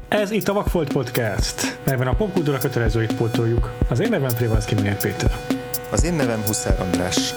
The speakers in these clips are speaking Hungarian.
Ez itt a Vakfolt Podcast, melyben a popkultúra kötelezőit pótoljuk. Az én nevem Prévalszky Magyar Péter. Az én nevem Huszár András.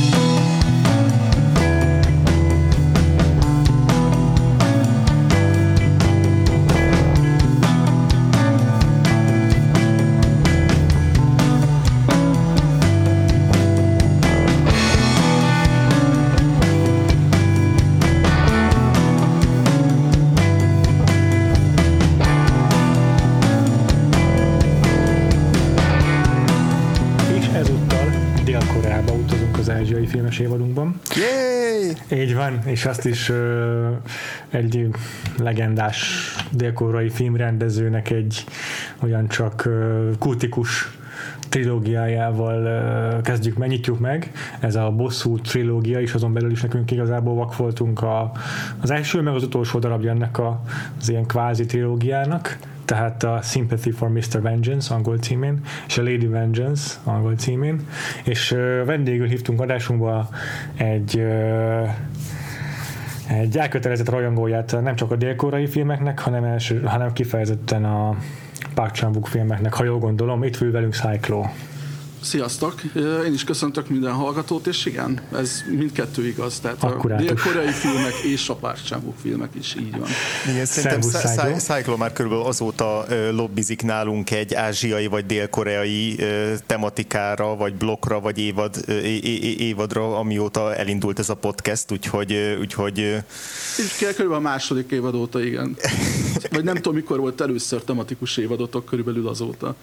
Filmes évadunkban. Yay! Így van, és azt is egy legendás dél-koreai filmrendezőnek egy olyan csak kultikus trilógiájával kezdjük, megnyitjuk meg. Ez a Bosszú trilógia, és azon belül is nekünk igazából vakfoltunk az első, meg az utolsó darabja ennek az ilyen kvázi trilógiának. Tehát a Sympathy for Mr. Vengeance angol címén, és a Lady Vengeance angol címén, és vendégül hívtunk adásunkba egy elkötelezett rajongóját nem csak a dél-koreai filmeknek, hanem kifejezetten a Park Chan-wook filmeknek, ha jól gondolom. Itt ül velünk Cyclo. Sziasztok! Én is köszöntök minden hallgatót, és igen, ez mindkettő igaz, tehát akkurátus. A dél-koreai filmek és a Park Chan-wook filmek is így van. Igen, szerintem Cyclo már körülbelül azóta lobbizik nálunk egy ázsiai vagy dél-koreai tematikára, vagy blokkra, vagy évadra, amióta elindult ez a podcast, úgyhogy És körülbelül a második évad óta, igen. Vagy nem tudom, mikor volt először tematikus évadotok, körülbelül azóta.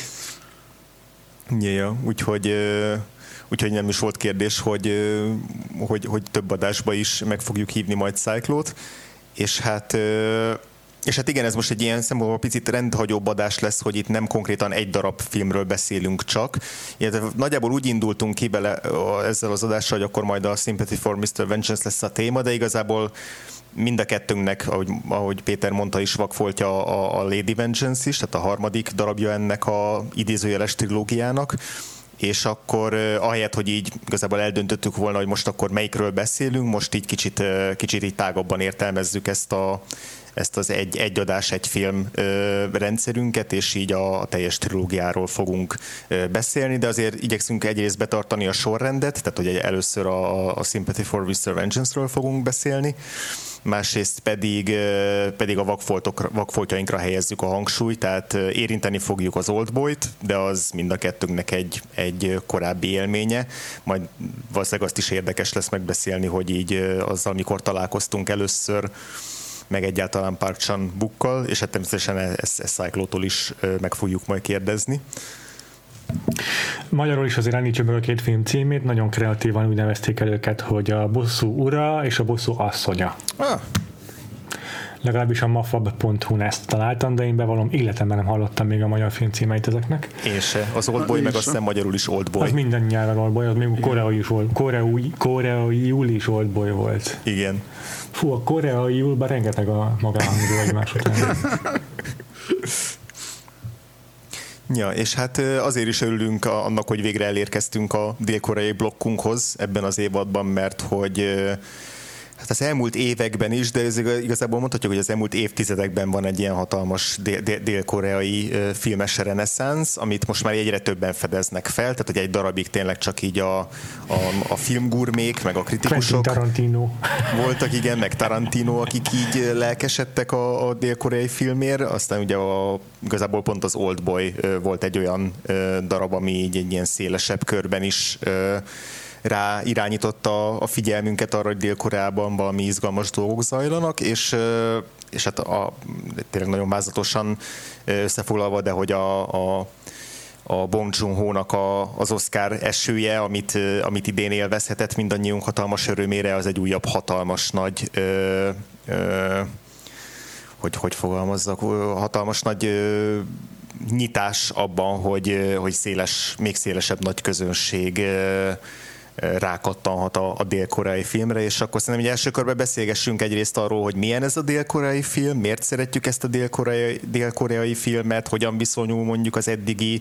Ja, úgyhogy nem is volt kérdés, hogy több adásba is meg fogjuk hívni majd Cyclót, és hát igen, ez most egy ilyen szempontból picit rendhagyóbb adás lesz, hogy itt nem konkrétan egy darab filmről beszélünk csak. Nagyjából úgy indultunk ki bele ezzel az adással, hogy akkor majd a Sympathy for Mr. Vengeance lesz a téma, de igazából mind a kettőnknek, ahogy Péter mondta is, vakfoltja a Lady Vengeance is, tehát a harmadik darabja ennek a idézőjeles trilógiának, és akkor ahelyett, hogy így igazából eldöntöttük volna, hogy most akkor melyikről beszélünk, most így kicsit így tágabban értelmezzük ezt az egy adás, egy film rendszerünket, és így a teljes trilógiáról fogunk beszélni, de azért igyekszünk egyrészt betartani a sorrendet, tehát hogy először a Sympathy for Mr. Vengeance-ről fogunk beszélni, másrészt pedig a vakfoltjainkra helyezzük a hangsúlyt, tehát érinteni fogjuk az Oldboyt, de az mind a kettőnknek egy korábbi élménye, majd valószínűleg azt is érdekes lesz megbeszélni, hogy így azzal mikor találkoztunk először, meg egyáltalán Park Chan-wookkal, és hát természetesen ezt Cyclótól is meg fogjuk majd kérdezni. Magyarul is azért említsük meg a két film címét, nagyon kreatívan úgy nevezték el őket, hogy a Bosszú ura és a Bosszú asszonya. Legalábbis a mafab.hu-n ezt találtam, de én bevallom, életemben nem hallottam még a magyar film címeit ezeknek. Én se. Az Oldboy meg azt hiszem magyarul is Oldboy. Az minden nyelven Oldboy, az még koreaiul is Oldboy volt. Igen. Fú, a koreaiulban rengeteg a magánhangzó egymás után. Ja, és hát azért is örülünk annak, hogy végre elérkeztünk a dél-koreai blokkunkhoz ebben az évadban, mert hogy hát az elmúlt években is, de ez igazából mondhatjuk, hogy az elmúlt évtizedekben van egy ilyen hatalmas dél-koreai filmes reneszánsz, amit most már egyre többen fedeznek fel, tehát hogy egy darabig tényleg csak így a filmgurmék, meg a kritikusok Tarantino voltak, igen, meg Tarantino, akik így lelkesedtek a dél-koreai filmért, aztán ugye igazából pont az Oldboy volt egy olyan darab, ami így egy ilyen szélesebb körben is rá irányította a figyelmünket arra, hogy Dél-Koreában valami izgalmas dolgok zajlanak, és hát tényleg nagyon mázatosan összefoglalva, de hogy a Bong Joon-ho-nak az Oscar esője, amit idén élvezhetett mindannyiunk hatalmas örömére, az egy újabb hatalmas nagy hogy fogalmazzak, hatalmas nagy nyitás abban, hogy még szélesebb nagy közönség rákattanhat a dél-koreai filmre, és akkor szerintem első körben beszélgessünk egyrészt arról, hogy milyen ez a dél-koreai film, miért szeretjük ezt a dél-koreai filmet, hogyan viszonyul mondjuk az eddigi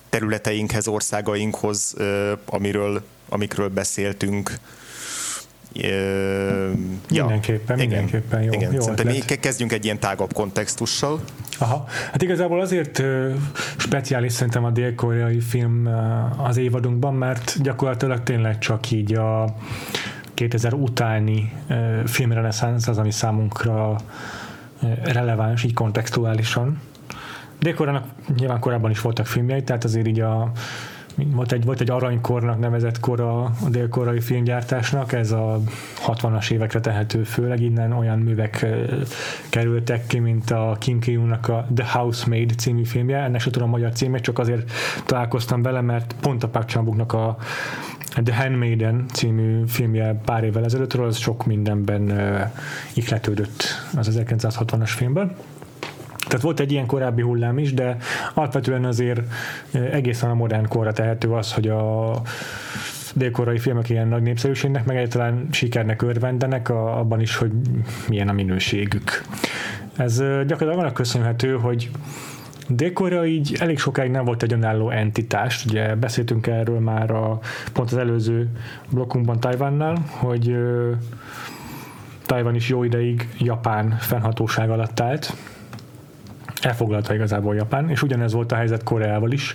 területeinkhez, országainkhoz, amikről beszéltünk, Mindenképpen jó. Igen. Jó Szerintem ötlet. kezdjünk egy ilyen tágabb kontextussal. Aha. Hát igazából azért speciális szerintem a dél-koreai film az évadunkban, mert gyakorlatilag tényleg csak így a 2000 utáni filmreneszánsz az, ami számunkra releváns, így kontextuálisan. Dél-Koreának nyilván korábban is voltak filmjei, tehát azért így volt egy aranykornak nevezett kor a dél-koreai filmgyártásnak, ez a 60-as évekre tehető főleg, innen olyan művek kerültek ki, mint a Kim Ki-yoonnak a The Housemaid című filmje, ennek se tudom a magyar címét, csak azért találkoztam vele, mert pont a Park Chan-wooknak a The Handmaiden című filmje pár évvel ezelőttről, az sok mindenben ihletődött az 1960-as filmben. Tehát volt egy ilyen korábbi hullám is, de alapvetően azért egészen a modern korra tehető az, hogy a dél-koreai filmek ilyen nagy népszerűségnek, meg egyáltalán sikernek örvendenek, abban is, hogy milyen a minőségük. Ez gyakorlatilag annak köszönhető, hogy Dél-Korea így elég sokáig nem volt egy önálló entitás, ugye beszéltünk erről már pont az előző blokkunkban Tajvannál, hogy Tajvan is jó ideig Japán fennhatóság alatt állt, elfoglalta igazából Japán, és ugyanez volt a helyzet Koreával is.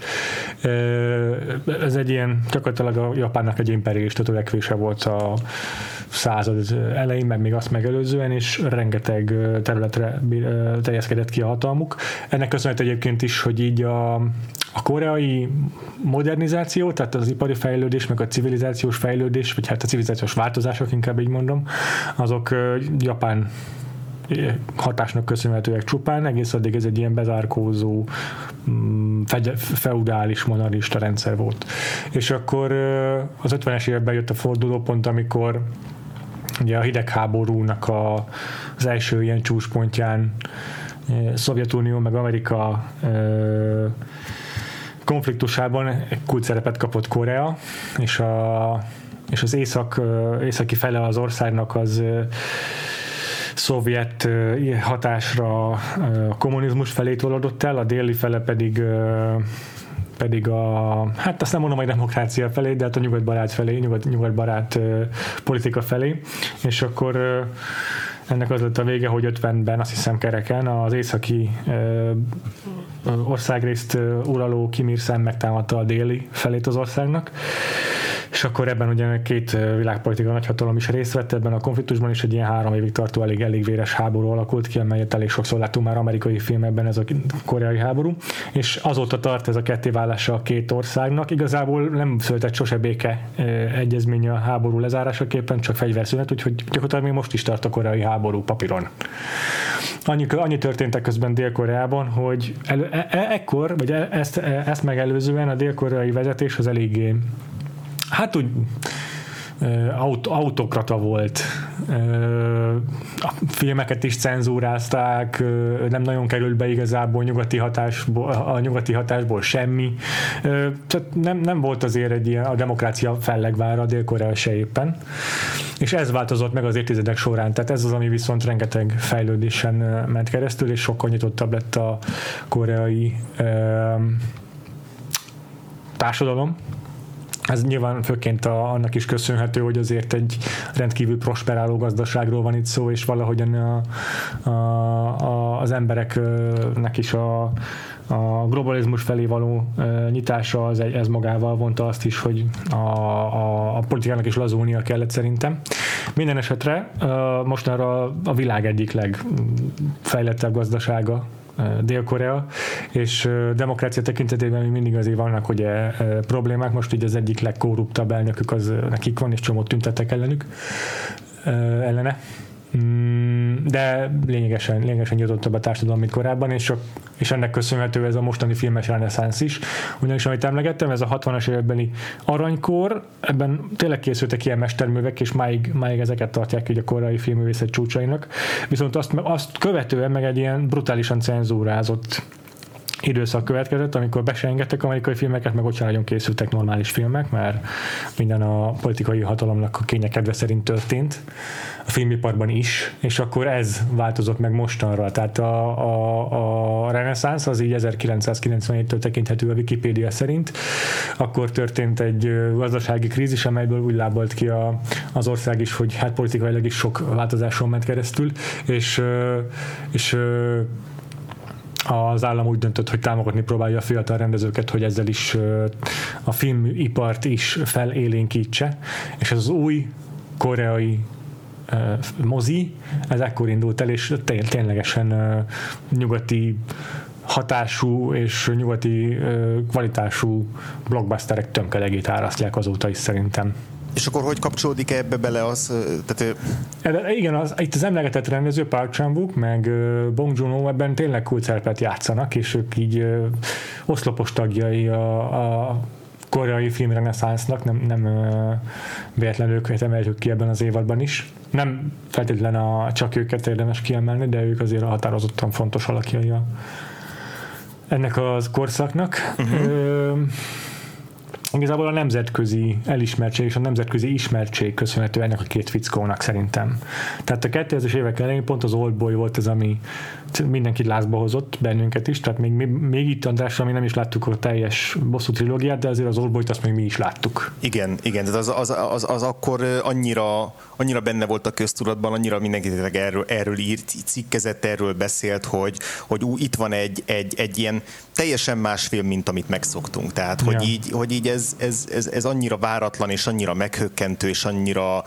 Ez egy ilyen, gyakorlatilag a Japánnak egy imperialista törekvése volt a század elején, meg még azt megelőzően, és rengeteg területre terjeszkedett ki a hatalmuk. Ennek köszönhető egyébként is, hogy így a koreai modernizáció, tehát az ipari fejlődés, meg a civilizációs fejlődés, vagy hát a civilizációs változások, inkább így mondom, azok Japán hatásnak köszönhetőek csupán, egész addig ez egy ilyen bezárkózó feudális monarchista rendszer volt. És akkor az 50-es években jött a fordulópont, amikor ugye a hidegháborúnak az első ilyen csúcspontján Szovjetunió meg Amerika konfliktusában egy kulcsszerepet kapott Korea, és az északi fele az országnak az szovjet hatásra a kommunizmus felé tolódott el, a déli fele pedig hát azt nem mondom, hogy demokrácia felé, de hát a nyugatbarát felé, nyugatbarát politika felé, és akkor ennek az lett a vége, hogy 50-ben, azt hiszem kereken, az északi országrészt uraló Kim Il-sung megtámadta a déli felét az országnak, és akkor ebben ugye két világpolitika nagyhatalom is részt vett ebben a konfliktusban, és egy ilyen 3 évig tartó elég véres háború alakult ki, amelyet elég sokszor láttunk már amerikai filmekben, ez a koreai háború, és azóta tart ez a kettéválása a két országnak. Igazából nem született sose béke egyezmény a háború lezárásaképpen, csak fegyverszünet, úgyhogy gyakorlatilag még most is tart a koreai háború papíron. Annyi történt közben Dél-Koreában, hogy ekkor, vagy ezt megelőzően a dél-koreai vezetés az eléggé hát úgy autokrata volt. A filmeket is cenzúrázták, nem nagyon került be igazából a nyugati hatásból semmi. Tehát nem volt azért egy ilyen a demokrácia fellegvára Dél-Korea se éppen. És ez változott meg az évtizedek során. Tehát ez az, ami viszont rengeteg fejlődésen ment keresztül, és sokkal nyitottabb lett a koreai társadalom. Ez nyilván főként annak is köszönhető, hogy azért egy rendkívül prosperáló gazdaságról van itt szó, és valahogyan az embereknek is a globalizmus felé való nyitása ez magával vonta azt is, hogy a politikának is lazulnia kellett szerintem. Minden esetre mostanra a világ egyik legfejlettebb gazdasága Dél-Korea, és demokrácia tekintetében még mindig azért vannak ugye problémák, most így az egyik legkorruptabb elnökük az nekik van, és csomót tüntettek ellene. De lényegesen nyitottabb a társadalom, mint korábban, és ennek köszönhető ez a mostani filmes reneszánsz is. Ugyanis, amit emlegettem, ez a 60-as évekbeli aranykor, ebben tényleg készültek ilyen mesterművek, és máig ezeket tartják így a koreai filmművészet csúcsainak. Viszont azt követően meg egy ilyen brutálisan cenzúrázott időszak következett, amikor be se engedtek amerikai filmeket, meg ott sem nagyon készültek normális filmek, mert minden a politikai hatalomnak a kénye kedve szerint történt, a filmiparban is, és akkor ez változott meg mostanra. Tehát a reneszánsz az így 1997-től tekinthető a Wikipédia szerint. Akkor történt egy gazdasági krízis, amelyből úgy lábalt ki az ország is, hogy hát politikailag is sok változáson ment keresztül, és az állam úgy döntött, hogy támogatni próbálja a fiatal rendezőket, hogy ezzel is a filmipart is felélénkítse, és ez az új koreai mozi, ez ekkor indult el, és ténylegesen nyugati hatású és nyugati kvalitású blockbusterek tömkelegét árasztják azóta is szerintem. És akkor hogy kapcsolódik ebbe bele az? Tehát igen, itt az emlegetett rendező Park Chan-wook meg Bong Joon-ho ebben tényleg kult szerepet játszanak, és ők így oszlopos tagjai a koreai filmreneszánsznak, nem véletlenül őket emeljük ki ebben az évadban is. Nem feltétlen csak őket érdemes kiemelni, de ők azért határozottan fontos alakjai ennek az korszaknak. Igazából a nemzetközi elismertség és a nemzetközi ismertség köszönhető ennek a két fickónak szerintem. Tehát a 2000-es évek elején pont az Oldboy volt az, ami mindenkit lázba hozott, bennünket is, tehát még itt Andrással mi nem is láttuk a teljes bosszú trilógiát, de azért az Oldboyt azt még mi is láttuk. Igen, tehát az akkor annyira benne volt a köztudatban, annyira mindenki erről írt, cikkezett, erről beszélt, hogy itt van egy ilyen teljesen más film, mint amit megszoktunk. Tehát, hogy így ez annyira váratlan, és annyira meghökkentő, és annyira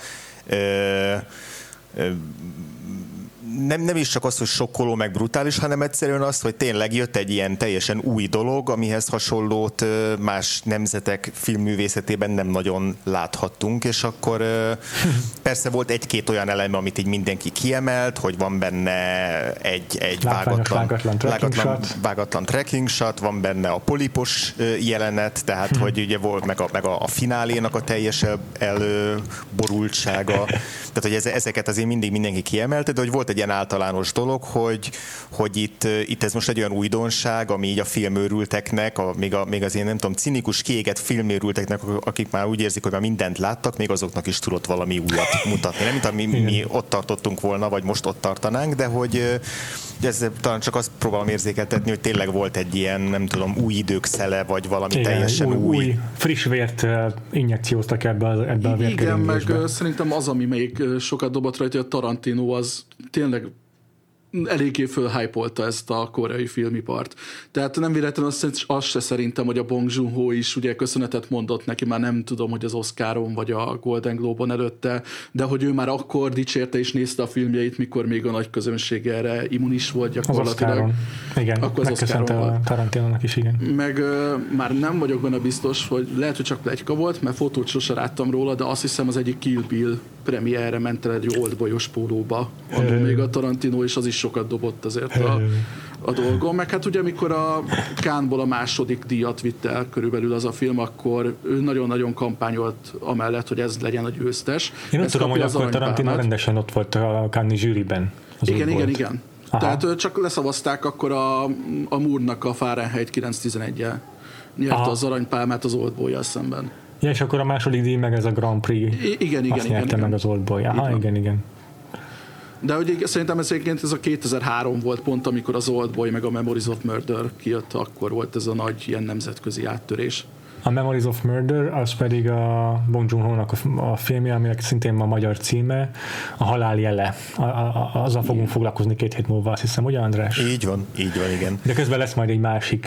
nem is csak az, hogy sokkoló, meg brutális, hanem egyszerűen az, hogy tényleg jött egy ilyen teljesen új dolog, amihez hasonlót más nemzetek filmművészetében nem nagyon láthattunk, és akkor persze volt egy-két olyan eleme, amit így mindenki kiemelt, hogy van benne egy vágatlan tracking shot, van benne a polipos jelenet, tehát hogy ugye volt meg a finálénak a teljes elborultsága, tehát hogy ezeket azért mindig mindenki kiemelte, de hogy volt egy ilyen általános dolog, hogy itt ez most egy olyan újdonság, ami így a filmőrülteknek, még az én nem tudom, cinikus, kiégett filmőrülteknek, akik már úgy érzik, hogy már mindent láttak, még azoknak is tudott valami újat mutatni. Nem, mint ami mi ott tartottunk volna, vagy most ott tartanánk, de hogy ez talán csak azt próbálom érzékeltetni, hogy tényleg volt egy ilyen, nem tudom, új idők szele, vagy valami teljesen új. Friss vért injekcióztak ebbe a vérkeringésbe. Igen, meg szerintem az, ami még sokat dobott rajta, hogy a Tarantino az tényleg eléggé fölhypolta ezt a koreai filmipart. Tehát nem véletlenül azt se szerintem, hogy a Bong Joon-ho is ugye köszönetet mondott neki, már nem tudom, hogy az Oscaron vagy a Golden Globe-on előtte, de hogy ő már akkor dicsérte és nézte a filmjeit, mikor még a nagy közönség erre immunis volt gyakorlatilag. Az Oscaron. Igen, akkor az megköszönte a Tarantinónak is, igen. Meg már nem vagyok benne biztos, hogy lehet, hogy csak pletyka volt, mert fotót sose láttam róla, de azt hiszem az egyik Kill Bill premierre ment el egy Oldboyos pólóba, annól még a Tarantino, és az is sokat dobott azért a dolgon. Meg hát ugye, amikor a Cannes-ból a második díjat vitte el körülbelül az a film, akkor ő nagyon-nagyon kampányolt amellett, hogy ez legyen a győztes. Én nem tudom, hogy akkor Tarantino rendesen ott volt a Cannes-i zsűriben. Igen. Aha. Tehát csak leszavazták akkor a Moore-nak a Fahrenheit 911-jel. Nyerte az aranypálmát az Oldboy-jal szemben. Ja, és akkor a második díj meg ez a Grand Prix. Igen. Meg az Oldboy. Aha, igen. De hogy szerintem ez a 2003 volt pont, amikor az Oldboy meg a Memories of Murder kijött, akkor volt ez a nagy ilyen nemzetközi áttörés. A Memories of Murder, az pedig a Bong Joon-ho-nak a filmje, aminek szintén a magyar címe, a Halál jele. Azzal fogunk foglalkozni 2 hét múlva, azt hiszem, ugye András? Így van, igen. De közben lesz majd egy másik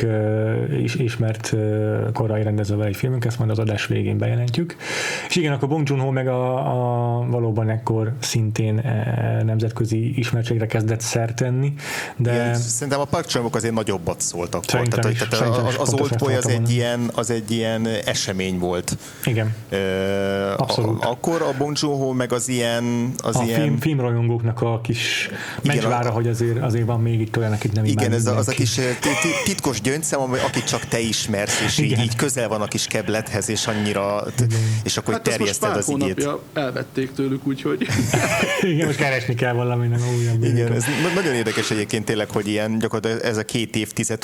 ismert korai rendezővel egy filmünk, ezt majd az adás végén bejelentjük. És igen, akkor Bong Joon-ho meg valóban ekkor szintén nemzetközi ismertségre kezdett szert tenni. De igen, szerintem a Park Chan-wook azért nagyobbat szólt akkor. Tehát az Oldboy az egy ilyen ilyen esemény volt. Igen. Abszolút. Akkor a Bong Joon-ho meg az ilyen... filmrajongóknak a kis mencsvára, hogy azért van még itt olyan, akit nem imád. Igen, az a kis titkos gyöngyszem, akit csak te ismersz, és így közel van a kis keblethez, és annyira, és akkor terjeszted az igét. Hát ezt most pár elvették tőlük, úgyhogy... Igen, most keresni kell valaminek a újabb. Igen, ez nagyon érdekes egyébként tényleg, hogy ilyen gyakorlatilag ez a 2 évtized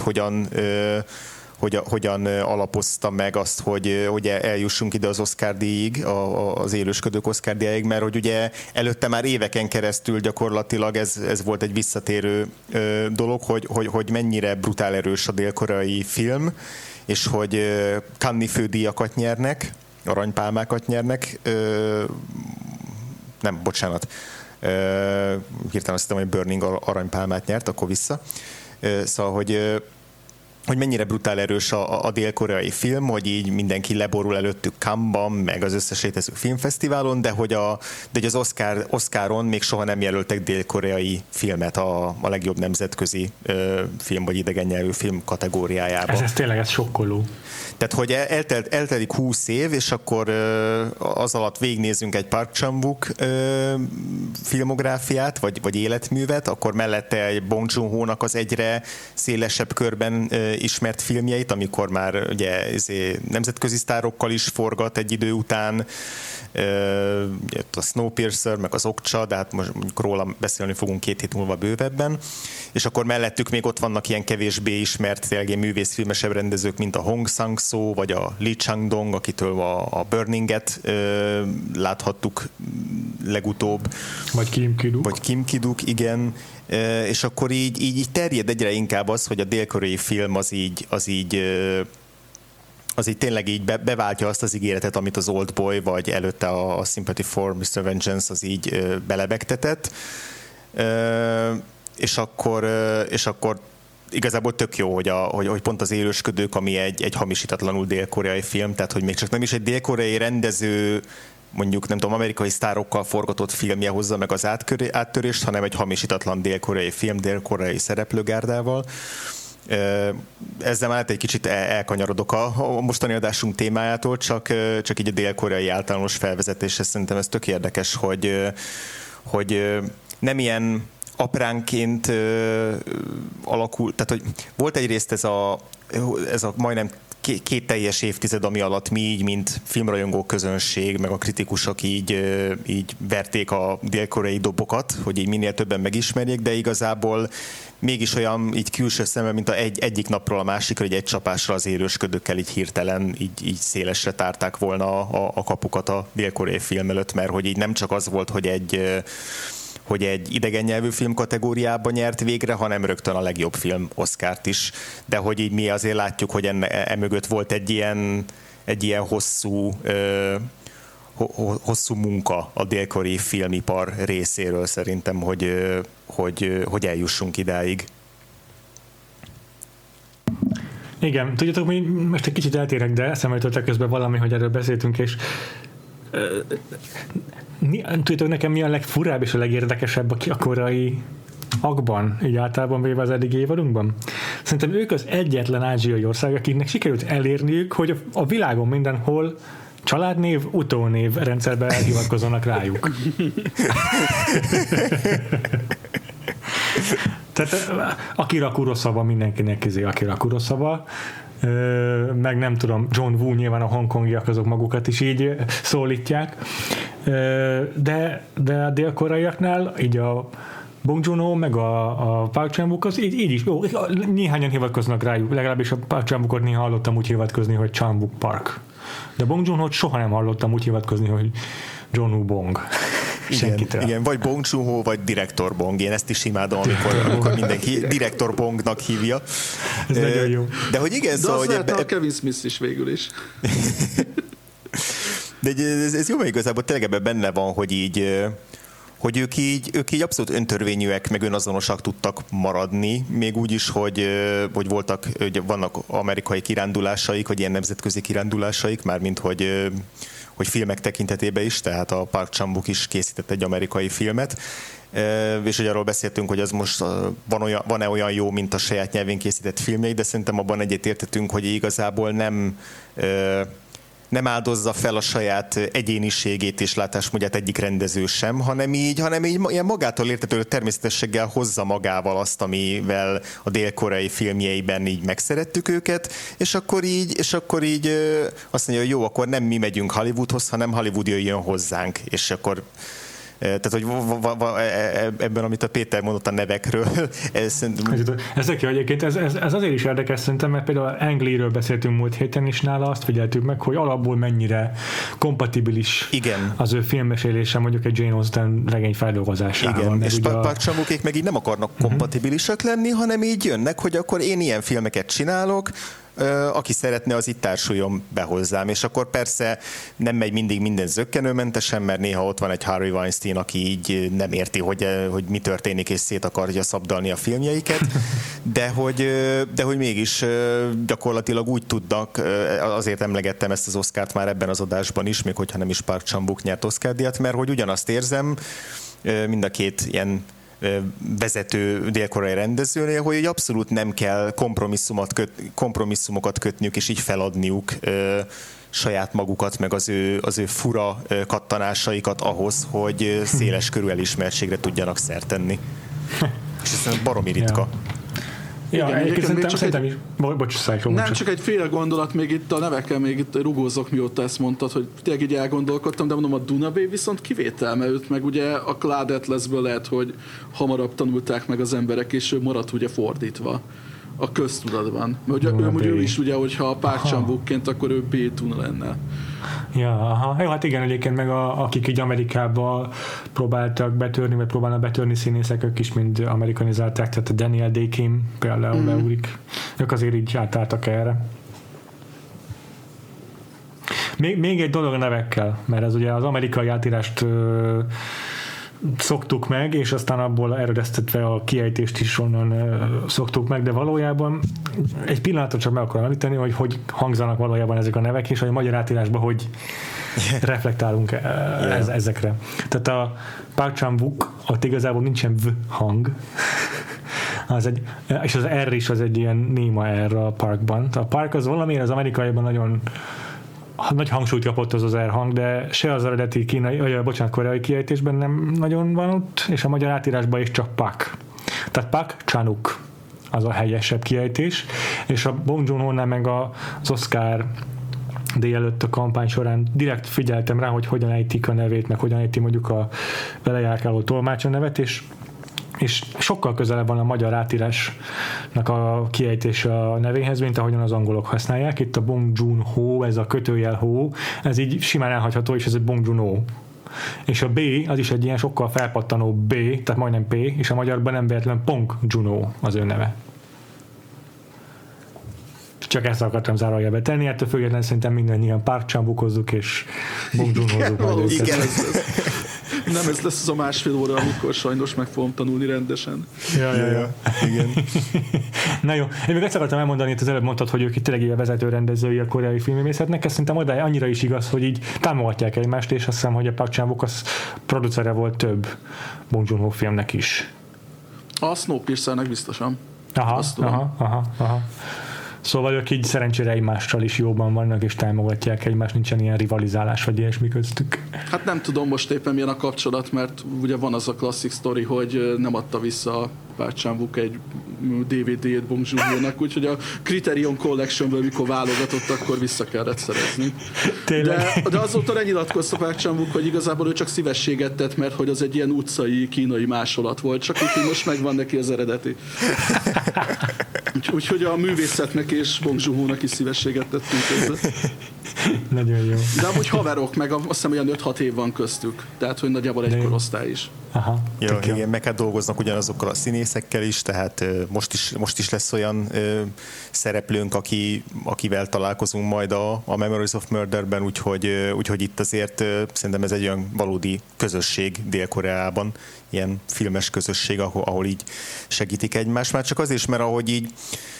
hogyan alapozta meg azt, hogy eljussunk ide az Oscar-díjig, az élősködők Oscar-díjáig, mert hogy ugye előtte már éveken keresztül gyakorlatilag ez volt egy visszatérő dolog, hogy mennyire brutál erős a dél-koreai film, és hogy Cannes-i fődíjakat nyernek, aranypálmákat nyernek, nem, bocsánat, hirtelen azt hittem, hogy Burning aranypálmát nyert, akkor vissza. Szóval, hogy mennyire brutál erős a dél-koreai film, hogy így mindenki leborul előttük Cannes-ban, meg az összes létező filmfesztiválon, de hogy az Oscaron még soha nem jelöltek dél-koreai filmet a legjobb nemzetközi film vagy idegen nyelvű film kategóriájában. Ez tényleg sokkoló. Tehát, hogy eltelik 20 év, és akkor az alatt végignézzünk egy Park Chan-wook filmográfiát, vagy életművet, akkor mellette egy Bong Joon-ho-nak az egyre szélesebb körben ismert filmjeit, amikor már ugye nemzetközi sztárokkal is forgat egy idő után, a Snowpiercer, meg az Okja, de hát most róla beszélni fogunk 2 hét múlva bővebben, és akkor mellettük még ott vannak ilyen kevésbé ismert tényleg művészfilmesebb rendezők, mint a Hong Sang-soo, vagy a Lee Chang-dong, akitől a Burning-et láthattuk legutóbb. Vagy Kim Ki-duk, igen. És akkor így terjed egyre inkább az, hogy a dél-koreai film az így tényleg így beváltja azt az ígéretet, amit az Oldboy, vagy előtte a Sympathy for Mr. Vengeance az így belebegtetett. És akkor igazából tök jó, hogy pont az élősködők, ami egy hamisítatlanul dél-koreai film, tehát hogy még csak nem is egy dél-koreai rendező, mondjuk nem tudom, amerikai sztárokkal forgatott filmje hozza meg az áttörést, hanem egy hamisítatlan dél-koreai film, dél-koreai szereplőgárdával. Ezzel már egy kicsit elkanyarodok a mostani adásunk témájától, csak így a dél-koreai általános felvezetéshez szerintem ez tök érdekes, hogy nem ilyen apránként alakul, tehát hogy volt egyrészt ez a majdnem 2 teljes évtized, ami alatt mi így, mint filmrajongó közönség, meg a kritikusok így verték a dél-koreai dobokat, hogy így minél többen megismerjék, de igazából mégis olyan így külső szemmel, mint egyik napról a másikra, hogy egy csapásra az élősködőkkel így hirtelen így szélesre tárták volna a kapukat a dél-koreai film előtt, mert hogy így nem csak az volt, hogy egy idegen nyelvű film kategóriában nyert végre, hanem rögtön a legjobb film Oscart is. De hogy így mi azért látjuk, hogy emögött volt egy ilyen hosszú munka a dél-koreai filmipar részéről szerintem, hogy eljussunk idáig. Igen, tudjátok, mi most egy kicsit eltérek, de eszembe jutott közben valami, hogy erről beszéltünk, és tudjátok nekem mi a legfurább és a legérdekesebb a koreai akban, így általában véve az eddigi évadunkban? Szerintem ők az egyetlen ázsiai ország, akiknek sikerült elérniük, hogy a világon mindenhol családnév, utónév rendszerben elhivatkozzanak rájuk. Tehát Akira Kurosawa mindenkinek Akira Kurosawa, meg nem tudom, John Woo, nyilván a hongkongiak azok magukat is így szólítják, de a dél-koreaiaknál így a Bong Joon-ho meg a Park Chan-wook az így is, jó, néhányan hivatkoznak rájuk, legalábbis a Park Chan-wookot néha hallottam úgy hivatkozni, hogy Chan-wook Park. De Bong Joon-hot soha nem hallottam úgy hivatkozni, hogy John Woo Bong. Igen, vagy Bong Joon-ho, vagy Direktor Bong. Én ezt is imádom, amikor mindenki Direktor Bongnak hívja. Ez nagyon jó. De hogy igen, szóval... De az a Kevin Smith is végül is. De ez jó, mert igazából tényleg ebben benne van, hogy ők így abszolút öntörvényűek, meg önazonosak tudtak maradni, még úgy is, hogy vannak amerikai kirándulásaik, vagy ilyen nemzetközi kirándulásaik, mármint hogy hogy filmek tekintetében is, tehát a Park Chan-wook is készített egy amerikai filmet, és hogy arról beszéltünk, hogy az most van-e olyan jó, mint a saját nyelvén készített filmjei, de szerintem abban egyetértettünk, hogy igazából nem áldozza fel a saját egyéniségét és látásmódját egyik rendező sem, hanem így ilyen magától értetődő természetességgel hozza magával azt, amivel a dél-koreai filmjeiben így megszerettük őket, és akkor így azt mondja, hogy jó, akkor nem mi megyünk Hollywoodhoz, hanem Hollywood jöjjön hozzánk, és akkor tehát, hogy ebben, amit a Péter mondott a nevekről. Ezek egyébként, ez azért is érdekes szerintem, mert például Ang Lee-ről beszéltünk múlt héten, és nála azt figyeltük meg, hogy alapból mennyire kompatibilis az ő filmmesélése mondjuk egy Jane Austen regény feldolgozásával. Igen, és Park Chan-wookék meg így nem akarnak kompatibilisak lenni, hanem így jönnek, hogy akkor én ilyen filmeket csinálok, aki szeretne, az itt társuljon be hozzám, és akkor persze nem megy mindig minden zökkenőmentesen, mert néha ott van egy Harvey Weinstein, aki így nem érti, hogy mi történik, és szét akarja szabdalni a filmjeiket, de hogy mégis gyakorlatilag úgy tudnak, azért emlegettem ezt az Oscart már ebben az adásban is, még hogyha nem is Park Chan-wook nyert Oscar-díjat, mert hogy ugyanazt érzem mind a két ilyen vezető dél-koreai rendezőnél, hogy abszolút nem kell kompromisszumokat kötniük, és így feladniuk saját magukat, meg az ő fura kattanásaikat ahhoz, hogy széles körű elismertségre tudjanak szert tenni. És ez baromi ritka. Ja, szerintem is. Nem, csak egy fél gondolat még itt a nevekkel, még itt rugózok, mióta ezt mondtad, hogy tényleg így elgondolkodtam, de mondom, a Dunabé viszont kivétel, mert őt meg ugye a Cloud Atlasből lehet, hogy hamarabb tanulták meg az emberek, és ő maradt ugye fordítva a köztudatban. Mert ugye ő is ugye, hogyha a Park Chan-wookként, akkor ő B-tuna lenne. Ja, aha. Jó, hát igen, egyébként meg akik így Amerikába próbáltak betörni, vagy próbálnak betörni színészek, ők is mind amerikanizálták, tehát a Daniel Day-Kim például beúrik. Ők azért így átálltak erre. Még egy dolog a nevekkel, mert ez ugye az amerikai átírást szoktuk meg, és aztán abból eredeztetve a kiejtést is onnan szoktuk meg, de valójában egy pillanatot csak meg akarom említeni, hogy hangzanak valójában ezek a nevek, és hogy a magyar átírásban hogy reflektálunk ezekre. Tehát a Park Chan-wook, ott igazából nincsen V hang, és az R is az egy ilyen néma R a Parkban. A Park az valamiért az amerikaiban nagyon nagy hangsúlyt kapott az R hang, de se az eredeti koreai kiejtésben nem nagyon van ott, és a magyar átírásban is csak Pak. Tehát Park Chan-wook az a helyesebb kiejtés, és a Bong Joon-ho-nál meg az Oscar délelőtt a kampány során direkt figyeltem rá, hogy hogyan ejtik a nevét, meg hogyan ejti mondjuk a vele járkáló tolmács a nevet, és sokkal közelebb van a magyar átírásnak a kiejtése a nevéhez, mint ahogyan az angolok használják. Itt a Bong Joon-ho, ez a kötőjel ho, ez így simán elhagyható, és ez egy Bong Joon-ho. És a B, az is egy ilyen sokkal felpattanó B, tehát majdnem P, és a magyarban nem véletlen Bong Joon-ho az ő neve. Csak ezt akartam zárójelbe tenni, ettől függetlenül szerintem mindannyian Park Chan-wookozzuk és Bong Joon-hozzuk. Igen, nem ez lesz az a másfél óra, amikor sajnos meg fogom tanulni rendesen. Ja. Igen. Na jó, én még ezt akartam elmondani, itt az előbb mondtad, hogy ők itt tényleg ilyen vezető rendezői a koreai filmművészetnek, ez szerintem odáig annyira is igaz, hogy így támogatják egymást, és azt hiszem, hogy a Park Chan-wook az producere volt több Bong Joon-ho filmnek is. A Snowpiercernek biztosan. Aha. Szóval ők így szerencsére egymással is jóban vannak, és támogatják egymást, nincsen ilyen rivalizálás, vagy ilyesmi köztük. Hát nem tudom most éppen milyen a kapcsolat, mert ugye van az a klasszik sztori, hogy nem adta vissza a Park Chan-wook egy DVD-t Bong Joon-ho-nak, úgyhogy a Criterion Collectionből mikor válogatott, akkor vissza kellett szerezni. De azóta lenyilatkozta Park Chan-wook, hogy igazából ő csak szívességet tett, mert hogy az egy ilyen utcai kínai másolat volt, csak úgy, most megvan neki az eredeti. Úgyhogy a művészetnek és Bong Joon-ho-nak is szívességet tettünk ezzel. Nagyon jó. De amúgy haverok, meg azt hiszem olyan 5-6 év van köztük, tehát hogy nagyjából egy korosztály is. Aha, jó, igen, meg hát dolgoznak ugyanazokkal a színészekkel is, tehát most is lesz olyan szereplőnk, akivel találkozunk majd a Memories of Murderben, úgyhogy itt azért szerintem ez egy olyan valódi közösség Dél-Koreában, ilyen filmes közösség, ahol így segítik egymást, már csak azért is, mert ahogy így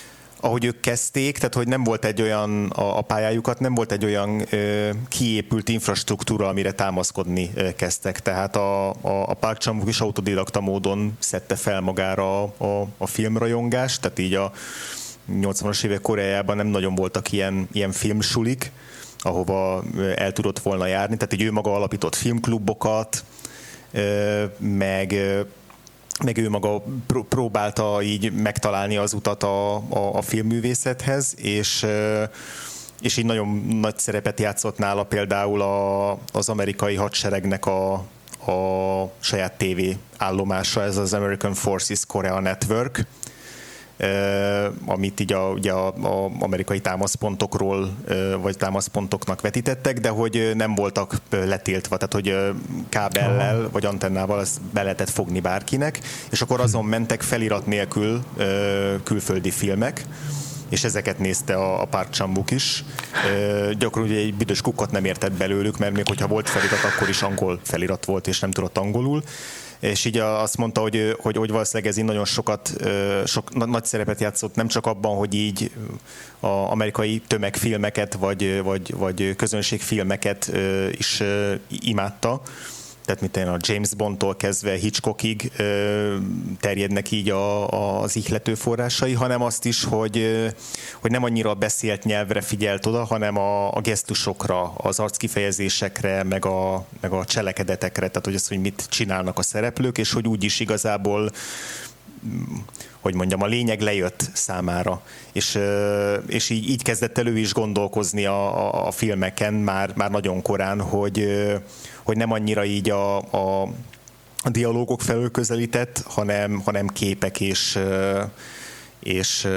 ahogy ők kezdték, tehát hogy nem volt egy olyan a pályájukat, nem volt egy olyan kiépült infrastruktúra, amire támaszkodni kezdtek. Tehát a Park Chan-wook is autodidakta módon szedte fel magára a filmrajongást, tehát így a 80-as évek Koreájában nem nagyon voltak ilyen filmsulik, ahova el tudott volna járni, tehát így ő maga alapított filmklubokat, meg ő maga próbálta így megtalálni az utat a filmművészethez, és így nagyon nagy szerepet játszott nála például az amerikai hadseregnek a saját TV állomása, ez az American Forces Korea Network, amit így ugye a amerikai támaszpontokról, vagy támaszpontoknak vetítettek, de hogy nem voltak letiltva, tehát hogy kábellel vagy antennával ezt be lehetett fogni bárkinek, és akkor azon mentek felirat nélkül külföldi filmek, és ezeket nézte a Park Chan-wook is. Gyakran ugye egy büdös kukkot nem értett belőlük, mert még hogyha volt felirat, akkor is angol felirat volt, és nem tudott angolul. És így azt mondta, hogy valószínűleg ez így nagyon sok nagy szerepet játszott, nem csak abban, hogy így az amerikai tömegfilmeket, vagy közönségfilmeket is imádta, tehát mint a James Bondtól kezdve Hitchcockig terjednek így az ihlető forrásai, hanem azt is, hogy nem annyira a beszélt nyelvre figyelt oda, hanem a gesztusokra, az arckifejezésekre, meg a cselekedetekre, tehát hogy hogy mit csinálnak a szereplők, és hogy úgy is igazából, hogy mondjam, a lényeg lejött számára. És így kezdett elő is gondolkozni a filmeken már nagyon korán, hogy nem annyira így a dialógok felől közelített, hanem képek és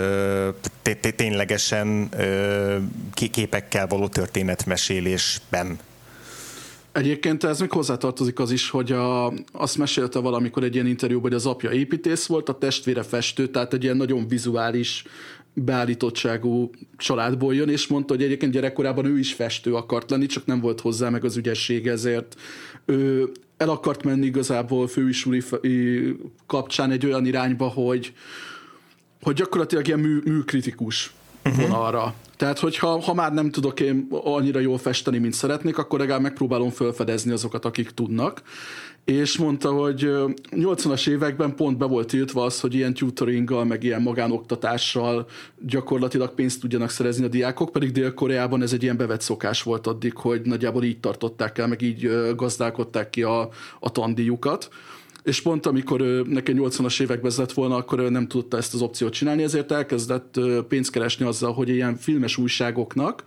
ténylegesen képekkel való történetmesélésben. Egyébként ez még hozzátartozik az is, hogy azt mesélte valamikor egy ilyen interjúban, hogy az apja építész volt, a testvére festő, tehát egy ilyen nagyon vizuális beállítottságú családból jön, és mondta, hogy egyébként gyerekkorában ő is festő akart lenni, csak nem volt hozzá meg az ügyesség, ezért ő el akart menni igazából főisuli kapcsán egy olyan irányba, hogy gyakorlatilag ilyen műkritikus vonalra. Tehát, hogyha már nem tudok én annyira jól festeni, mint szeretnék, akkor legalább megpróbálom felfedezni azokat, akik tudnak. És mondta, hogy 80-as években pont be volt tiltva az, hogy ilyen tutoringgal, meg ilyen magánoktatással gyakorlatilag pénzt tudjanak szerezni a diákok, pedig Dél-Koreában ez egy ilyen bevett szokás volt addig, hogy nagyjából így tartották el, meg így gazdálkodták ki a tandíjukat. És pont amikor neki 80-as években lett volna, akkor ő nem tudta ezt az opciót csinálni, ezért elkezdett pénzt keresni azzal, hogy ilyen filmes újságoknak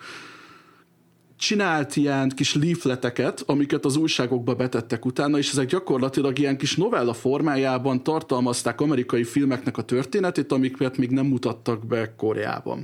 csinált ilyen kis leafleteket, amiket az újságokba betettek utána, és ezek gyakorlatilag ilyen kis novella formájában tartalmazták amerikai filmeknek a történetét, amiket még nem mutattak be Koreában.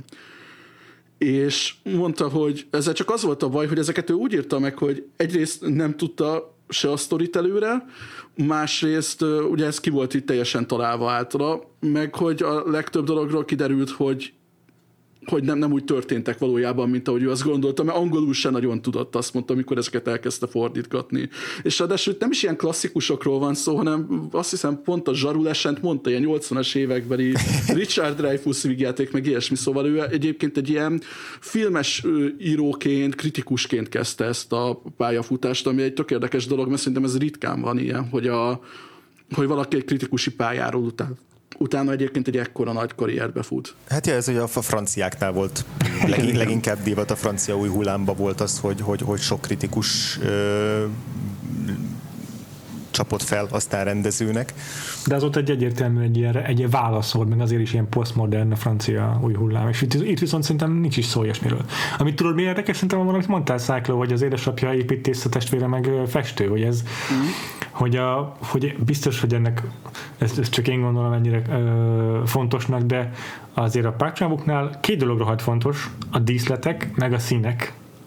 És mondta, hogy ezzel csak az volt a baj, hogy ezeket ő úgy írta meg, hogy egyrészt nem tudta se a sztorit előre, másrészt ugye ez ki volt itt teljesen találva általa, meg hogy a legtöbb dologról kiderült, hogy nem úgy történtek valójában, mint ahogy ő azt gondolta, mert angolul se nagyon tudott, azt mondta, amikor ezeket elkezdte fordítgatni. És ráadásul nem is ilyen klasszikusokról van szó, hanem azt hiszem pont a Zsaru Lesent mondta, ilyen 80-as évekbeli Richard Dreyfuss vígjáték, meg ilyesmi, szóval ő egyébként egy ilyen filmes íróként, kritikusként kezdte ezt a pályafutást, ami egy tök érdekes dolog, mert szerintem ez ritkán van ilyen, hogy valaki egy kritikusi pályáról utána egyébként egy ekkora nagy karrierbe fut. Hát ja, ez ugye a franciáknál volt leginkább divat, a francia új hullámba volt az, hogy sok kritikus csapott fel aztán rendezőnek. De az ott egy egyértelmű egy ilyen válasz volt, meg azért is ilyen posztmodern a francia új hullám. És itt viszont szerintem nincs is szó ilyesmiről. Amit tudod, mi érdekes, szerintem van, amit mondtál, Cyclo, hogy az édesapja építész, a testvére meg festő, hogy ez hogy biztos, hogy ennek ezt csak én gondolom ennyire fontosnak, de azért a Park Chan-wooknál két dolog rohadt fontos, a díszletek meg a színek.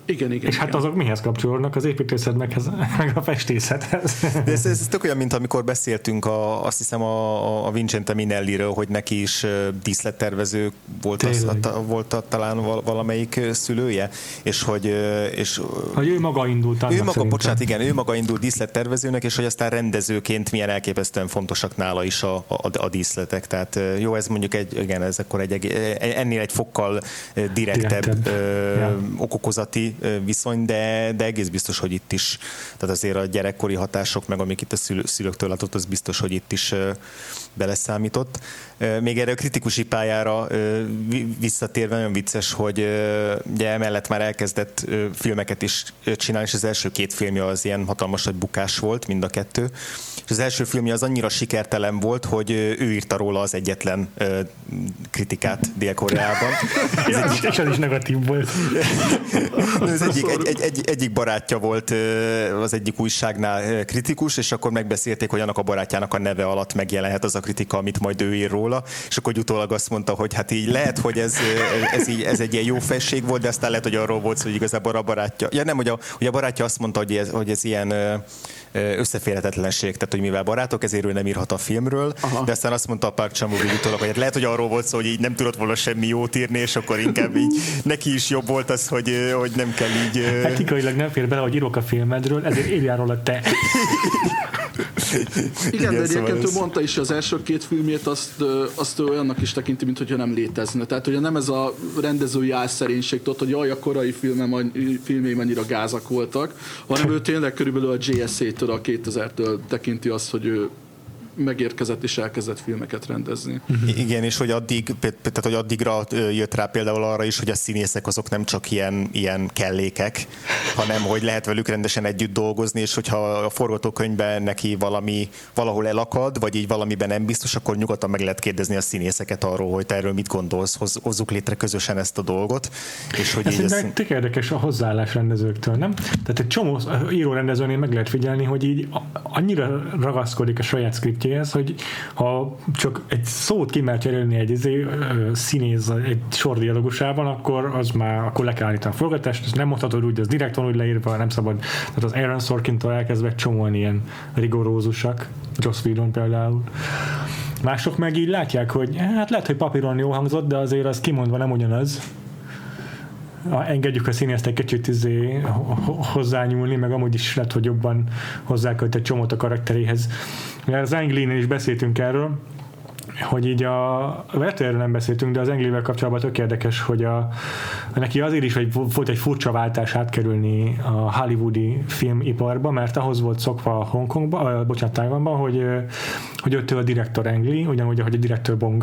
Igen. És hát azok mihez kapcsolódnak? Az építészetnek, meg a festészethez. De ez tök olyan, mint amikor beszéltünk azt hiszem a Vincente Minelliről, hogy neki is díszlettervező volt talán valamelyik szülője, és hogy ő maga indult annak ő maga indult díszlettervezőnek, és hogy aztán rendezőként milyen elképesztően fontosak nála is a díszletek. Tehát jó, ez mondjuk ez akkor ennél egy fokkal direktebb okokozati viszony, de egész biztos, hogy itt is, tehát azért a gyerekkori hatások, meg amik itt a szülőktől látott, az biztos, hogy itt is beleszámított. Még erre a kritikusi pályára visszatérve nagyon vicces, hogy ugye emellett már elkezdett filmeket is csinálni, és az első 2 filmje az ilyen hatalmas nagy bukás volt, mind a 2. És az első filmje az annyira sikertelen volt, hogy ő írta róla az egyetlen kritikát Dél-Koreában. És az is negatív volt. Az egyik barátja volt az egyik újságnál kritikus, és akkor megbeszélték, hogy annak a barátjának a neve alatt megjelenhet az a kritika, amit majd ő ír róla, és akkor utólag azt mondta, hogy hát így lehet, hogy ez egy ilyen jó felség volt, de aztán lehet, hogy arról volt, hogy igazából a barátja, hogy a barátja azt mondta, hogy ez ilyen összeférhetetlenség, tehát hogy mivel barátok, ezért ő nem írhat a filmről, de aztán azt mondta a Park Chan-wook utólag, hogy hát lehet, hogy arról volt szó, hogy így nem tudott volna semmi jót írni, és akkor inkább így neki is jobb volt az, hogy nem kell így... Etikailag nem fér bele, hogy írok a filmedről, ezért írjál róla te. Igen, de egyébként ő mondta is, az első 2 filmjét azt olyannak is tekinti, mintha nem létezne. Tehát ugye nem ez a rendezői álszerénység, tudod, hogy jaj, a korai filmjeim annyira gázak voltak, hanem ő tényleg körülbelül a JSA-től, a 2000-től tekinti azt, hogy ő megérkezett és elkezdett filmeket rendezni. Igen, és hogy addigra jött rá például arra is, hogy a színészek azok nem csak ilyen kellékek, hanem hogy lehet velük rendesen együtt dolgozni, és hogyha a forgatókönyvben neki valahol elakad, vagy így valamiben nem biztos, akkor nyugodtan meg lehet kérdezni a színészeket arról, hogy te erről mit gondolsz, hozzuk létre közösen ezt a dolgot. És hogy ez tök érdekes a hozzáállás rendezőktől, nem? Tehát egy csomó író-rendezőnél meg lehet figyelni, hogy így annyira ragaszkodik a saját szkriptjéhez, hogy ha csak egy szót ki mer cserélni egy színész egy sordialogusában, akkor le kell állítani a forgatást, ezt nem mondhatod úgy, de ez direkt van úgy leírva, nem szabad. Tehát az Aaron Sorkintól elkezdve csomóan ilyen rigorózusak, Joss Whedon például. Mások meg így látják, hogy hát lehet, hogy papíron jó hangzott, de azért az kimondva nem ugyanaz. Engedjük a színészt egy kicsit hozzányúlni, meg amúgy is lehet, hogy jobban hozzákölt egy csomót a karakteréhez. Az Ang Lee-nél is beszéltünk erről, hogy így a Wertherről nem beszéltünk, de az Ang Lee-vel kapcsolatban tök érdekes, hogy neki azért is hogy volt egy furcsa váltás átkerülni a hollywoodi filmiparba, mert ahhoz volt szokva Hongkongban, Taiwanban, hogy őtől a direktor Ang Lee, ugyanúgy, ahogy a direktor Bong.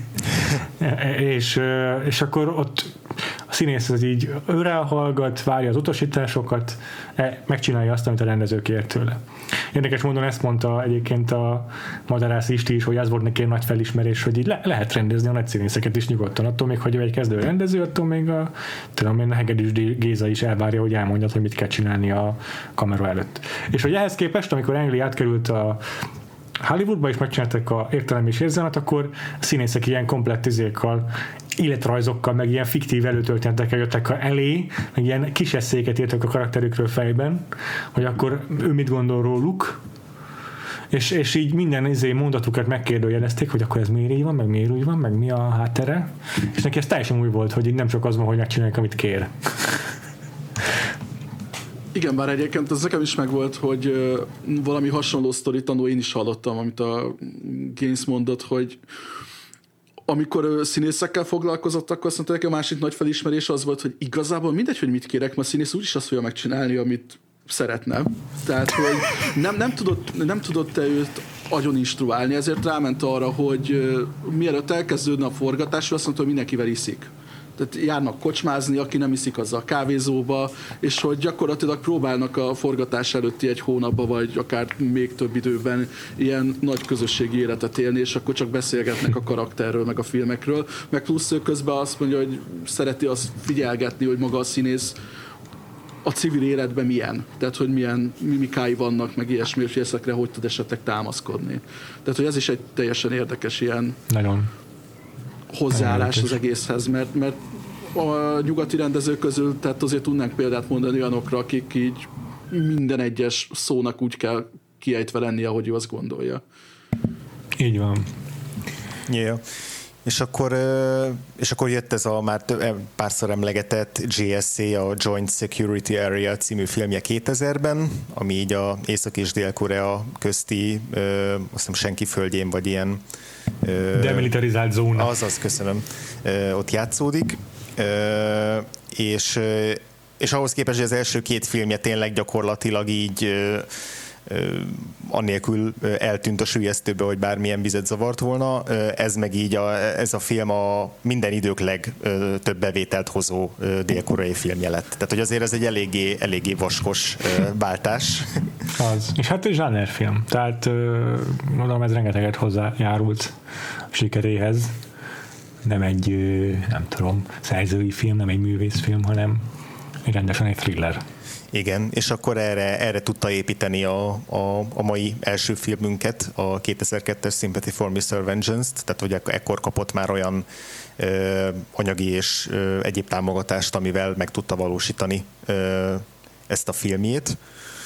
és akkor ott a színész az így őre hallgat, várja az utasításokat, megcsinálja azt, amit a rendező kér tőle. Érdekes módon ezt mondta egyébként a Madarász Isti is, hogy ez volt neki egy nagy felismerés, hogy így lehet rendezni a nagy színészeket is nyugodtan. Attól még, hogy ő egy kezdő rendező, attól még a Hegedűs Géza is elvárja, hogy elmondjad, hogy mit kell csinálni a kamera előtt. És hogy ehhez képest, amikor Ang Lee átkerült a Hollywoodba is megcsináltak a Értelem és Érzelmet, akkor a színészek ilyen komplett életrajzokkal, meg ilyen fiktív előtörténetekkel jöttek elé, meg ilyen kis eszéket írtak a karakterükről fejben, hogy akkor ő mit gondol róluk, és így minden mondatukat megkérdőjelezték, hogy akkor ez miért így van, meg miért úgy van, meg mi a háttere, és neki ez teljesen új volt, hogy így nem csak az van, hogy megcsinálják, amit kér. Igen, bár egyébként az nekem is megvolt, hogy valami hasonló sztorit annól én is hallottam, amit a Gaines mondott, hogy amikor színészekkel foglalkozott, akkor azt mondta, hogy a másik nagy felismerés az volt, hogy igazából mindegy, hogy mit kérek, mert a színész úgyis azt fogja megcsinálni, amit szeretne. Tehát, hogy nem tudott őt agyon instruálni, ezért ráment arra, hogy mielőtt elkezdődne a forgatás, azt mondta, hogy mindenkivel iszik. Tehát járnak kocsmázni, aki nem iszik, az a kávézóba, és hogy gyakorlatilag próbálnak a forgatás előtti egy hónapba, vagy akár még több időben ilyen nagy közösségi életet élni, és akkor csak beszélgetnek a karakterről, meg a filmekről, meg plusz ő közben azt mondja, hogy szereti azt figyelgetni, hogy maga a színész a civil életben milyen, tehát hogy milyen mimikái vannak, meg ilyesmi, és ezekre hogy tud esetleg támaszkodni. Tehát, hogy ez is egy teljesen érdekes ilyen nagyon hozzáállás az egészhez, mert a nyugati rendezők közül, tehát azért tudnánk példát mondani olyanokra, akik így minden egyes szónak úgy kell kiejtve lenni, ahogy ő azt gondolja. Így van. Yeah. És akkor jött ez a már párszor emlegetett GSA, a Joint Security Area című filmje 2000-ben, ami így a Észak- és Dél-Korea közti, azt hiszem senki földjén, vagy ilyen demilitarizált zóna. Azaz, köszönöm. Ott játszódik. És ahhoz képest, hogy az első két filmje tényleg gyakorlatilag így annélkül eltűnt a süllyesztőbe, hogy bármilyen vizet zavart volna. Ez meg így ez a film a minden idők legtöbb bevételt hozó dél-koreai filmje lett. Tehát, hogy azért ez egy eléggé vaskos váltás. Az. És hát egy zsánerfilm. Tehát mondom, ez rengeteget hozzájárult a sikeréhez. Nem egy, nem tudom, szerzői film, nem egy művészfilm, hanem rendesen egy thriller. Igen, és akkor erre tudta építeni a mai első filmünket, a 2002-es Sympathy for Mr. Vengeance-t, tehát hogy ekkor kapott már olyan anyagi és egyéb támogatást, amivel meg tudta valósítani ezt a filmjét.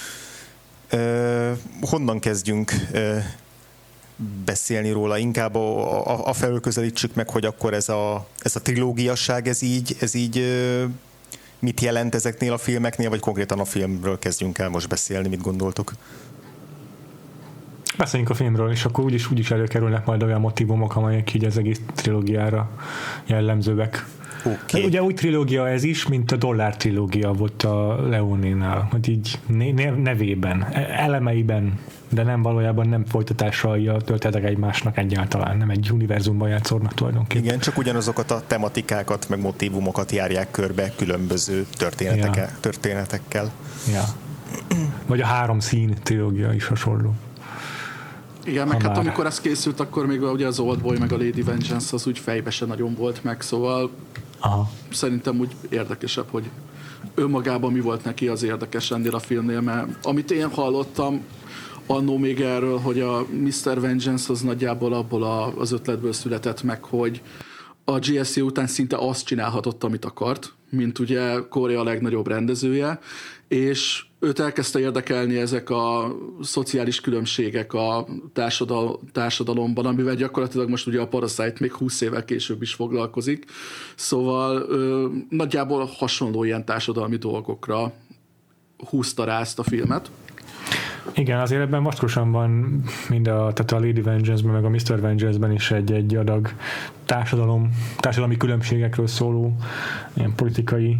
Honnan kezdjünk beszélni róla? Inkább afelől közelítsük meg, hogy akkor ez a trilógiasság, ez így mit jelent ezeknél a filmeknél, vagy konkrétan a filmről kezdjünk el most beszélni, mit gondoltok? Beszéljünk a filmről, és akkor úgyis előkerülnek majd olyan motívumok, amelyek így az egész trilógiára jellemzőek. Okay. Ugye úgy trilógia ez is, mint a Dollár trilógia volt a Leonénál, hogy így nevében, elemeiben, de nem valójában nem folytatásai a történetek egymásnak egyáltalán, nem egy univerzumban játszódnak tulajdonképpen. Igen, csak ugyanazokat a tematikákat, meg motívumokat járják körbe különböző történetekkel. Ja. Vagy a 3 szín trilógia is hasonló. Igen, meg hát amikor ez készült, akkor még ugye az Oldboy meg a Lady Vengeance az úgy fejbe se nagyon volt meg, szóval szerintem úgy érdekesebb, hogy önmagában mi volt neki az érdekes ennél a filmnél, mert amit én hallottam annó még erről, hogy a Mr. Vengeance az nagyjából abból az ötletből született meg, hogy a GSA után szinte azt csinálhatott, amit akart, mint ugye Korea legnagyobb rendezője, és őt elkezdte érdekelni ezek a szociális különbségek a társadalomban, amivel gyakorlatilag most ugye a Parasite még 20 évvel később is foglalkozik. Szóval nagyjából hasonló ilyen társadalmi dolgokra húzta rá ezt a filmet. Igen, azért ebben vaskosan van tehát a Lady Vengeance-ben, meg a Mr. Vengeance-ben is egy adag társadalmi különbségekről szóló ilyen politikai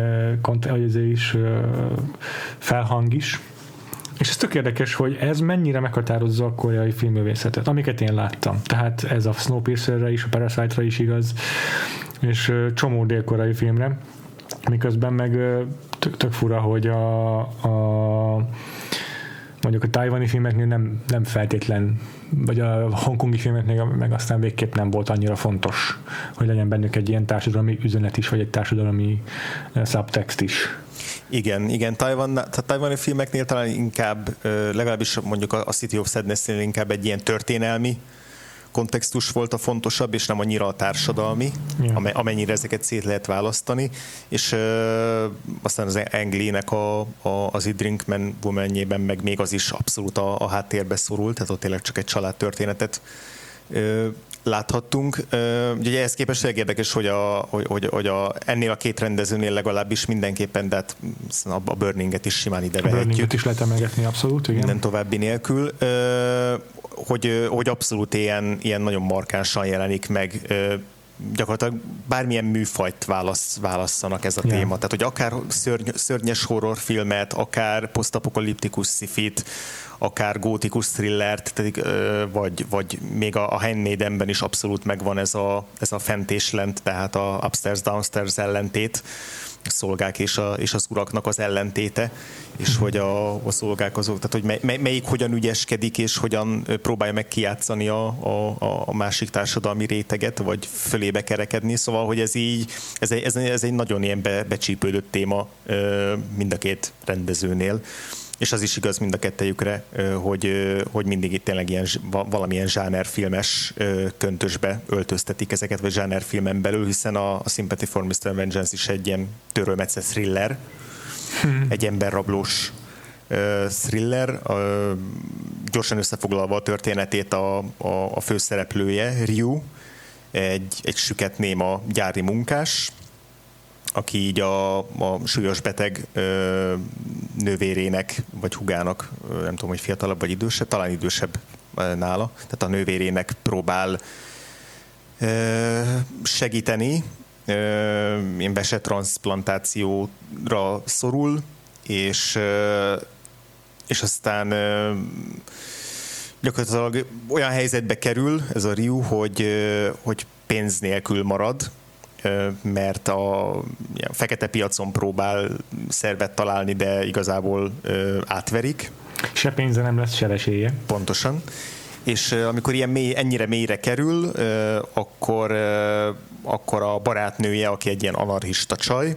felhang is. És ez tök érdekes, hogy ez mennyire meghatározza a koreai filmművészetet, amiket én láttam. Tehát ez a Snowpiercerre is, a Parasite-ra is igaz, és csomó dél-koreai filmre, miközben meg tök fura, hogy mondjuk a tajvani filmeknél nem feltétlen, vagy a hongkongi filmeknél meg aztán végképp nem volt annyira fontos, hogy legyen bennük egy ilyen társadalmi üzenet is, vagy egy társadalmi subtext is. Igen, tajvani filmeknél talán inkább, legalábbis mondjuk a City of Sadness-nél inkább egy ilyen történelmi kontextus volt a fontosabb, és nem annyira a társadalmi, amennyire ezeket szét lehet választani, és aztán az Ang Lee-nek az I Drink Man Woman-jében meg még az is abszolút a háttérbe szorult, tehát ott tényleg csak egy családtörténetet láthattunk. Ugye ehhez képest érdekes, hogy ennél a két rendezőnél legalábbis mindenképpen, de hát a Burning-et is simán ide vehetjük. A Burning-et is lehet emelgetni, abszolút, igen. Minden további nélkül. Hogy abszolút ilyen nagyon markánsan jelenik meg, gyakorlatilag bármilyen műfajt válasszanak ez a téma. Tehát, hogy akár szörnyes horrorfilmet, akár posztapokaliptikus sci-fit, akár gótikus thrillert, vagy még a Handmaidenben is abszolút megvan ez a fent és lent, tehát a upstairs-downstairs ellentét, a szolgák és az uraknak az ellentéte, és hogy a szolgák azok, tehát hogy melyik hogyan ügyeskedik, és hogyan próbálja meg kijátszani a másik társadalmi réteget, vagy fölébe kerekedni, szóval, hogy ez egy nagyon ilyen becsípődött téma mind a két rendezőnél. és az is igaz mind a kettejükre, hogy mindig itt tényleg ilyen, valamilyen zsánerfilmes köntösbe öltöztetik ezeket, vagy zsánerfilmen belül, hiszen a Sympathy for Mr. Vengeance is egy ilyen törölmetszett thriller, egy emberrablós thriller. Gyorsan összefoglalva a történetét, a főszereplője, Ryu, egy süket néma gyári munkás, aki így a súlyos beteg nővérének, vagy húgának, nem tudom, hogy fiatalabb vagy idősebb, talán idősebb nála, tehát a nővérének próbál segíteni, ilyen vesetranszplantációra szorul, és aztán gyakorlatilag olyan helyzetbe kerül ez a Ryu, hogy pénz nélkül marad, mert a fekete piacon próbál szervet találni, de igazából átverik. Se pénze nem lesz, se esélye. Pontosan. És amikor ennyire mélyre kerül, akkor a barátnője, aki egy ilyen anarchista csaj,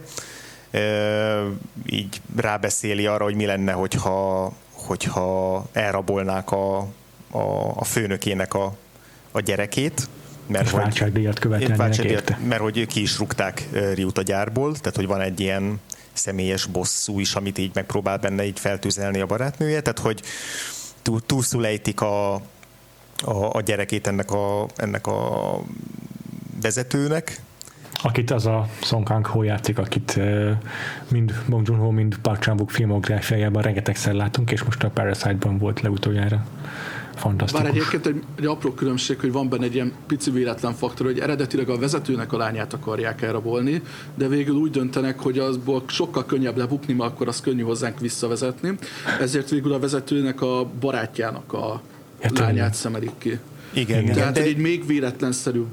így rábeszéli arra, hogy mi lenne, hogyha elrabolnák a főnökének a gyerekét, mert váltságdíjat követelnének érte. Mert hogy ki is rúgták Ryut a gyárból, tehát hogy van egy ilyen személyes bosszú is, amit így megpróbál benne így feltűzelni a barátnője, tehát hogy túlszulejtik a gyerekét ennek a vezetőnek. Akit az a Song Kang-ho játszik, akit mind Bong Joon-ho, mind Park Chan-wook filmográfiájában rengetegszer látunk, és most a Parasite-ban volt legutoljára. Fantasztikus. Bár egyébként egy apró különbség, hogy van benne egy ilyen pici véletlen faktor, hogy eredetileg a vezetőnek a lányát akarják elrabolni, de végül úgy döntenek, hogy azból sokkal könnyebb lebukni, mert akkor az könnyű hozzánk visszavezetni. Ezért végül a vezetőnek a barátjának a lányát szemelik ki. Igen. Tehát így még véletlenszerűbb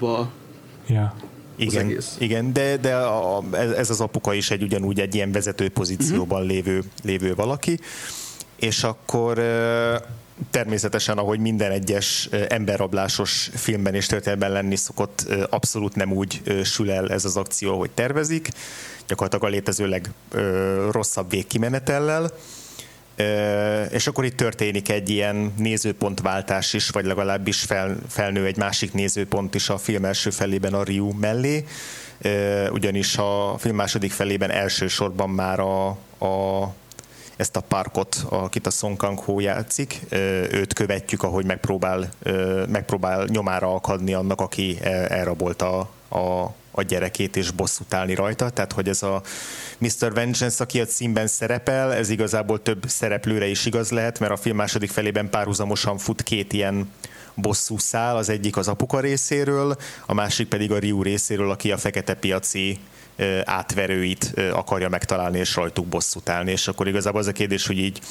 Igen, de ez az apuka is ugyanúgy egy ilyen vezető pozícióban lévő valaki, és akkor természetesen, ahogy minden egyes emberrablásos filmben és történetben lenni szokott, abszolút nem úgy sül el ez az akció, hogy tervezik, gyakorlatilag a létező legrosszabb végkimenetellel, és akkor itt történik egy ilyen nézőpontváltás is, vagy legalábbis felnő egy másik nézőpont is a film első felében a Ryu mellé, ugyanis a film második felében elsősorban már ezt a Parkot, akit a Song Kang-ho játszik, őt követjük, ahogy megpróbál nyomára akadni annak, aki elrabolta a gyerekét és bosszút állni rajta. Tehát, hogy ez a Mr. Vengeance, aki a címben szerepel, ez igazából több szereplőre is igaz lehet, mert a film második felében párhuzamosan fut két ilyen bosszú szál, az egyik az apuka részéről, a másik pedig a Ryu részéről, aki a fekete piaci átverőit akarja megtalálni és rajtuk bosszút állni, és akkor igazából az a kérdés, hogy így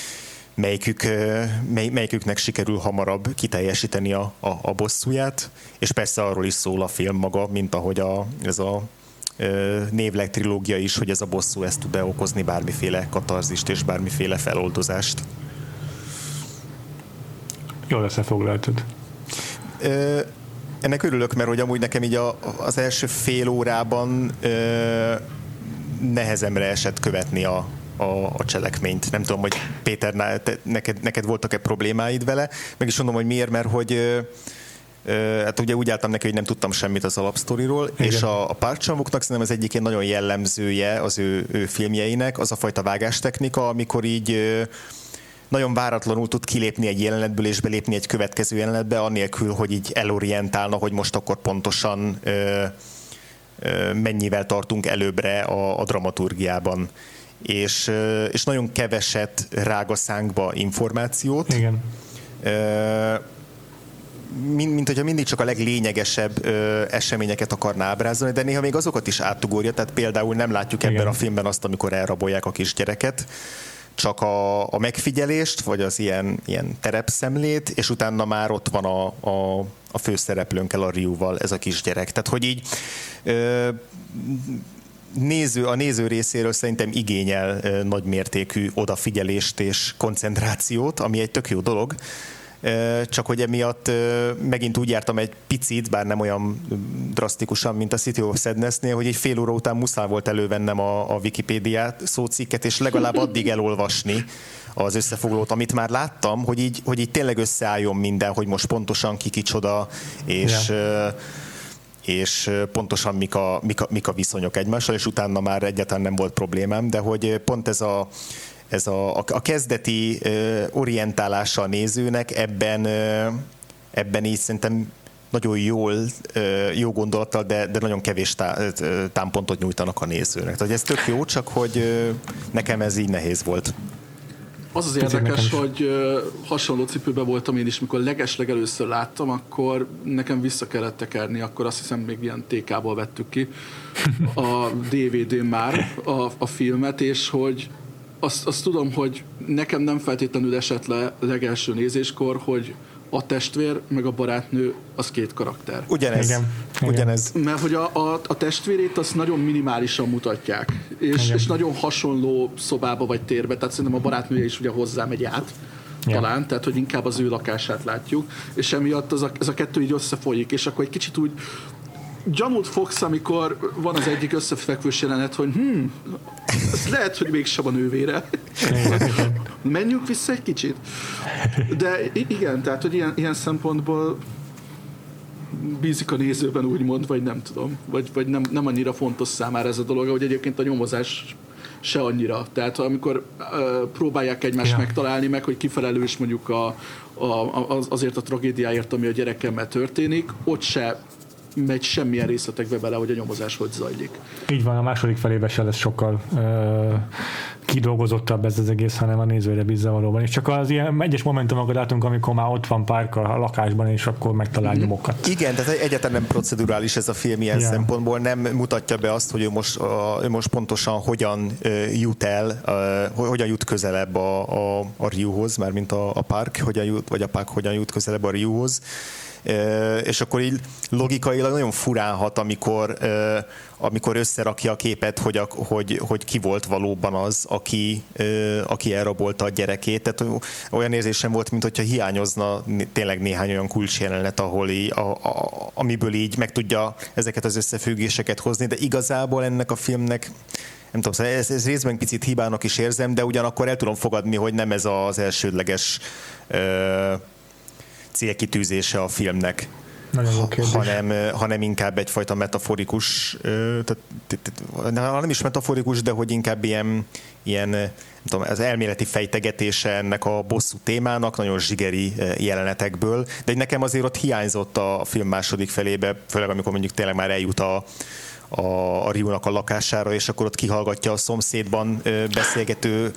melyiküknek sikerül hamarabb kiteljesíteni a bosszúját, és persze arról is szól a film maga, mint ahogy ez a névleg trilógia is, hogy ez a bosszú ezt tud okozni bármiféle katarzist és bármiféle feloldozást. Jól összefoglaltad. Ennek örülök, mert hogy amúgy nekem így az első fél órában nehezemre esett követni a cselekményt. Nem tudom, hogy Péter, neked voltak-e problémáid vele? Meg is mondom, hogy miért, mert hogy hát ugye úgy álltam neki, hogy nem tudtam semmit az alapsztoriról, igen. És a Park Chan-wooknak szerintem az egyik nagyon jellemzője az ő filmjeinek, az a fajta vágástechnika, amikor így nagyon váratlanul tud kilépni egy jelenetből és belépni egy következő jelenetbe, annélkül, hogy így elorientálna, hogy most akkor pontosan mennyivel tartunk előbbre a dramaturgiában. És nagyon keveset rág a szánkba információt. Igen. Mint hogyha mindig csak a leglényegesebb eseményeket akarná ábrázolni, de néha még azokat is átugorja, tehát például nem látjuk ebben a filmben azt, amikor elrabolják a kisgyereket, csak a megfigyelést, vagy az ilyen terepszemlét, és utána már ott van a főszereplőnkkel, a Ryuval ez a kisgyerek. Tehát, hogy így a néző részéről szerintem igényel nagymértékű odafigyelést és koncentrációt, ami egy tök jó dolog, csak hogy emiatt megint úgy jártam egy picit, bár nem olyan drasztikusan, mint a City of Sadness-nél, hogy egy fél óra után muszáj volt elővennem a Wikipédiát szócikket, és legalább addig elolvasni az összefoglalót, amit már láttam, hogy így tényleg összeálljon minden, hogy most pontosan ki kicsoda, és pontosan mik a viszonyok egymással, és utána már egyáltalán nem volt problémám, de hogy pont ez a kezdeti orientálása a nézőnek ebben így szerintem nagyon jó gondolattal, de nagyon kevés támpontot nyújtanak a nézőnek. Tehát ez tök jó, csak hogy nekem ez így nehéz volt. Az az érdekes, hogy hasonló cipőben voltam én is, mikor legeslegelőször láttam, akkor nekem vissza kellett tekerni, akkor azt hiszem még ilyen TK-ból vettük ki a DVD-n már a filmet, és hogy azt tudom, hogy nekem nem feltétlenül esett le legelső nézéskor, hogy a testvér meg a barátnő az két karakter. Ugyanez. Mert hogy a testvérét azt nagyon minimálisan mutatják, és nagyon hasonló szobába vagy térbe, tehát szerintem a barátnője is ugye hozzá megy át, talán, tehát hogy inkább az ő lakását látjuk, és emiatt ez a kettő így összefolyik, és akkor egy kicsit úgy gyanút fogsz, amikor van az egyik összefekvős jelenet, hogy ez lehet, hogy mégsem a nővére. Menjünk vissza egy kicsit. De igen, tehát, hogy ilyen szempontból bízik a nézőben, úgymond, vagy nem tudom. Vagy nem annyira fontos számára ez a dolog, hogy egyébként a nyomozás se annyira. Tehát amikor próbálják egymást megtalálni meg, hogy kifelelős mondjuk azért a tragédiáért, ami a gyerekemmel történik, ott se megy semmilyen részletekbe bele, hogy a nyomozás hogy zajlik. Így van, a második felében se lesz sokkal kidolgozottabb ez az egész, hanem a nézőre bízza valóban. És csak az ilyen egyes momentumokat látunk, amikor már ott van Park a lakásban, és akkor megtalál nyomokat. Igen, tehát egyáltalán nem procedurális ez a film ilyen szempontból, nem mutatja be azt, hogy ő most pontosan hogyan jut közelebb a Ryuhoz, mármint a Park, vagy a Park hogyan jut közelebb a Ryuhoz. És akkor így logikailag nagyon furán hat, amikor összerakja a képet, hogy ki volt valóban az, aki elrabolta a gyerekét. Tehát olyan érzésem volt, mintha hiányozna tényleg néhány olyan kulcsjelenet, ahol amiből így meg tudja ezeket az összefüggéseket hozni, de igazából ennek a filmnek nem tudom, ez részben picit hibának is érzem, de ugyanakkor el tudom fogadni, hogy nem ez az elsődleges célkitűzése a filmnek, hanem inkább egyfajta metaforikus, nem is metaforikus, de hogy inkább ilyen nem tudom, az elméleti fejtegetése ennek a bosszú témának, nagyon zsigeri jelenetekből, de nekem azért ott hiányzott a film második felébe, főleg amikor mondjuk tényleg már eljut a Ryunak a lakására, és akkor ott kihallgatja a szomszédban beszélgető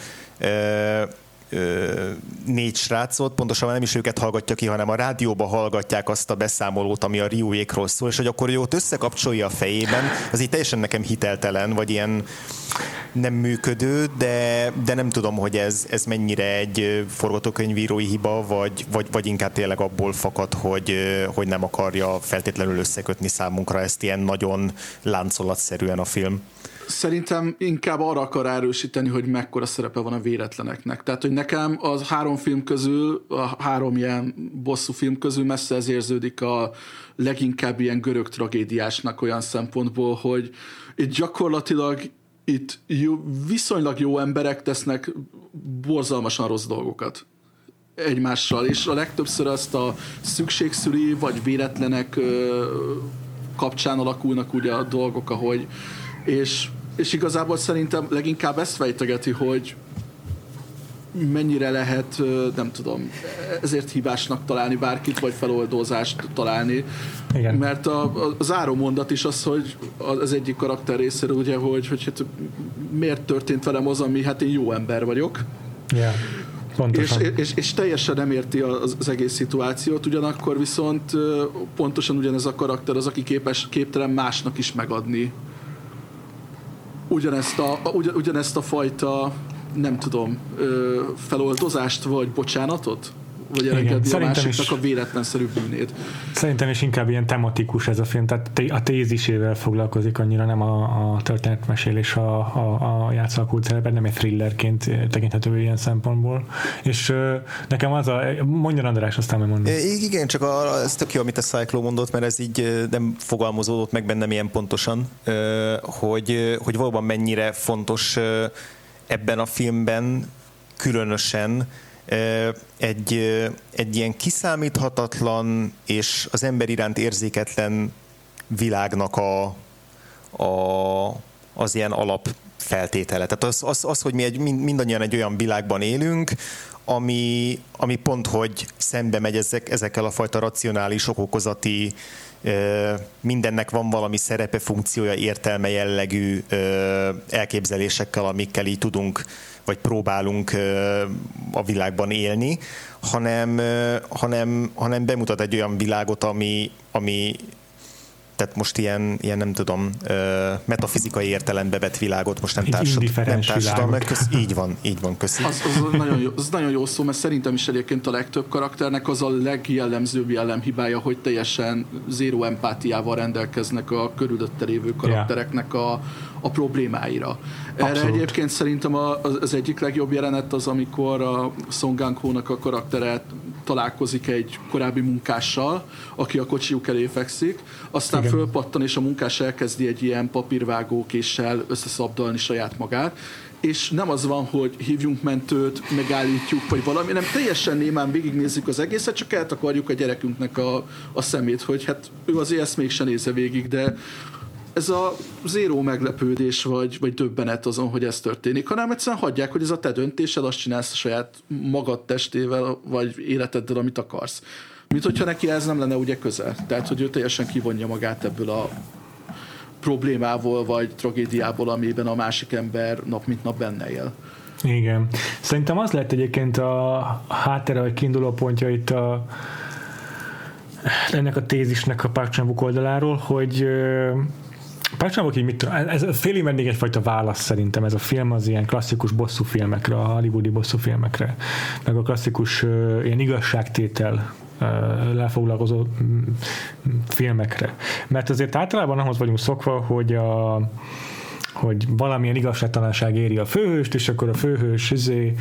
4 srácot, pontosabban nem is őket hallgatja ki, hanem a rádióba hallgatják azt a beszámolót, ami a Ryujékról szól, és hogy akkor ő ott összekapcsolja a fejében, az így teljesen nekem hiteltelen, vagy ilyen nem működő, de nem tudom, hogy ez mennyire egy forgatókönyvírói hiba, vagy inkább tényleg abból fakad, hogy nem akarja feltétlenül összekötni számunkra ezt ilyen nagyon láncolatszerűen a film. Szerintem inkább arra akar erősíteni, hogy mekkora szerepe van a véletleneknek. Tehát, hogy nekem az 3 film közül, a 3 ilyen bosszú film közül messze ez érződik a leginkább ilyen görög tragédiásnak olyan szempontból, hogy itt gyakorlatilag viszonylag jó emberek tesznek borzalmasan rossz dolgokat egymással, és a legtöbbször azt a szükségszüli vagy véletlenek kapcsán alakulnak ugye a dolgok, ahogy és igazából szerintem leginkább ezt fejtegeti, hogy mennyire lehet, nem tudom, ezért hibásnak találni bárkit, vagy feloldózást találni. Igen. Mert a záró mondat is az, hogy az egyik karakter részéről ugye, hogy hát miért történt velem az, ami hát én jó ember vagyok. Yeah. És teljesen nem érti az egész szituációt, ugyanakkor viszont pontosan ugyanez a karakter az, aki képtelen másnak is megadni ugyanezt a fajta, nem tudom, feloldozást vagy bocsánatot, vagy elengedni a másiknak is, a véletlenszerű bűnét. Szerintem is inkább ilyen tematikus ez a film, tehát a tézisével foglalkozik, annyira nem a történetmesélés a játszalkult szerepet, nem egy thrillerként tekinthető ilyen szempontból. És nekem az mondjon András, aztán majd mondom. Igen, csak ez tök jó, amit a Cyclo mondott, mert ez így nem fogalmazódott meg bennem ilyen pontosan, hogy valóban mennyire fontos ebben a filmben különösen egy ilyen kiszámíthatatlan és az ember iránt érzéketlen világnak az ilyen alapfeltétele. Tehát az hogy mi mindannyian egy olyan világban élünk, ami pont, hogy szembe megy ezekkel a fajta racionális, okokozati, mindennek van valami szerepe, funkciója, értelme jellegű elképzelésekkel, amikkel így tudunk, vagy próbálunk a világban élni, hanem bemutat egy olyan világot, ami tehát most ilyen nem tudom, metafizikai értelembe vett világot, most nem társadalmi. Így van, köszi. Az nagyon jó szó, mert szerintem is egyébként a legtöbb karakternek az a legjellemzőbb jellemhibája, hogy teljesen zéró empátiával rendelkeznek a körülötte lévő karaktereknek a problémáira. Abszolút. Erre egyébként szerintem az egyik legjobb jelenet az, amikor a Song Kang-ho-nak a karaktere találkozik egy korábbi munkással, aki a kocsijuk elé fekszik, aztán fölpattan, és a munkás elkezdi egy ilyen papírvágókéssel összeszabdalni saját magát, és nem az van, hogy hívjunk mentőt, megállítjuk, vagy valami, nem teljesen némán végignézzük az egészet, csak eltakarjuk a gyerekünknek a szemét, hogy hát ő azért ezt mégsem nézze végig, de ez a zéró meglepődés, vagy döbbenet azon, hogy ez történik, hanem egyszerűen hagyják, hogy ez a te döntésed, azt csinálsz a saját magad testével, vagy életeddel, amit akarsz. Mint hogyha neki ez nem lenne ugye közel. Tehát, hogy ő teljesen kivonja magát ebből a problémából, vagy tragédiából, amiben a másik ember nap mint nap benne él. Igen. Szerintem az lett egyébként a háttere, vagy kiinduló pontja itt ennek a tézisnek a Park Chan-wook oldaláról, hogy Park Chan-wook így mit tudom, ez félig meddig egyfajta válasz szerintem, ez a film az ilyen klasszikus bosszúfilmekre, a hollywoodi bosszúfilmekre, meg a klasszikus ilyen igazságtétel lefoglalkozó filmekre. Mert azért általában ahhoz vagyunk szokva, hogy valamilyen igazságtalanság éri a főhőst, és akkor a főhős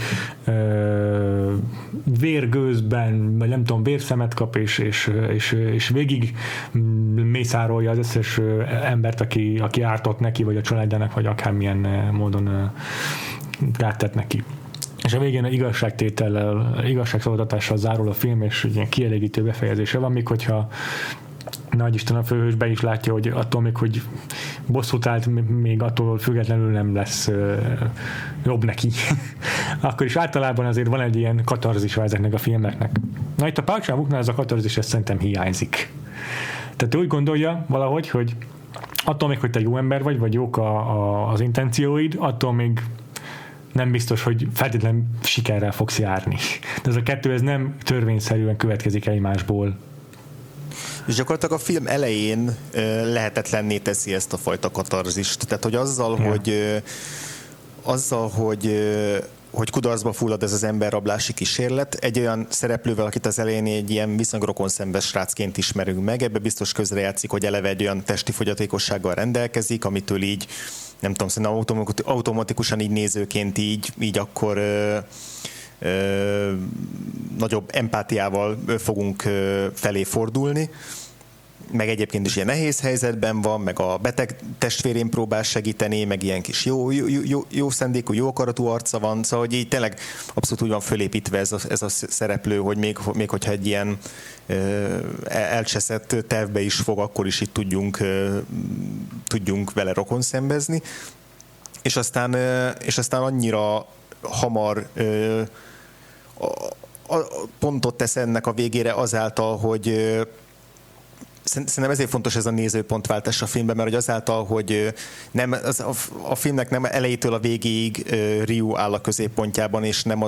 vérgőzben, vagy nem tudom, vérszemet kap, és végig mészárolja az összes embert, aki ártott neki, vagy a családjának, vagy akármilyen módon kárt tett neki. És a végén igazságtétellel, igazságszolgáltatással zárul a film, és ilyen kielégítő befejezése van, míg hogyha nagy Isten a főhős be is látja, hogy attól még, hogy bosszút állt, még attól függetlenül nem lesz jobb neki. Akkor is általában azért van egy ilyen katarzisa ezeknek a filmeknek. Na itt a Park Chan-wooknál ez a katarzis szerintem hiányzik. Tehát úgy gondolja valahogy, hogy attól még, hogy te jó ember vagy jók az intencióid, attól még nem biztos, hogy feltétlenül sikerrel fogsz járni. De ez a kettő, ez nem törvényszerűen következik egymásból. És gyakorlatilag a film elején lehetetlenné teszi ezt a fajta katarzist. Tehát, hogy azzal, hogy kudarcba fullad ez az emberrablási kísérlet, egy olyan szereplővel, akit az elején egy ilyen viszonylag rokonszenves srácként ismerünk meg, ebbe biztos közrejátszik, hogy eleve egy olyan testi fogyatékossággal rendelkezik, amitől így, nem tudom, szerintem automatikusan így nézőként így akkor nagyobb empátiával fogunk felé fordulni, meg egyébként is ilyen nehéz helyzetben van, meg a beteg testvérén próbál segíteni, meg ilyen kis jó szendékú, jó akaratú arca van, szóval hogy így tényleg abszolút úgy van fölépítve ez a szereplő, hogy még hogyha egy ilyen elcseszett tervbe is fog, akkor is itt tudjunk vele rokon szembezni, és aztán annyira hamar pontot tesz ennek a végére azáltal, hogy szerintem ezért fontos ez a nézőpontváltás a filmben, mert hogy azáltal, hogy a filmnek nem elejétől a végéig Ryu áll a középpontjában, és nem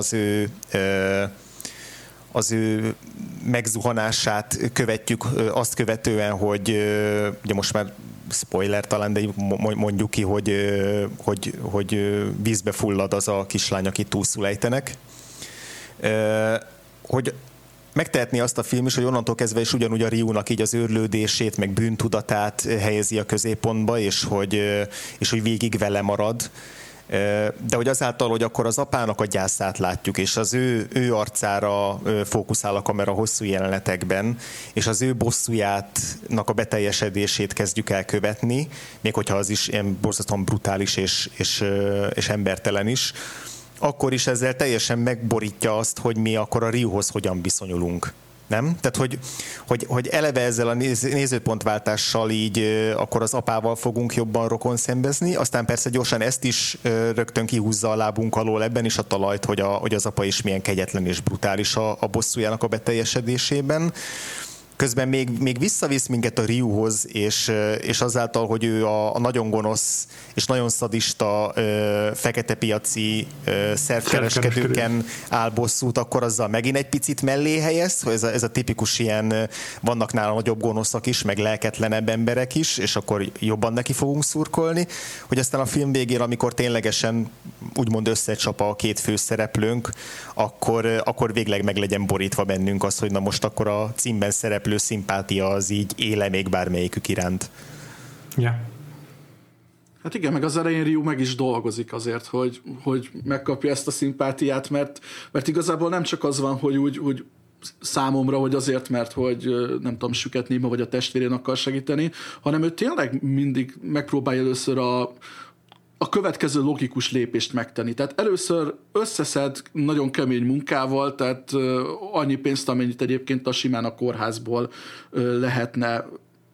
az ő megzuhanását követjük azt követően, hogy ugye most már spoiler talán, de mondjuk ki, hogy vízbe fullad az a kislány, akit túlszul ejtenek. Hogy megtehetné azt a film is, hogy onnantól kezdve is ugyanúgy a Ryunak így az őrlődését, meg bűntudatát helyezi a középpontba, és hogy végig vele marad. De hogy azáltal, hogy akkor az apának a gyászát látjuk, és az ő arcára fókuszál a kamera hosszú jelenetekben, és az ő bosszújátnak a beteljesedését kezdjük el követni, még hogyha az is ilyen borzasztóan brutális és embertelen is, akkor is ezzel teljesen megborítja azt, hogy mi akkor a Ryuhoz hogyan viszonyulunk. Nem? Tehát, hogy eleve ezzel a nézőpontváltással így akkor az apával fogunk jobban rokon szembezni, aztán persze gyorsan ezt is rögtön kihúzza a lábunk alól ebben is a talajt, hogy az apa is milyen kegyetlen és brutális a bosszújának a beteljesedésében. Közben még visszavisz minket a Ryuhoz, és azáltal, hogy ő a nagyon gonosz és nagyon szadista fekete piaci szervkereskedőken áll bosszút, akkor azzal megint egy picit mellé helyez, hogy ez a tipikus ilyen, vannak nála nagyobb gonoszak is, meg lelketlenebb emberek is, és akkor jobban neki fogunk szurkolni, hogy aztán a film végén, amikor ténylegesen úgymond összecsap a két főszereplőnk, akkor végleg meg legyen borítva bennünk az, hogy na most akkor a címben szereplő szimpátia az így éle még bármelyikük iránt. Ja. Hát igen, meg az elején Ryu meg is dolgozik azért, hogy megkapja ezt a szimpátiát, mert igazából nem csak az van, hogy számomra, hogy azért, mert hogy nem tudom, Süket Néma vagy a testvérén akar segíteni, hanem ő tényleg mindig megpróbálja először a következő logikus lépést megtenni. Tehát először összeszed nagyon kemény munkával, tehát annyi pénzt, amennyit egyébként a simán a kórházból lehetne,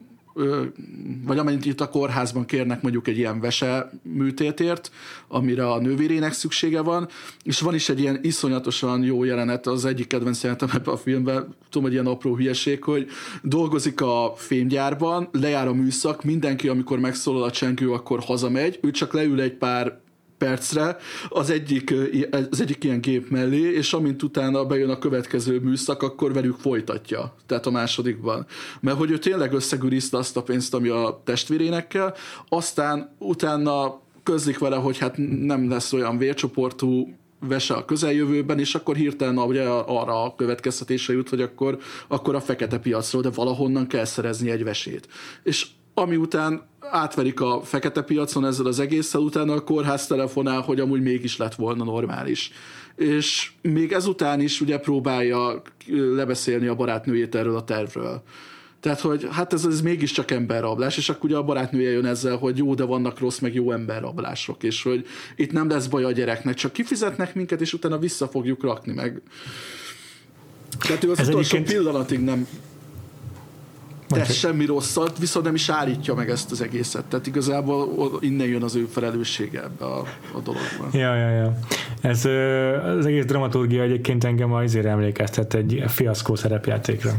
vagy amennyit itt a kórházban kérnek mondjuk egy ilyen vese műtétért, amire a nővérének szüksége van, és van is egy ilyen iszonyatosan jó jelenet, az egyik kedvenc jelenetem ebben a filmben, tudom, hogy ilyen apró hülyeség, hogy dolgozik a fémgyárban, lejár a műszak, mindenki, amikor megszólal a csengő, akkor hazamegy, ő csak leül egy pár percre az egyik ilyen gép mellé, és amint utána bejön a következő műszak, akkor velük folytatja, tehát a másodikban. Mert hogy ő tényleg összegürizte azt a pénzt, ami a testvérénekkel, aztán utána közlik vele, hogy hát nem lesz olyan vércsoportú vese a közeljövőben, és akkor hirtelen ugye arra a következtetése jut, hogy akkor a fekete piacról, de valahonnan kell szerezni egy vesét. És ami után átverik a fekete piacon ezzel az egésszel, utána a kórház telefonál, hogy amúgy mégis lett volna normális. És még ezután is ugye próbálja lebeszélni a barátnőjét erről a tervről. Tehát, hogy hát ez mégiscsak emberrablás, és akkor ugye a barátnője jön ezzel, hogy jó, de vannak rossz, meg jó emberrablások, és hogy itt nem lesz baj a gyereknek, csak kifizetnek minket, és utána vissza fogjuk rakni meg. Tehát ő az utolsó pillanatig nem tesz semmi rosszat, viszont nem is állítja meg ezt az egészet. Tehát igazából innen jön az ő felelőssége ebbe a dologban. Ja. Ez az egész dramaturgia egyébként engem azért emlékeztet egy fiaszkó szerepjátékra.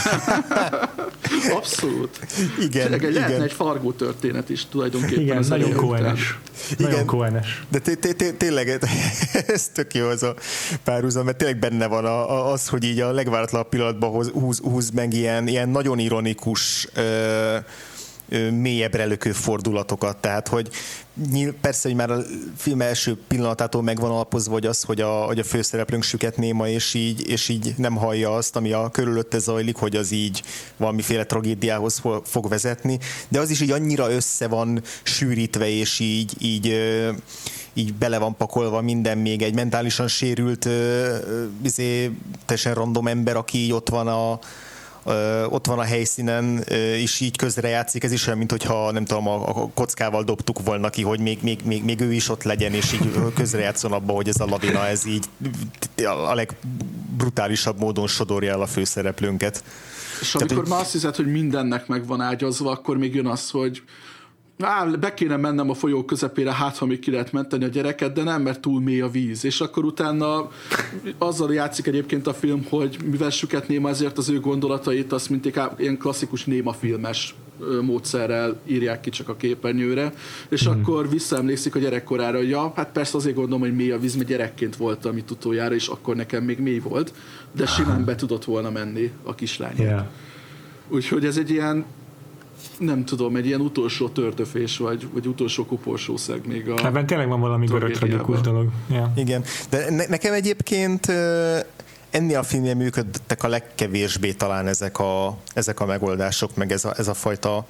Abszolút. Igen. Lehetne egy Fargo történet is tulajdonképpen. Igen, nagyon Coen-es. Nagyon Coen-es. De tényleg ez tök jó az a párhuzam, mert tényleg benne van az, hogy így a legváratlanabb pillanatban húz meg ilyen nagyon ironikus mélyebbre lökő fordulatokat, tehát hogy persze, hogy már a film első pillanatától megvan alapozva, hogy a főszereplőnk Süket Néma, és így nem hallja azt, ami a körülötte zajlik, hogy az így valamiféle tragédiához fog vezetni, de az is így annyira össze van sűrítve, és így bele van pakolva minden, még egy mentálisan sérült teljesen random ember, aki így ott van a helyszínen, és így közrejátszik. Ez is olyan, mintha nem tudom, a kockával dobtuk volna ki, hogy még ő is ott legyen, és így közrejátszon abba, hogy ez a lavina, ez így a legbrutálisabb módon sodorja el a főszereplőnket. És amikor már azt hiszed, hogy mindennek meg van ágyazva, akkor még jön az, hogy be kéne mennem a folyó közepére, hát ha még ki lehet menteni a gyereket, de nem, mert túl mély a víz. És akkor utána azzal játszik egyébként a film, hogy mivel Süket Néma, ezért az ő gondolatait azt mint ilyen klasszikus némafilmes módszerrel írják ki csak a képernyőre, és akkor visszaemlékszik a gyerekkorára, hogy ja, hát persze azért gondolom, hogy mély a víz, mert gyerekként voltam itt utoljára, és akkor nekem még mély volt, de simán be tudott volna menni a kislány. Yeah. Úgyhogy ez egy ilyen, nem tudom, egy ilyen utolsó törtöfés, vagy utolsó koporsószeg még a... Ebben tényleg van valami görög tragikus dolog. Yeah. Igen, de nekem egyébként ennél a filmnél működtek a legkevésbé talán ezek a megoldások, meg ez a fajta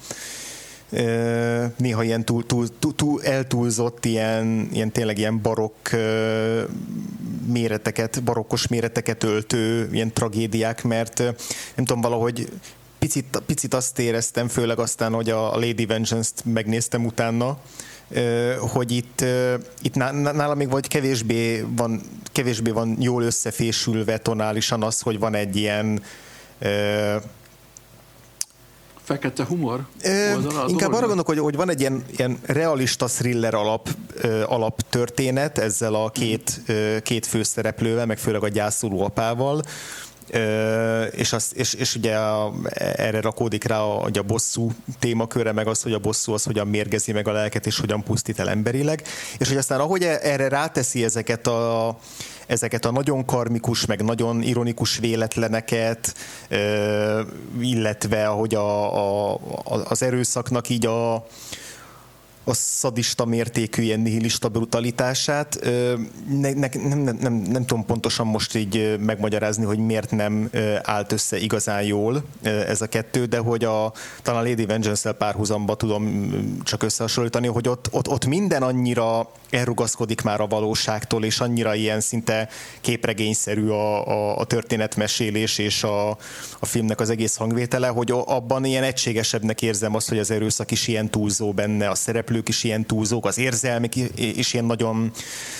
néha ilyen túl eltúlzott, ilyen tényleg ilyen barokkos méreteket öltő ilyen tragédiák, mert nem tudom, valahogy picit azt éreztem, főleg aztán, hogy a Lady Vengeance-t megnéztem utána, hogy itt nálam még vagy kevésbé van jól összefésülve tonálisan az, hogy van egy ilyen fekete humor? Inkább arra gondolok, hogy van egy ilyen realista thriller alaptörténet ezzel a két főszereplővel, meg főleg a gyászoló apával, és ugye erre rakódik rá a bosszú témaköre, meg az, hogy a bosszú az hogyan mérgezi meg a lelket, és hogyan pusztít el emberileg, és hogy aztán ahogy erre ráteszi ezeket a nagyon karmikus, meg nagyon ironikus véletleneket, illetve ahogy az erőszaknak így a szadista mértékű ilyen nihilista brutalitását. Nem tudom pontosan most így megmagyarázni, hogy miért nem állt össze igazán jól ez a kettő, de hogy talán Lady Vengeance-el párhuzamba tudom csak összehasonlítani, hogy ott minden annyira elrugaszkodik már a valóságtól, és annyira ilyen szinte képregényszerű a történetmesélés és a filmnek az egész hangvétele, hogy abban ilyen egységesebbnek érzem azt, hogy az erőszak is ilyen túlzó benne, a szereplők is ilyen túlzók, az érzelmek is ilyen nagyon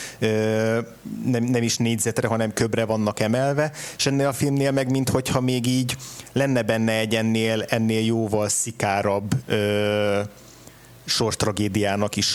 nem is négyzetre, hanem köbre vannak emelve, és ennél a filmnél meg minthogyha még így lenne benne egy ennél jóval szikárabb sorstragédiának is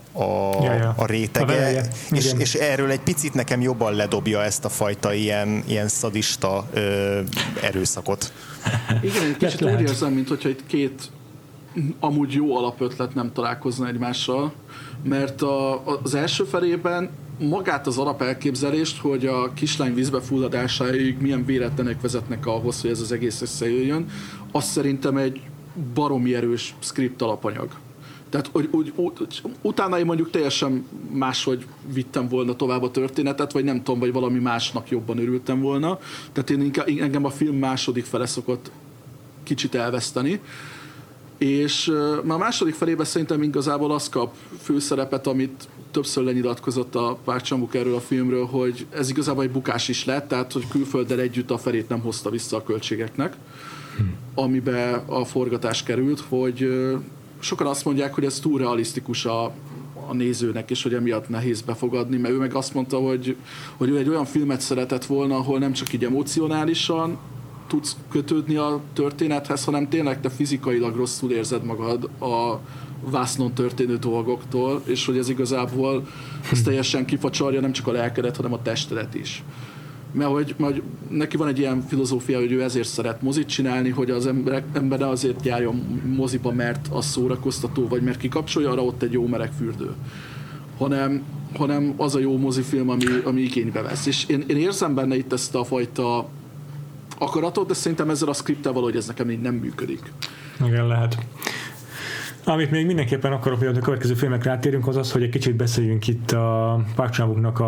a rétege, és erről egy picit nekem jobban ledobja ezt a fajta ilyen szadista erőszakot. Igen, egy kicsit úgy érzem, mint hogyha itt két amúgy jó alapötlet nem találkozna egymással, mert az első felében magát az alapelképzelést, hogy a kislány vízbe fulladásáig milyen véletlenek vezetnek ahhoz, hogy ez az egész összejöjjön, az szerintem egy baromi erős script alapanyag. Tehát utána én mondjuk teljesen máshogy vittem volna tovább a történetet, vagy nem tudom, vagy valami másnak jobban örültem volna. Tehát engem a film második fele szokott kicsit elveszteni. És már a második felében szerintem igazából az kap főszerepet, amit többször lenyilatkozott a Park Chan-wook erről a filmről, hogy ez igazából egy bukás is lett, tehát hogy külfölddel együtt a felét nem hozta vissza a költségeknek, amibe a forgatás került, hogy sokan azt mondják, hogy ez túl realisztikus a nézőnek, és hogy emiatt nehéz befogadni, mert ő meg azt mondta, hogy ő egy olyan filmet szeretett volna, ahol nem csak így emocionálisan tudsz kötődni a történethez, hanem tényleg te fizikailag rosszul érzed magad a vásznon történő dolgoktól, és hogy ez igazából ez teljesen kifacsarja nem csak a lelkedet, hanem a testedet is. Mert hogy neki van egy ilyen filozófia, hogy ő ezért szeret mozit csinálni, hogy az ember ne azért járjon moziba, mert az szórakoztató, vagy mert kikapcsolja, arra ott egy jó meleg fürdő. Hanem az a jó mozifilm, ami igénybe vesz. És én érzem benne itt ezt a fajta akaratot, de szerintem ezzel a szkripttel valahogy ez nekem így nem működik. Igen, lehet. Amit még mindenképpen akarok, hogy a következő filmekre átérünk, az az, hogy egy kicsit beszéljünk itt a Park Chan-wooknak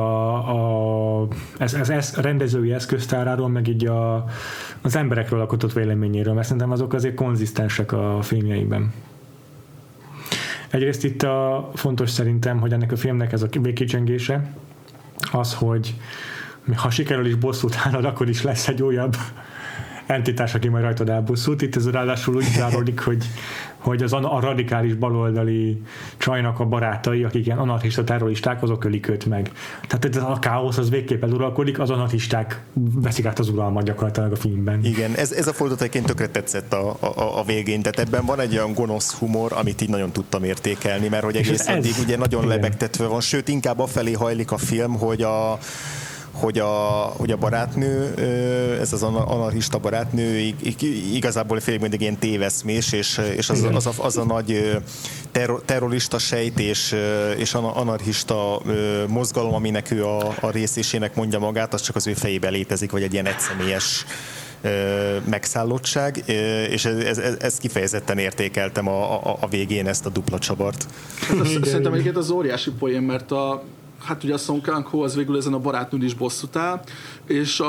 a rendezői eszköztáráról, meg így az emberekről alkotott véleményéről, mert szerintem azok azért konzisztensek a filmjeiben. Egyrészt itt fontos szerintem, hogy ennek a filmnek ez a végkicsengése az, hogy ha sikerül is bosszút állod, akkor is lesz egy újabb entitás, aki majd rajtad elbosszút. Itt ez ráadásul úgy záródik, hogy a radikális baloldali csajnak a barátai, akik ilyen anarchista terroristák, azok ölik őt meg. Tehát ez a káosz az végképp eluralkodik, az anarchisták veszik át az uralmat gyakorlatilag a filmben. Igen, ez a fordulat egyébként tökre tetszett a végén, tehát ebben van egy olyan gonosz humor, amit így nagyon tudtam értékelni, mert hogy egész addig ugye nagyon lebegtetve van, sőt inkább afelé hajlik a film, hogy a barátnő, ez az anarchista barátnő igazából félig mindig ilyen téveszmés, és az a nagy terrorista sejt és anarchista mozgalom, aminek ő a részésének mondja magát, az csak az ő fejében létezik, vagy egy ilyen egyszemélyes megszállottság, és ezt kifejezetten értékeltem a végén, ezt a dupla csavart. Szerintem egyébként az óriási poén, mert hát ugye a Song Kang-ho az végül ezen a barátnőn is bosszút áll, és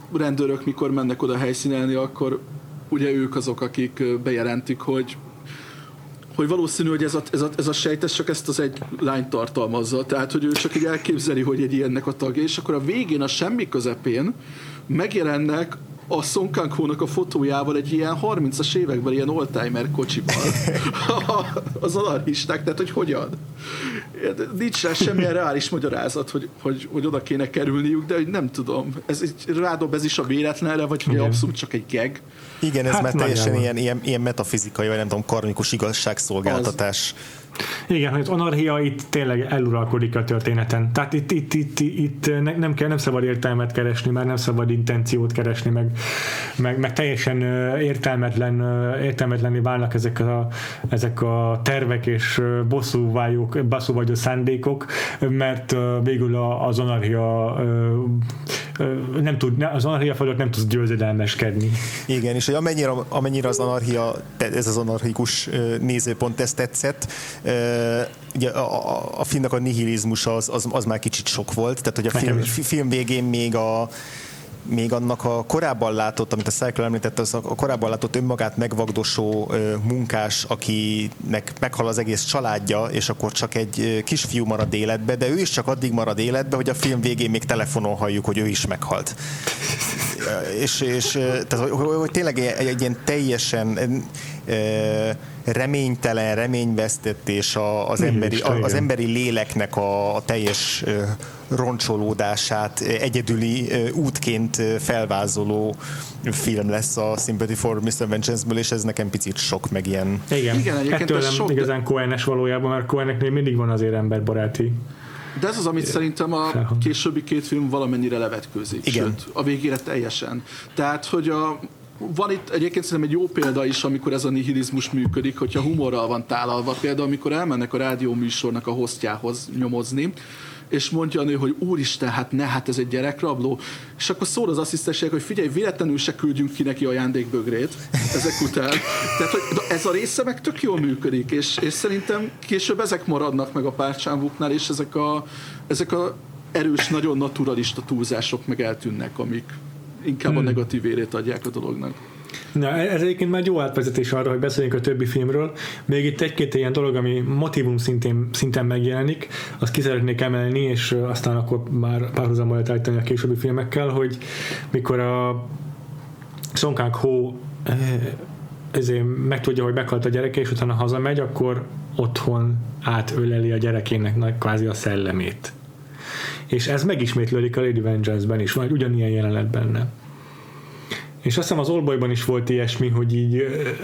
rendőrök mikor mennek oda helyszínelni, akkor ugye ők azok, akik bejelentik, hogy valószínű, hogy ez a sejt csak ezt az egy lányt tartalmazza, tehát hogy ő csak így elképzeli, hogy egy ilyennek a tagja, és akkor a végén a semmi közepén megjelennek a Song Kang-ho-nak a fotójával egy ilyen 30-as években ilyen oldtimer kocsiban az anarchisták, tehát hogy hogyan? Nincs rá semmilyen reális magyarázat, hogy oda kéne kerülniük, de hogy nem tudom, ez rádob ez is a véletlenre, vagy hogy abszolút csak egy gag. Igen, ez már teljesen ilyen metafizikai, vagy nem tudom, karmikus igazságszolgáltatás. Igen, hogy az anarchia itt tényleg eluralkodik a történeten. Tehát itt nem szabad értelmet keresni, már nem szabad intenciót keresni, meg teljesen értelmetlenné válnak ezek a tervek és bosszúvágyó szándékok, mert végül az anarchia az anarchiafajok nem tud győzedelmeskedni. Igen, és hogy amennyire az anarchia, ez az anarchikus nézőpont, ezt tetszett, ugye a filmnek a nihilizmus az már kicsit sok volt, tehát hogy a film végén még annak a korábban látott, amit a Cycle említett, az a korábban látott önmagát megvagdosó munkás, akinek meghal az egész családja, és akkor csak egy kisfiú marad életbe, de ő is csak addig marad életbe, hogy a film végén még telefonon halljuk, hogy ő is meghalt. és tehát, hogy tényleg egy ilyen teljesen reménytelen, reményvesztett és az emberi léleknek a teljes roncsolódását egyedüli útként felvázoló film lesz a Sympathy for Mr. Vengeance-ből, és ez nekem picit sok, meg ilyen... Igen, ettől nem sok, igazán Coen-es valójában, mert Coeneknél mindig van azért emberbaráti. De ez az, amit szerintem a későbbi két film valamennyire levetkőzik. Igen. Sőt, a végére teljesen. Tehát, hogy van itt egyébként szerintem egy jó példa is, amikor ez a nihilizmus működik, hogyha humorral van tálalva. Például, amikor elmennek a rádióműsornak a hostjához nyomozni, és mondja a nő, hogy úristen, hát ez egy gyerekrabló, és akkor szól az asszisztenség, hogy figyelj, véletlenül se küldjünk ki neki ajándékbögrét ezek után. Tehát, hogy ez a része meg tök jól működik, és szerintem később ezek maradnak meg a párcsámvuknál, és ezek a erős, nagyon naturalista túlzások meg eltűnnek, amik inkább a negatív érét adják a dolognak. Na, ez egyébként már jó átvezetés arra, hogy beszéljünk a többi filmről. Még itt egy-két ilyen dolog, ami motivum szinten megjelenik, azt ki szeretnék emelni, és aztán akkor már párhuzamba lehet állítani a későbbi filmekkel, hogy mikor a Song Kang-ho megtudja, hogy meghalt a gyereke, és utána hazamegy, akkor otthon átöleli a gyerekének kvázi a szellemét. És ez megismétlődik a Lady Vengeance-ben is, vagy ugyanilyen jelenet benne. És azt hiszem az Oldboyban is volt ilyesmi, hogy így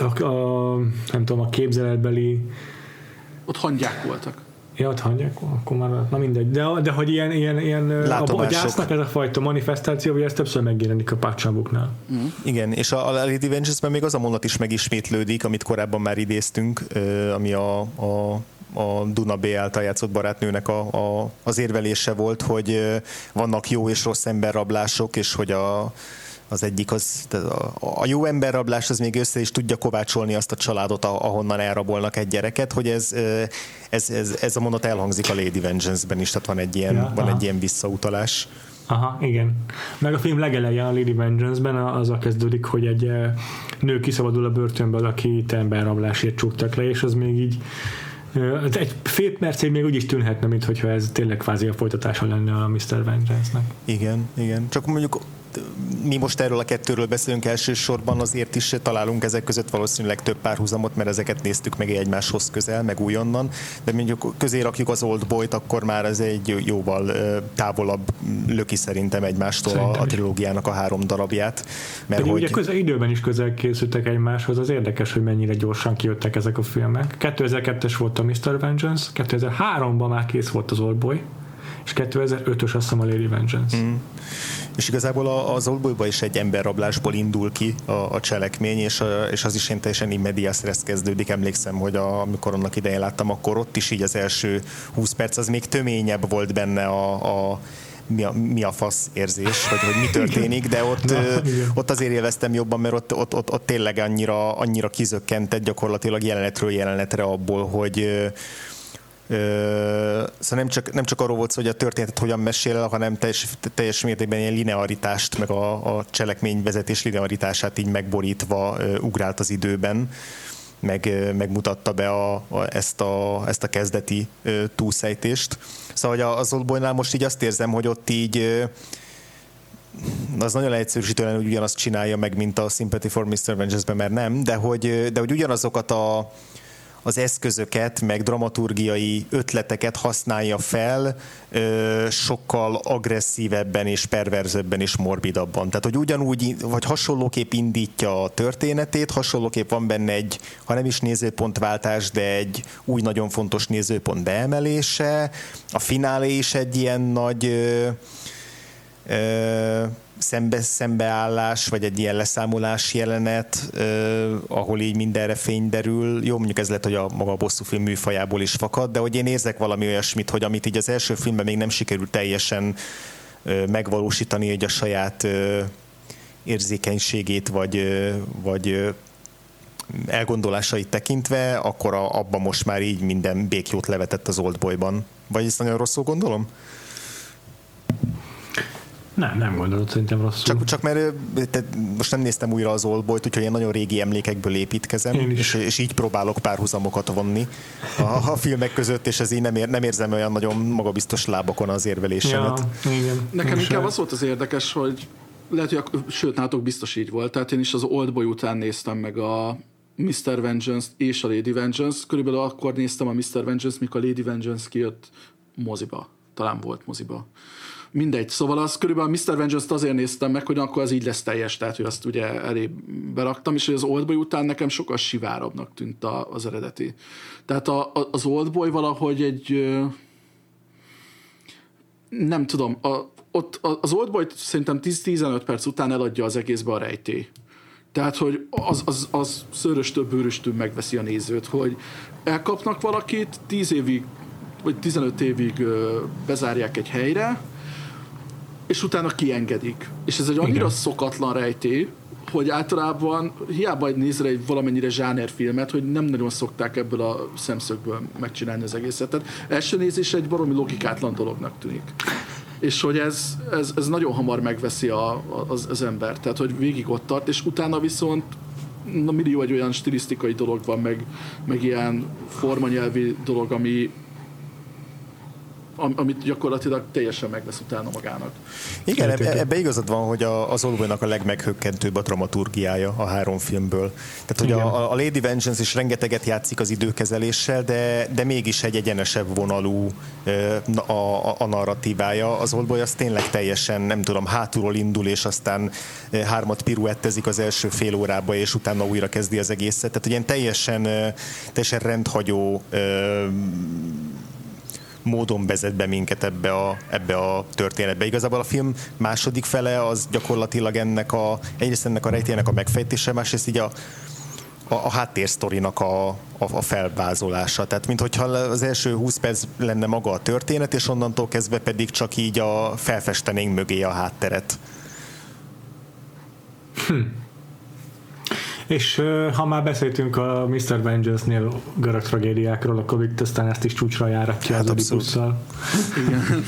nem tudom, a képzeletbeli... Ott hangyák voltak. Ja, ott hangyák, akkor már na mindegy. De hogy ilyen a gyásznak ez a fajta manifestáció, hogy ez többször megjelenik a Párcsámbuknál. Igen, és a Lady Vengeance-ben még az a mondat is megismétlődik, amit korábban már idéztünk, ami a Duna B által játszott barátnőnek az érvelése volt, hogy vannak jó és rossz emberrablások, és hogy az egyik, a jó emberrablás az még össze is tudja kovácsolni azt a családot, ahonnan elrabolnak egy gyereket, hogy ez a mondat elhangzik a Lady Vengeance-ben is, tehát van egy ilyen visszautalás. Aha, igen. Meg a film legelején a Lady Vengeance-ben azzal kezdődik, hogy egy nő kiszabadul a börtönből, akit emberrablásért csuktak le, és az még így egy fél percig még úgy is tűnhetne, mintha ez tényleg kvázi a folytatása lenne a Mr. Vengeance-nek. Igen. Csak mondjuk mi most erről a kettőről beszélünk elsősorban, azért is találunk ezek között valószínűleg több párhuzamot, mert ezeket néztük meg egymáshoz közel, meg újonnan, de mondjuk közé rakjuk az Oldboyt, akkor már ez egy jóval távolabb löki szerintem egymástól a trilógiának a 3 darabját. Mert hogy... ugye időben is közel készültek egymáshoz, az érdekes, hogy mennyire gyorsan kijöttek ezek a filmek. 2002-es volt a Mr. Vengeance, 2003-ban már kész volt az Oldboy, és 2005-ös azt hiszem a Lady Vengeance. És igazából az Oldboyban is egy emberrablásból indul ki a cselekmény, és az is teljesen in medias res kezdődik. Emlékszem, hogy amikor annak idején láttam, akkor ott is így az első 20 perc az még töményebb volt benne mi a fasz érzés, hogy mi történik, de ott azért élveztem jobban, mert ott tényleg annyira kizökkentett gyakorlatilag jelenetről jelenetre abból, Szóval nem csak arról volt szó, hogy a történetet hogyan mesél el, hanem teljes mértékben ilyen linearitást, meg a cselekményvezetés linearitását így megborítva ugrált az időben, megmutatta be ezt a kezdeti túlszejtést. Szóval az Oldboynál most így azt érzem, hogy ott így az nagyon leegyszerűsítően úgy ugyanazt csinálja meg, mint a Sympathy for Mr. Vengeance-ben, mert nem, de hogy ugyanazokat az eszközöket, meg dramaturgiai ötleteket használja fel sokkal agresszívebben és perverzebben és morbidabban. Tehát, hogy ugyanúgy, vagy hasonlóképp indítja a történetét, hasonlóképp van benne egy, ha nem is nézőpontváltás, de egy új nagyon fontos nézőpont beemelése. A finálé is egy ilyen nagy szembeállás, vagy egy ilyen leszámolás jelenet, ahol így mindenre fény derül. Jó, mondjuk ez lehet, hogy a maga a bosszúfilm műfajából is fakad, de hogy én érzek valami olyasmit, hogy amit így az első filmben még nem sikerült teljesen megvalósítani, hogy a saját érzékenységét, vagy elgondolásait tekintve, akkor abban most már így minden békjót levetett az Oldboyban. Vagy ezt nagyon rosszul gondolom? Nem gondolod szerintem rosszul. Csak mert most nem néztem újra az Oldboyt, úgyhogy én nagyon régi emlékekből építkezem, és így próbálok párhuzamokat vonni a filmek között, és ez így nem érzem olyan nagyon magabiztos lábakon az érvelésemet. Ja, igen. Nekem inkább az volt az érdekes, hogy lehet, hogy sőt, nálatok biztos így volt. Tehát én is az Oldboy után néztem meg a Mr. Vengeance-t és a Lady Vengeance. Körülbelül akkor néztem a Mr. Vengeance, mikor a Lady Vengeance kijött moziba. Talán volt moziba. Mindegy. Szóval az körülbelül a Mr. Vengeance-t azért néztem meg, hogy akkor az így lesz teljes, tehát hogy azt ugye elé beraktam, és hogy az Oldboy után nekem sokkal sivárabbnak tűnt az eredeti. Tehát az Oldboy valahogy egy nem tudom, az Oldboy szerintem 10-15 perc után eladja az egészbe a rejtély. Tehát, hogy az szőröstől bőröstől megveszi a nézőt, hogy elkapnak valakit, 10 évig vagy 15 évig bezárják egy helyre, és utána kiengedik. És ez egy annyira szokatlan rejtély, hogy általában hiába nézel egy valamennyire zsánerfilmet, hogy nem nagyon szokták ebből a szemszögből megcsinálni az egészet. Tehát első nézés egy baromi logikátlan dolognak tűnik. És hogy ez nagyon hamar megveszi az ember. Tehát, hogy végig ott tart, és utána viszont millió egy olyan stilisztikai dolog van, meg ilyen formanyelvi dolog, amit gyakorlatilag teljesen megvesz utána magának. Igen, ebbe igazad van, hogy az Oldboynak a legmeghökkentőbb a dramaturgiája a három filmből. Tehát, hogy a Lady Vengeance is rengeteget játszik az időkezeléssel, de mégis egy egyenesebb vonalú a narratívája. Az Oldboy az tényleg teljesen, nem tudom, hátulról indul, és aztán hármat piruettezik az első fél órába, és utána újra kezdi az egészet. Tehát, hogy ilyen teljesen rendhagyó módon vezet be minket ebbe a történetbe. Igazából a film második fele az gyakorlatilag egyrészt ennek a rejtélynek a megfejtése, másrészt így a háttérsztorinak a felvázolása. Tehát minthogyha az első 20 perc lenne maga a történet, és onnantól kezdve pedig csak így felfestenénk mögé a hátteret. És ha már beszéltünk a Mr. Vengeance-nél görög tragédiákról, akkor itt aztán ezt is csúcsra járatja az Oedipusszal. Igen.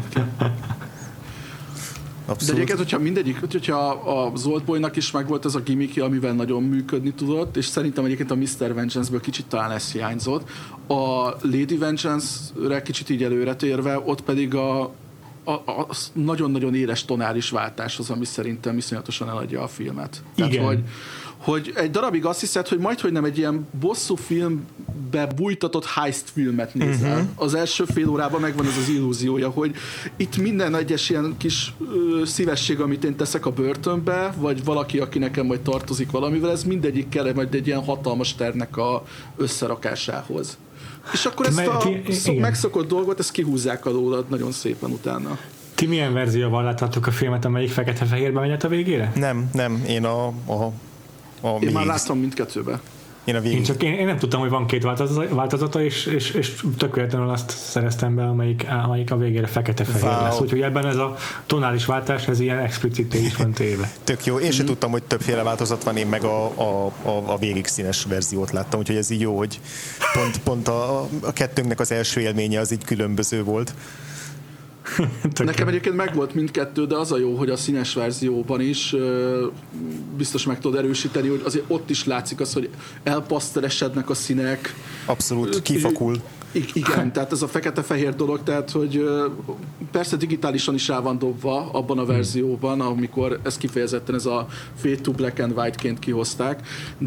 De egyébként, hogyha az Oldboynak is megvolt ez a gimmickje, amivel nagyon működni tudott, és szerintem egyébként a Mr. Vengeance-ből kicsit talán ez hiányzott. A Lady Vengeance-re kicsit így előretérve, ott pedig a nagyon-nagyon éles tonális váltás az, ami szerintem iszonyatosan eladja a filmet. Igen. Tehát, hogy egy darabig azt hiszed, hogy majdhogy nem egy ilyen bosszú filmbe bújtatott heist filmet nézel. Az első fél órában megvan ez az illúziója, hogy itt minden egyes ilyen kis szívesség, amit én teszek a börtönbe, vagy valaki, aki nekem majd tartozik valamivel, ez mindegyik kell majd egy ilyen hatalmas tervnek a összerakásához. És akkor ezt a megszokott dolgot, ezt kihúzzák alól nagyon szépen utána. Ti milyen verzióval láttátok a filmet, amelyik fekete-fehérbe megy a végére? Nem. Én én már láttam mindkettőbe. Én nem tudtam, hogy van két változata, és tökéletlenül azt szereztem be, amelyik a végére fekete-fehér lesz. Úgyhogy ebben ez a tonális váltás, ez ilyen explicité is van téve. Tök jó. Én sem tudtam, hogy többféle változat van, én meg a végig színes verziót láttam, úgyhogy ez így jó, hogy pont a kettőnknek az első élménye az így különböző volt. Nekem egyébként megvolt mindkettő, de az a jó, hogy a színes verzióban is biztos meg tudod erősíteni, hogy azért ott is látszik az, hogy elpaszteresednek a színek. Abszolút, kifakul. Igen, tehát ez a fekete-fehér dolog, tehát hogy persze digitálisan is rá van dobva abban a verzióban, amikor ez kifejezetten ez a fade to black and white-ként kihozták,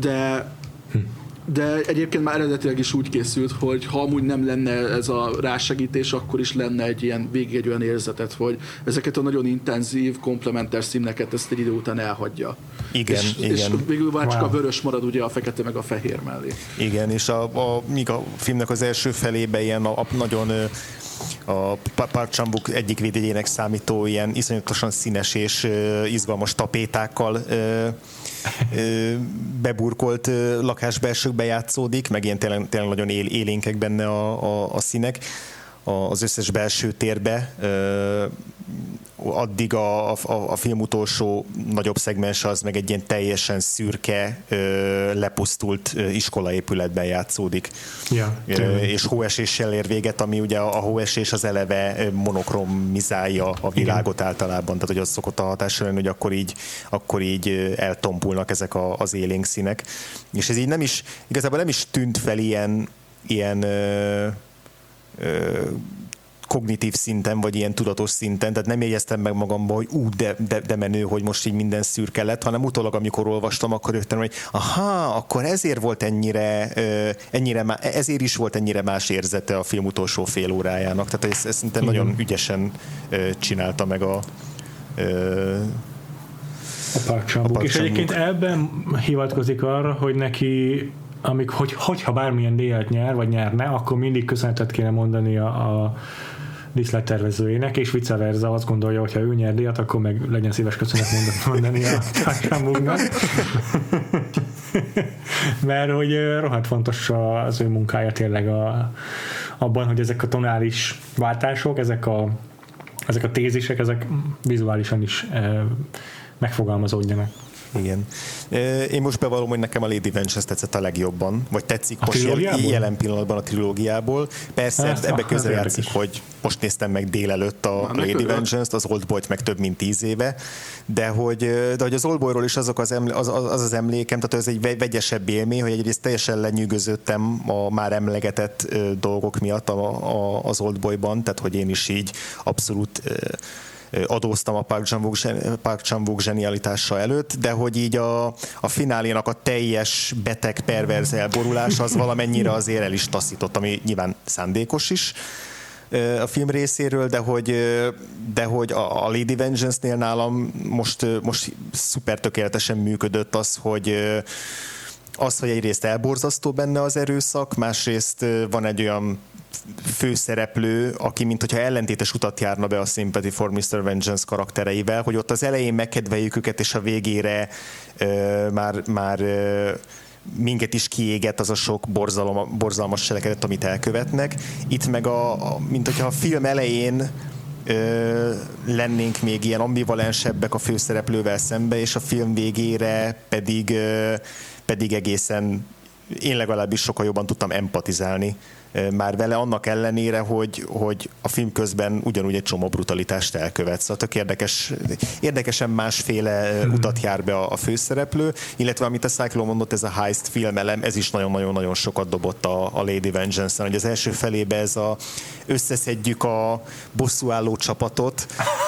de egyébként már eredetileg is úgy készült, hogy ha amúgy nem lenne ez a rásegítés, akkor is lenne végig egy olyan érzetet, hogy ezeket a nagyon intenzív, komplementer színeket ezt egy idő után elhagyja. Igen. És végül már csak a vörös marad ugye a fekete meg a fehér mellé. Igen, és míg a filmnek az első felében ilyen nagyon a Park Chan-wook egyik védjegyének számító ilyen iszonyatosan színes és izgalmas tapétákkal beburkolt lakásbelsőkbe játszódik, meg ilyen tényleg nagyon élénkek benne a színek az összes belső térbe. Addig a film utolsó nagyobb szegmens az meg egy ilyen teljesen szürke, lepusztult iskolaépületben játszódik. Ja, és hóeséssel ér véget, ami ugye a hóesés az eleve monokromizálja a világot általában, tehát hogy az szokott a hatásra lenni, hogy akkor így eltompulnak ezek az élénk színek. És ez így igazából nem is tűnt fel ilyen kognitív szinten, vagy ilyen tudatos szinten, tehát nem jegyeztem meg magamban, hogy de menő, hogy most így minden szürke lett, hanem utólag, amikor olvastam, akkor jöttem, hogy akkor ezért volt ezért is volt ennyire más érzete a film utolsó fél órájának. Tehát ezt szerintem nagyon ügyesen csinálta meg a Park Chan-wook. És egyébként ebben hivatkozik arra, hogy neki hogyha bármilyen díjat nyer, vagy nyerne, akkor mindig köszönetet kéne mondani a díszlettervezőjének, és vice versa, azt gondolja, hogy ha ő nyer díjat, akkor meg legyen szíves köszönet mondani a Park Chan-wooknak. Mert hogy rohadt fontos az ő munkája tényleg abban, hogy ezek a tonális váltások, ezek a tézisek, ezek vizuálisan is megfogalmazódjanak. Igen. Én most bevallom, hogy nekem a Lady Vengeance tetszett a legjobban, vagy tetszik a most jelen pillanatban a trilógiából. Persze ebbe közrejátszik, hogy most néztem meg délelőtt a Lady Vengeance-t, az Oldboyt meg több mint 10 éve, de hogy az Oldboyról is az emlékem, tehát ez egy vegyesebb élmény, hogy egyrészt teljesen lenyűgözöttem a már emlegetett dolgok miatt az Oldboyban, tehát hogy én is így abszolút adóztam a Park Chan-wook zsenialitása előtt, de hogy így a finálénak a teljes beteg perverz elborulás az valamennyire azért el is taszított, ami nyilván szándékos is a film részéről, de hogy a Lady Vengeance-nél nálam most szuper tökéletesen működött az, hogy egyrészt elborzasztó benne az erőszak, másrészt van egy olyan főszereplő, aki mintha ellentétes utat járna be a Sympathy for Mr. Vengeance karaktereivel, hogy ott az elején megkedveljük őket, és a végére már minket is kiéget az a sok borzalmas cselekedet, amit elkövetnek. Itt meg mint hogyha a film elején lennénk még ilyen ambivalensebbek a főszereplővel szembe, és a film végére pedig egészen én legalábbis sokkal jobban tudtam empatizálni már vele, annak ellenére, hogy a film közben ugyanúgy egy csomó brutalitást elkövet. Szóval tök érdekesen másféle utat jár be a főszereplő, illetve amit a Cyclone mondott, ez a heist filmelem, ez is nagyon-nagyon sokat dobott a Lady Vengeance-en, hogy az első felébe összeszedjük a bosszúálló csapatot,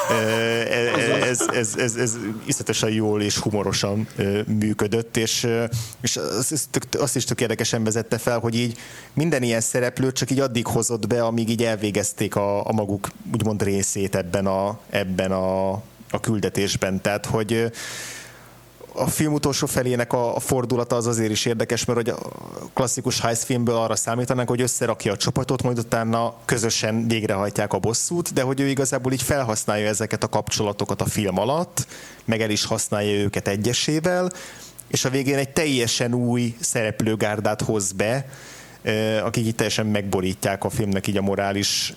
ez iszletesen jól és humorosan működött, és azt is tök érdekesen vezette fel, hogy így minden ilyen szereplőt csak így addig hozott be, amíg így elvégezték a maguk úgymond részét ebben a küldetésben. Tehát, hogy a film utolsó felének a fordulata az azért is érdekes, mert hogy a klasszikus heist filmből arra számítanánk, hogy összerakja a csapatot, majd utána közösen végrehajtják a bosszút, de hogy ő igazából így felhasználja ezeket a kapcsolatokat a film alatt, meg el is használja őket egyesével, és a végén egy teljesen új szereplőgárdát hoz be, akik így teljesen megborítják a filmnek így a morális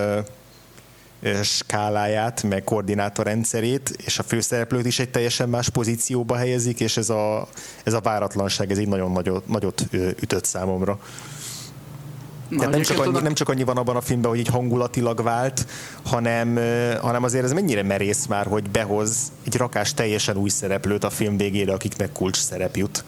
skáláját, meg koordinátorrendszerét, és a főszereplőt is egy teljesen más pozícióba helyezik, és ez a váratlanság, ez így nagyon nagyot ütött számomra. Tehát nem csak annyi van abban a filmben, hogy így hangulatilag vált, hanem azért ez mennyire merész már, hogy behoz egy rakás teljesen új szereplőt a film végére, akiknek kulcs szerep jut.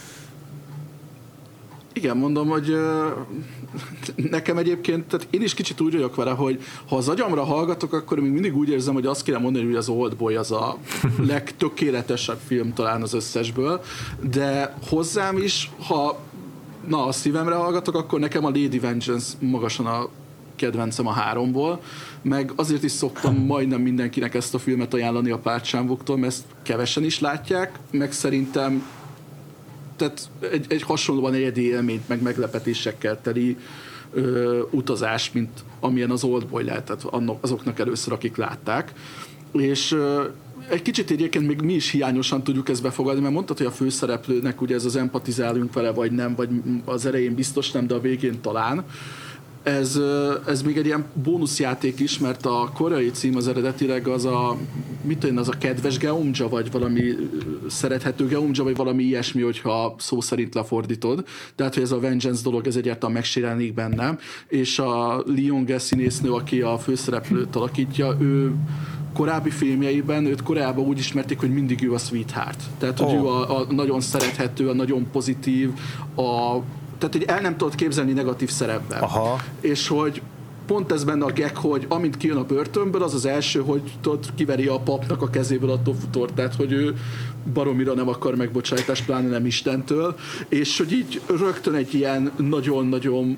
Igen, mondom, hogy nekem egyébként, tehát én is kicsit úgy vagyok vele, hogy ha az agyamra hallgatok, akkor még mindig úgy érzem, hogy azt kéne mondani, hogy az Oldboy az a legtökéletesebb film talán az összesből, de hozzám is, ha a szívemre hallgatok, akkor nekem a Lady Vengeance magasan a kedvencem a 3-ból, meg azért is szoktam majdnem mindenkinek ezt a filmet ajánlani a pártsámbuktól, mert ezt kevesen is látják, meg szerintem tehát egy hasonlóan egyedi élményt, meg meglepetésekkel teli utazás, mint amilyen az Oldboy lehetett azoknak először, akik látták. És egy kicsit egyébként még mi is hiányosan tudjuk ezt befogadni, mert mondtad, hogy a főszereplőnek ugye ez az empatizálunk vele, vagy nem, vagy az elején biztos nem, de a végén talán. Ez még egy ilyen bónuszjáték is, mert a koreai cím az eredetileg az az a kedves geumja, vagy valami szerethető geumja, vagy valami ilyesmi, hogyha szó szerint lefordítod. Tehát, hogy ez a vengeance dolog, ez egyáltalán megsérelnék bennem. És a Lee Young-e színésznő, aki a főszereplőt alakítja, ő korábbi filmjeiben őt Koreában úgy ismerték, hogy mindig ő a sweetheart. Tehát, hogy ő a nagyon szerethető, a nagyon pozitív, tehát, hogy el nem tudod képzelni negatív szerepben. Aha. És hogy pont ez benne a gag, hogy amint kijön a börtönből, az első, hogy kiveri a papnak a kezéből a tofutort, tehát, hogy ő baromira nem akar megbocsájtást, pláne nem Istentől, és hogy így rögtön egy ilyen nagyon-nagyon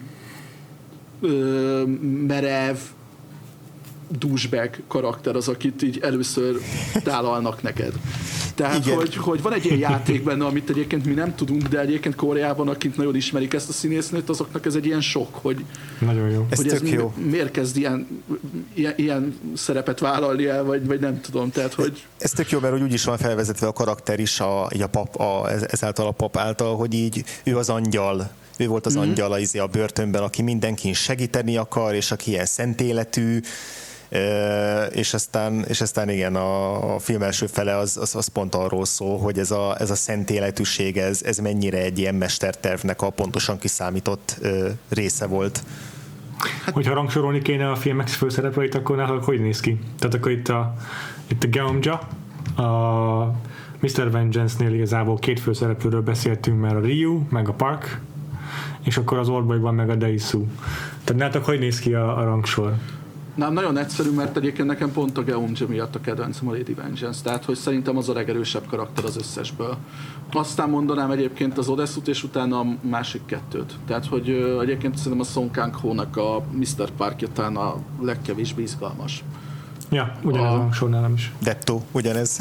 merev, douchebag karakter az, akit így először tálalnak neked. Tehát, hogy van egy ilyen játék benne, amit egyébként mi nem tudunk, de egyébként Koreában, akik nagyon ismerik ezt a színésznőt, azoknak ez egy ilyen sok, hogy, nagyon jó. Hogy ez jó. Miért kezd ilyen szerepet vállalni el, vagy nem tudom. Tehát, hogy... Ez tök jó, mert úgy is van felvezetve a karakter is ezáltal a pap által, hogy így ő az angyal. Ő volt az angyal a börtönben, aki mindenkin segíteni akar, és aki ilyen szentéletű, és aztán igen, a film első fele az pont arról szól, hogy ez a szentéletűség, ez mennyire egy ilyen mestertervnek a pontosan kiszámított része volt. Hogyha rangsorolni kéne a filmek főszereplőit, akkor nála hogy néz ki? Tehát akkor itt a Geumja, a Mr. Vengeance-nél igazából két főszereplőről beszéltünk, mert a Ryu, meg a Park, és akkor az Oldboyban meg a Dae-soo. Tehát nálatok hogy néz ki a rangsor? Nem, nagyon egyszerű, mert egyébként nekem pont a Geumja miatt a kedvencem a Lady Vengeance, tehát hogy szerintem az a legerősebb karakter az összesből. Aztán mondanám egyébként az Odessut, és utána a másik kettőt. Tehát, hogy egyébként szerintem a Song Kang-ho-nak a Mr. Parkja talán a legkevésbé izgalmas. Ja, ugyanez a rangsor nálam is. Dettó, ugyanez.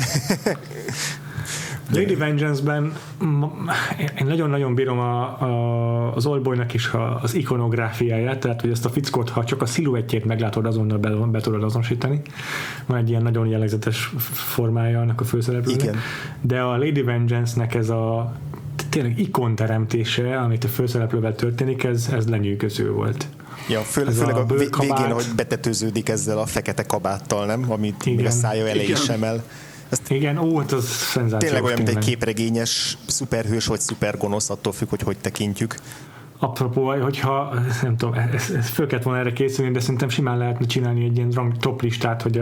Lady Vengeance-ben én nagyon-nagyon bírom az Oldboynak is az ikonográfiáját, tehát hogy ezt a fickót, ha csak a sziluettjét meglátod, azonnal be tudod azonosítani. Van egy ilyen nagyon jellegzetes formája annak a főszereplőnek. Igen. De a Lady Vengeance-nek ez a tényleg ikonteremtése, amit a főszereplővel történik, ez lenyűgöző volt. Ja, főleg a végén, ahogy betetőződik ezzel a fekete kabáttal, nem? Amit még a szája elé is emel. Igen, hát az szenzációs. Tényleg olyan, mint egy képregényes szuperhős vagy szupergonosz, attól függ, hogy tekintjük. Apropó, hogyha nem tudom, ez föl kellett volna erre készülni, de szerintem simán lehetne csinálni egy ilyen top listát, hogy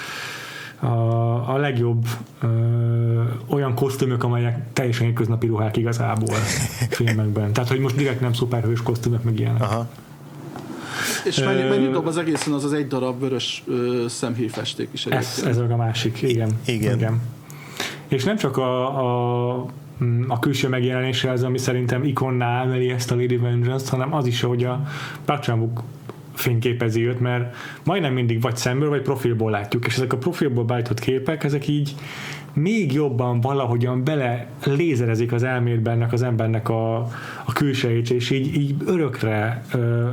a legjobb olyan kosztümök, amelyek teljesen hétköznapi ruhák igazából filmekben. Tehát, hogy most direkt nem szuperhős kosztümök, meg ilyenek. Aha. És mennyi dob az egészen az egy darab vörös szemhéjfesték is egyébként. Ez a másik, igen. És nem csak a külső megjelenése az, ami szerintem ikonná emeli ezt a Lady Vengeance-t, hanem az is, hogy a Park Chan-wook fényképezi őt, mert majdnem mindig vagy szemből, vagy profilból látjuk, és ezek a profilból beállított képek, ezek így még jobban valahogyan bele lézerezik az elmédben ennek az embernek a külsejét, és így örökre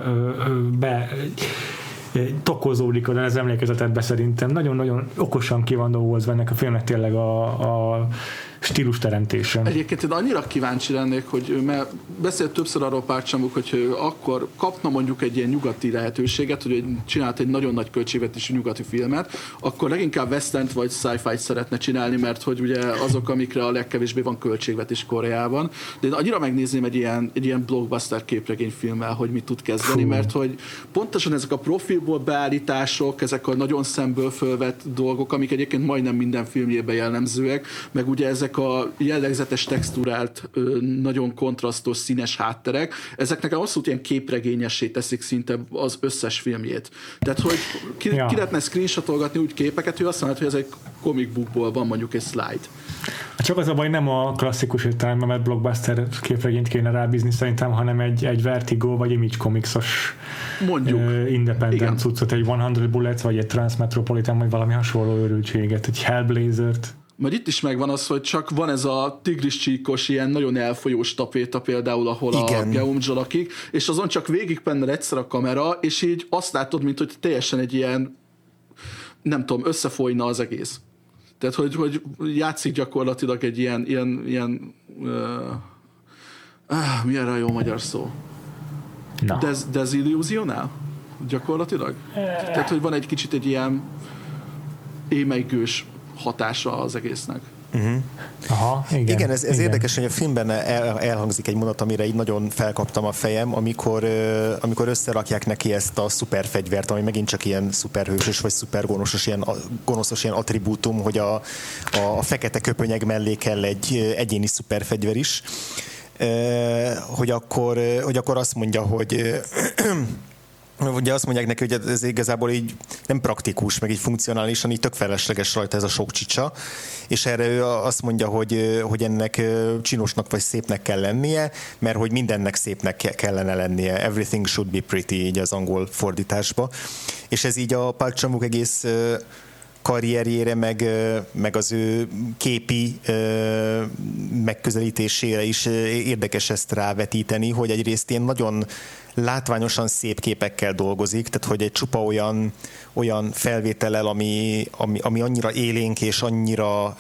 tokozódik az emlékezetedbe szerintem. Nagyon-nagyon okosan ki van dolgozva ennek a filmnek tényleg a stílusteremtésen. Egyébként én annyira kíváncsi lennék, hogy mert beszélt többször arról Park Chan-wook, hogy akkor kapna mondjuk egy ilyen nyugati lehetőséget, hogy csinált egy nagyon nagy költségvetésű nyugati filmet, akkor leginkább western vagy sci-fi szeretne csinálni, mert hogy ugye azok, amikre a legkevésbé van költségvetés Koreában. De én annyira megnézném egy ilyen blockbuster képregényfilmmel, hogy mit tud kezdeni, mert hogy pontosan ezek a profilból beállítások, ezek a nagyon szemből fölvett dolgok, amik egyébként majdnem minden filmjében jellemzőek, meg ugye ezek a jellegzetes texturált, nagyon kontrasztos, színes hátterek, ezeknek abszolút ilyen képregényessé teszik szinte az összes filmjét. Tehát, hogy ki lehetne screenshotolgatni úgy képeket, hogy azt mondod, hogy ez egy comic bookból van mondjuk egy slide. Csak az a baj, nem a klasszikus értelemben, mert blockbuster képregényt kéne rábízni szerintem, hanem egy Vertigo vagy Image Comics-os independent cuccot, egy 100 Bullets vagy egy Transmetropolitan vagy valami hasonló őrültséget, egy Hellblazer-t. Majd itt is megvan az, hogy csak van ez a tigriscsíkos, ilyen nagyon elfolyós tapéta például, ahol a Geumja lakik, és azon csak végigpennel egyszer a kamera, és így azt látod, mint hogy teljesen egy ilyen, nem tudom, összefolyna az egész. Tehát, hogy játszik gyakorlatilag egy ilyen mi erre a jó magyar szó? No. Desillusionál? Gyakorlatilag? Tehát, hogy van egy kicsit egy ilyen émelygős hatása az egésznek. Aha, igen, ez érdekes, hogy a filmben elhangzik egy mondat, amire így nagyon felkaptam a fejem, amikor összerakják neki ezt a szuperfegyvert, ami megint csak ilyen szuperhősös vagy szupergonoszos ilyen attribútum, hogy a fekete köpönyeg mellé kell egy egyéni szuperfegyver is, hogy akkor azt mondja, hogy ugye azt mondják neki, hogy ez igazából így nem praktikus, meg így funkcionálisan így tök felesleges rajta ez a sok csicsa, és erre ő azt mondja, hogy ennek csinosnak vagy szépnek kell lennie, mert hogy mindennek szépnek kellene lennie. Everything should be pretty, így az angol fordításba. És ez így a Park Chan-wook egész karrierjére, meg az ő képi megközelítésére is érdekes ezt rávetíteni, hogy egyrészt ilyen nagyon látványosan szép képekkel dolgozik, tehát hogy egy csupa olyan felvétellel, ami annyira élénk és annyira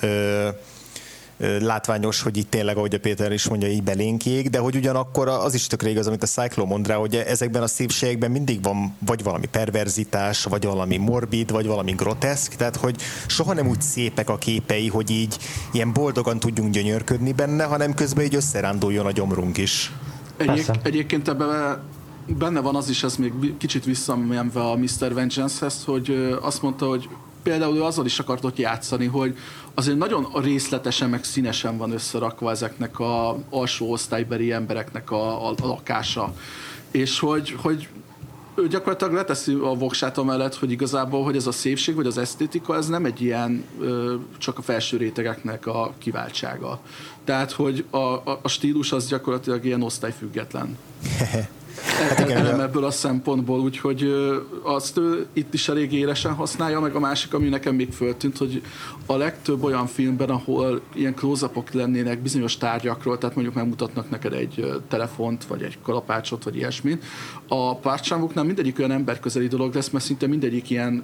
látványos, hogy itt tényleg, ahogy a Péter is mondja, így belénk ég, de hogy ugyanakkor az is tökre igaz, amit a Cyclo mond rá, hogy ezekben a szépségekben mindig van vagy valami perverzitás, vagy valami morbid, vagy valami groteszk, tehát hogy soha nem úgy szépek a képei, hogy így ilyen boldogan tudjunk gyönyörködni benne, hanem közben így összeránduljon a gyomrunk is. Egyébként ebben benne van az is, ez még kicsit visszamenve a Mr. Vengeance-hez, hogy azt mondta, hogy például ő azzal is akartott játszani, hogy azért nagyon részletesen meg színesen van összerakva ezeknek a alsó osztálybeli embereknek a lakása. És hogy ő gyakorlatilag leteszi a voksát amellett, hogy igazából, hogy ez a szépség, vagy az esztétika, ez nem egy ilyen csak a felső rétegeknek a kiváltsága. Tehát, hogy a stílus az gyakorlatilag ilyen osztályfüggetlen. Ebből a szempontból, úgyhogy azt itt is elég élesen használja, meg a másik, ami nekem még föltűnt, hogy a legtöbb olyan filmben, ahol ilyen close-upok lennének bizonyos tárgyakról, tehát mondjuk megmutatnak neked egy telefont, vagy egy kalapácsot, vagy ilyesmit, a Park Chan-wooknál mindegyik olyan emberközeli dolog lesz, mert szinte mindegyik ilyen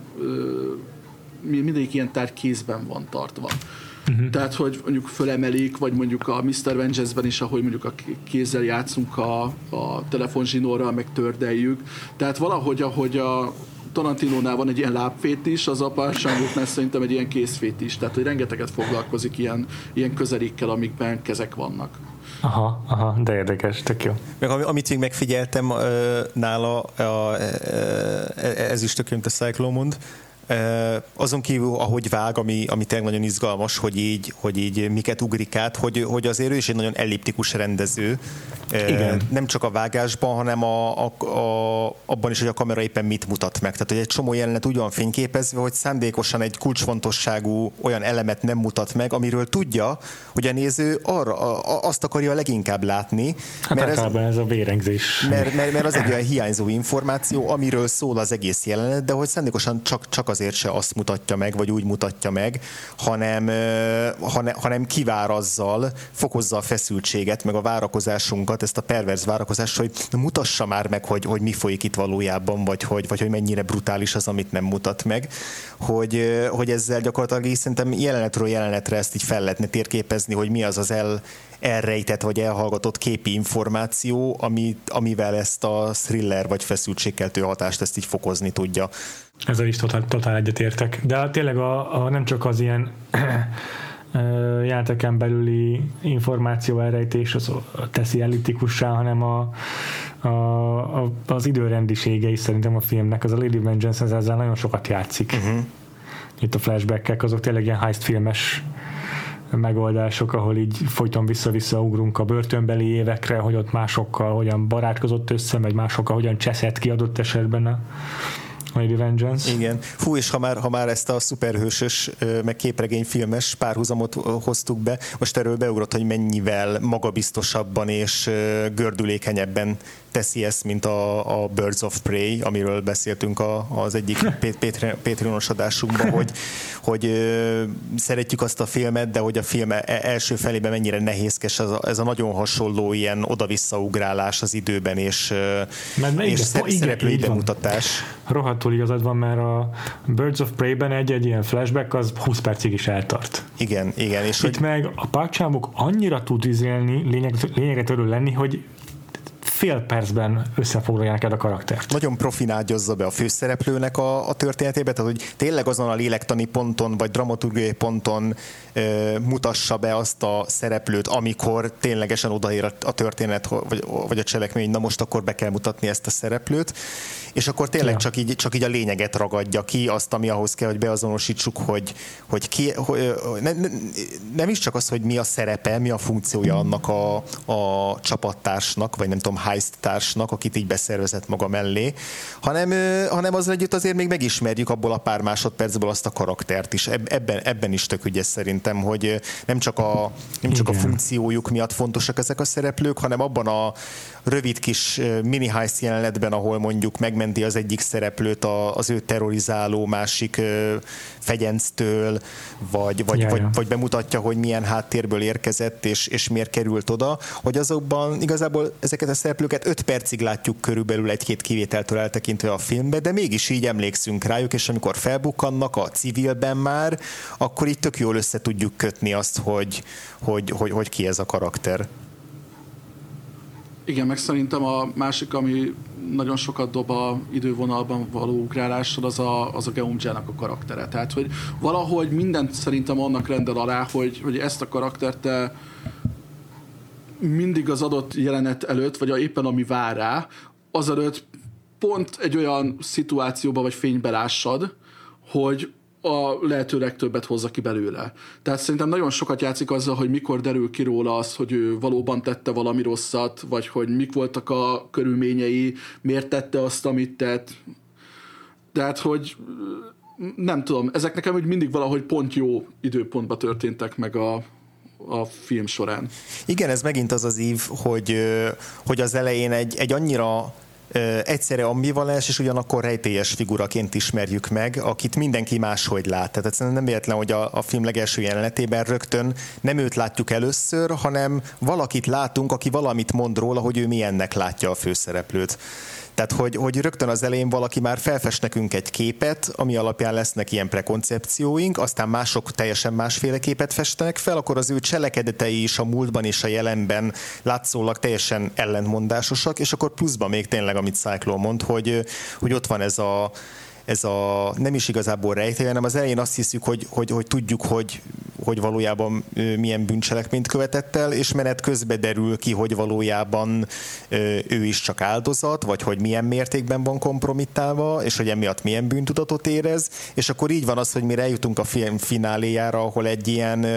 tárgy kézben van tartva. Tehát, hogy mondjuk fölemelik, vagy mondjuk a Mr. Vengeance-ben is, ahogy mondjuk a kézzel játszunk a telefonzsinórral, meg tördeljük. Tehát valahogy, ahogy a Tarantinónál van egy ilyen lábfétis, az a Park Chan-wooknál szerintem egy ilyen kézfétis. Tehát, hogy rengeteget foglalkozik ilyen közelékkel, amikben kezek vannak. Aha, de érdekes, tök jó. Meg amit még megfigyeltem nála, ez is tök jó, mint a Cyclo mond, azon kívül, ahogy vág, ami tényleg nagyon izgalmas, hogy így miket ugrik át, hogy azért ő is egy nagyon elliptikus rendező. Igen. Nem csak a vágásban, hanem abban is, hogy a kamera éppen mit mutat meg. Tehát, hogy egy csomó jelenet úgy van fényképezve, hogy szándékosan egy kulcsfontosságú olyan elemet nem mutat meg, amiről tudja, hogy a néző azt akarja leginkább látni. Hát ez a vérengzés. Mert az egy olyan hiányzó információ, amiről szól az egész jelenet, de hogy szándékosan csak azért se azt mutatja meg, vagy úgy mutatja meg, hanem kivár azzal, fokozza a feszültséget, meg a várakozásunkat, néha ezt a perverz várakozást, hogy mutassa már meg, hogy mi folyik itt valójában, vagy hogy mennyire brutális az, amit nem mutat meg, hogy ezzel gyakorlatilag szerintem jelenetről jelenetre ezt így fel lehetne térképezni, hogy mi az elrejtett vagy elhallgatott képi információ, amivel ezt a thriller vagy feszültségkeltő hatást ezt így fokozni tudja. Ezzel is totál egyetértek. De tényleg nem csak az ilyen jeleneteken belüli információ elrejtés az teszi elliptikussá, hanem az időrendisége is szerintem a filmnek. Az a Lady Vengeance ezzel nagyon sokat játszik. Uh-huh. Itt a flashback-ek, azok tényleg ilyen heist filmes megoldások, ahol így folyton vissza-vissza ugrunk a börtönbeli évekre, hogy ott másokkal hogyan barátkozott össze, meg másokkal hogyan cseszett ki adott esetben a Lady Vengeance. Igen. Fú, és ha már ezt a szuperhősös, meg képregényfilmes párhuzamot hoztuk be, most erről beugrott, hogy mennyivel magabiztosabban és gördülékenyebben teszi ezt, mint a Birds of Prey, amiről beszéltünk az egyik Patreonos adásunkban, hogy szeretjük azt a filmet, de hogy a film első felében mennyire nehézkes ez a nagyon hasonló ilyen oda-visszaugrálás az időben, és szereplői bemutatás. Rohadtul igazad van, mert a Birds of Prey-ben egy ilyen flashback az 20 percig is eltart. Igen. És itt meg a Park Chan-wook annyira tud lényegre törő lenni, hogy fél percben összefoglalják el a karaktert. Nagyon profin ágyazza be a főszereplőnek a történetébe, tehát hogy tényleg azon a lélektani ponton, vagy dramaturgiai ponton mutassa be azt a szereplőt, amikor ténylegesen odaér a történet, vagy a cselekmény, na most akkor be kell mutatni ezt a szereplőt, és akkor tényleg csak így a lényeget ragadja ki, azt, ami ahhoz kell, hogy beazonosítsuk, hogy ki, nem is csak az, hogy mi a szerepe, mi a funkciója annak a csapattársnak, vagy nem tudom, heist-társnak, akit így beszervezett maga mellé, hanem azzal együtt azért még megismerjük abból a pár másodpercből azt a karaktert is. Ebben is tök ügyes szerintem, hogy nem csak a funkciójuk miatt fontosak ezek a szereplők, hanem abban a rövid kis mini heist jelenetben, ahol mondjuk megmenti az egyik szereplőt az ő terrorizáló másik fegyenctől, vagy bemutatja, hogy milyen háttérből érkezett, és miért került oda, hogy azokban igazából ezeket a szereplőket 5 percig látjuk körülbelül egy-két kivételtől eltekintve a filmbe, de mégis így emlékszünk rájuk, és amikor felbukkannak a civilben már, akkor így tök jól össze tudjuk kötni azt, hogy ki ez a karakter. Igen, meg szerintem a másik, ami nagyon sokat dob a idővonalban való ugrálással, az a Geumja-nak a karaktere. Tehát, hogy valahogy mindent szerintem annak rendel alá, hogy ezt a karaktert te mindig az adott jelenet előtt, vagy éppen ami vár rá, azelőtt pont egy olyan szituációba vagy fénybe lássad, hogy a lehető legtöbbet hozza ki belőle. Tehát szerintem nagyon sokat játszik azzal, hogy mikor derül ki róla az, hogy ő valóban tette valami rosszat, vagy hogy mik voltak a körülményei, miért tette azt, amit tett. Tehát, hogy nem tudom, ezek nekem úgy mindig valahogy pont jó időpontban történtek meg a film során. Igen, ez megint az ív, hogy az elején egy annyira egyszerre ambivalens, és ugyanakkor rejtélyes figuraként ismerjük meg, akit mindenki máshogy lát. Tehát egyszerűen nem véletlen, hogy a film legelső jelenetében rögtön nem őt látjuk először, hanem valakit látunk, aki valamit mond róla, hogy ő milyennek látja a főszereplőt. Tehát, hogy rögtön az elején valaki már felfest nekünk egy képet, ami alapján lesznek ilyen prekoncepcióink, aztán mások teljesen másféle képet festenek fel, akkor az ő cselekedetei is a múltban és a jelenben látszólag teljesen ellentmondásosak, és akkor pluszban még tényleg, amit Cyclone mond, hogy ott van ez a nem is igazából rejtély, hanem az elején azt hiszük, hogy tudjuk, hogy valójában milyen bűncselekményt követett el, és menet közben derül ki, hogy valójában ő is csak áldozat, vagy hogy milyen mértékben van kompromittálva, és hogy emiatt milyen bűntudatot érez, és akkor így van az, hogy mire eljutunk a film fináléjára, ahol egy ilyen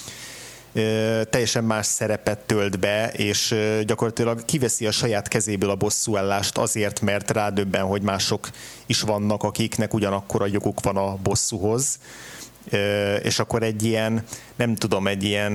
teljesen más szerepet tölt be, és gyakorlatilag kiveszi a saját kezéből a bosszúállást azért, mert rádöbben, hogy mások is vannak, akiknek ugyanakkor a joguk van a bosszúhoz, és akkor egy ilyen, nem tudom, egy ilyen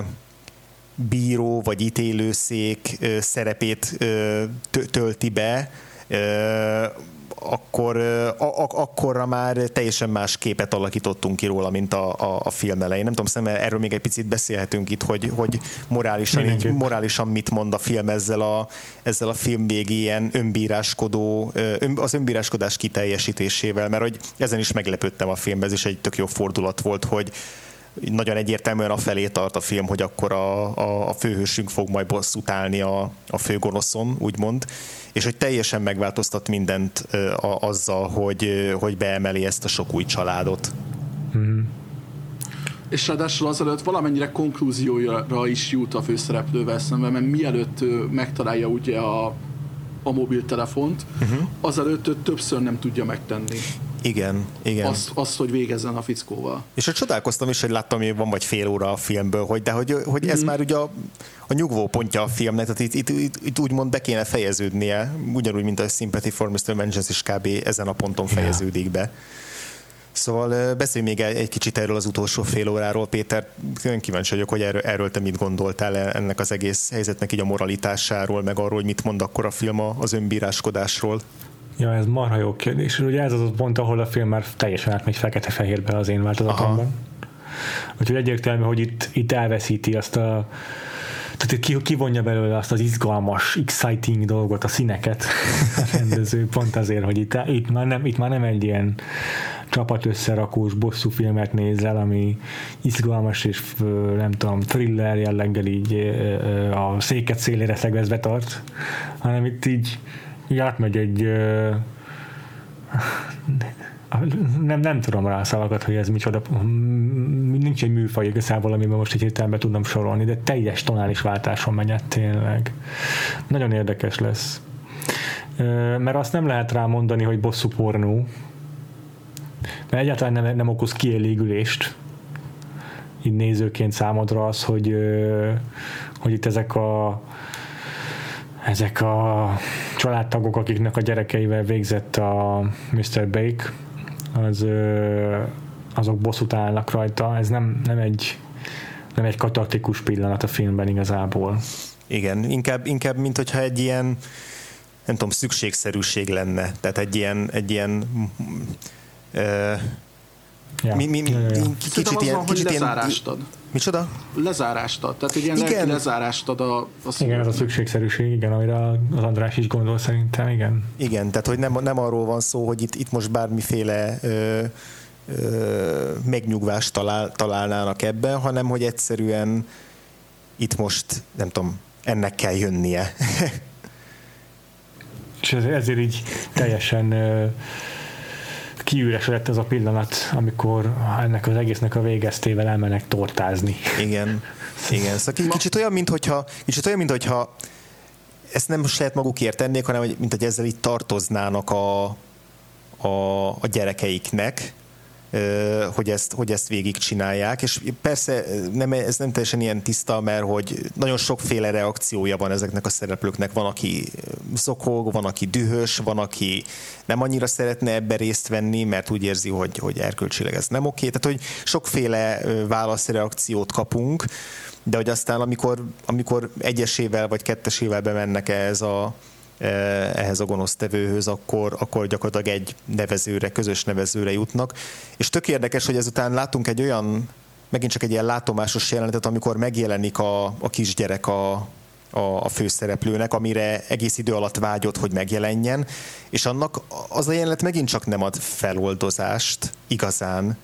bíró vagy ítélőszék szerepét tölti be, akkorra már teljesen más képet alakítottunk ki róla, mint a film elején. Nem tudom, szerintem erről még egy picit beszélhetünk itt, hogy morálisan mit mond a film ezzel a film végi ilyen az önbíráskodás kiteljesítésével, mert hogy ezen is meglepődtem a filmben, ez is egy tök jó fordulat volt, hogy nagyon egyértelműen afelé tart a film, hogy akkor a főhősünk fog majd bosszút állni a főgonoszon, úgymond, és hogy teljesen megváltoztat mindent azzal, hogy beemeli ezt a sok új családot. Mm. És ráadásul azelőtt valamennyire konklúzióra is jut a főszereplővel szemben, mert mielőtt megtalálja ugye a mobiltelefont, azelőtt többször nem tudja megtenni. Igen. Azt, hogy végezzen a fickóval. És hogy csodálkoztam is, hogy láttam, hogy van vagy fél óra a filmből, hogy ez már ugye a nyugvó pontja a filmnek, tehát itt úgymond be kéne fejeződnie, ugyanúgy, mint a Sympathy for Mr. Vengeance is kb. Ezen a ponton fejeződik be. Szóval beszélj még egy kicsit erről az utolsó fél óráról, Péter. Nagyon kíváncsi vagyok, hogy erről te mit gondoltál ennek az egész helyzetnek így a moralitásáról, meg arról, hogy mit mond akkor a film az önbíráskodásról. Ja, ez marha jó kérdés. Ugye ez az a pont, ahol a film már teljesen átmegy fekete-fehérbe az én változatomban. Úgyhogy egyértelmű, hogy itt elveszíti azt a... Tehát kivonja belőle azt az izgalmas, exciting dolgot, a színeket a rendező, pont azért, hogy itt már nem egy ilyen csapat összerakós bosszúfilmet nézel, ami izgalmas és nem tudom, thriller jelleggel így a széket szélére szegezve tart, hanem itt így átmegy egy nem tudom rá a szavakat, hogy ez micsoda, nincs egy műfaj igazából, amiben most egy hirtelenben tudnom sorolni, de teljes tonális váltáson megy át tényleg. Nagyon érdekes lesz. Mert azt nem lehet rá mondani, hogy bosszú pornó, mert egyáltalán nem okoz kielégülést így nézőként számodra az, hogy itt ezek a családtagok, akiknek a gyerekeivel végzett a Mr. Bake, azok bosszút állnak rajta. Ez nem egy katartikus pillanat a filmben igazából. Igen, inkább mint hogyha egy ilyen, nem tudom, szükségszerűség lenne. Tehát egy ilyen kicsit ilyen... hogy lezárástad. Micsoda? Lezárástad. Tehát egy ilyen lelki lezárástad a igen, ez a szükségszerűség, igen, amire az András is gondol szerintem, igen. Igen, tehát hogy nem arról van szó, hogy itt most bármiféle megnyugvást találnának ebben, hanem hogy egyszerűen itt most, nem tudom, ennek kell jönnie. És ezért így teljesen kiüresedett ez a pillanat, amikor ennek az egésznek a végeztével elmennek tortázni. Igen. Szóval kicsit olyan, minthogyha ezt nem saját magukért tennék, hanem mint hogy ezzel itt tartoznának a gyerekeiknek, hogy ezt végigcsinálják, és persze ez nem teljesen ilyen tiszta, mert hogy nagyon sokféle reakciója van ezeknek a szereplőknek. Van, aki zokog, van, aki dühös, van, aki nem annyira szeretne ebbe részt venni, mert úgy érzi, hogy erkölcsileg ez nem oké. Tehát, hogy sokféle válaszreakciót kapunk, de hogy aztán amikor egyesével vagy kettesével bemennek ehhez a gonosztevőhöz, akkor gyakorlatilag egy közös nevezőre jutnak. És tök érdekes, hogy ezután látunk egy olyan, megint csak egy ilyen látomásos jelenetet, amikor megjelenik a kisgyerek a főszereplőnek, amire egész idő alatt vágyott, hogy megjelenjen, és annak az a jelenet megint csak nem ad feloldozást igazán,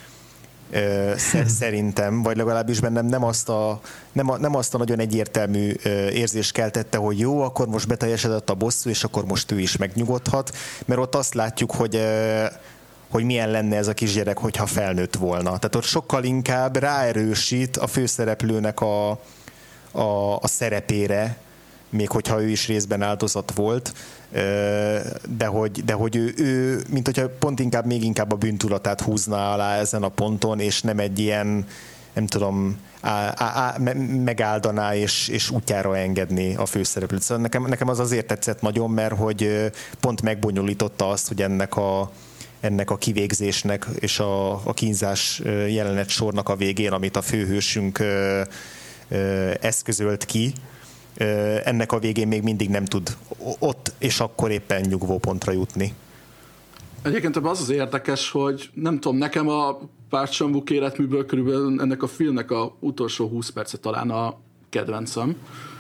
szerintem, vagy legalábbis bennem nem azt a nagyon egyértelmű érzést keltette, hogy jó, akkor most beteljesedett a bosszú, és akkor most ő is megnyugodhat, mert ott azt látjuk, hogy milyen lenne ez a kisgyerek, hogyha felnőtt volna. Tehát ott sokkal inkább ráerősít a főszereplőnek a szerepére, még hogyha ő is részben áldozat volt, de hogy ő mint hogyha pont még inkább a bűntudatát húzná alá ezen a ponton, és nem egy ilyen, nem tudom, megáldaná és útjára engedni a főszereplőt. Szóval nekem az azért tetszett nagyon, mert hogy pont megbonyolította azt, hogy ennek a kivégzésnek és a kínzás jelenet sornak a végén, amit a főhősünk eszközölt ki, ennek a végén még mindig nem tud ott és akkor éppen nyugvópontra jutni. Egyébként az az érdekes, hogy nem tudom, nekem a Park Chan-wook életműből körülbelül ennek a filmnek a utolsó 20 perce talán a kedvencem.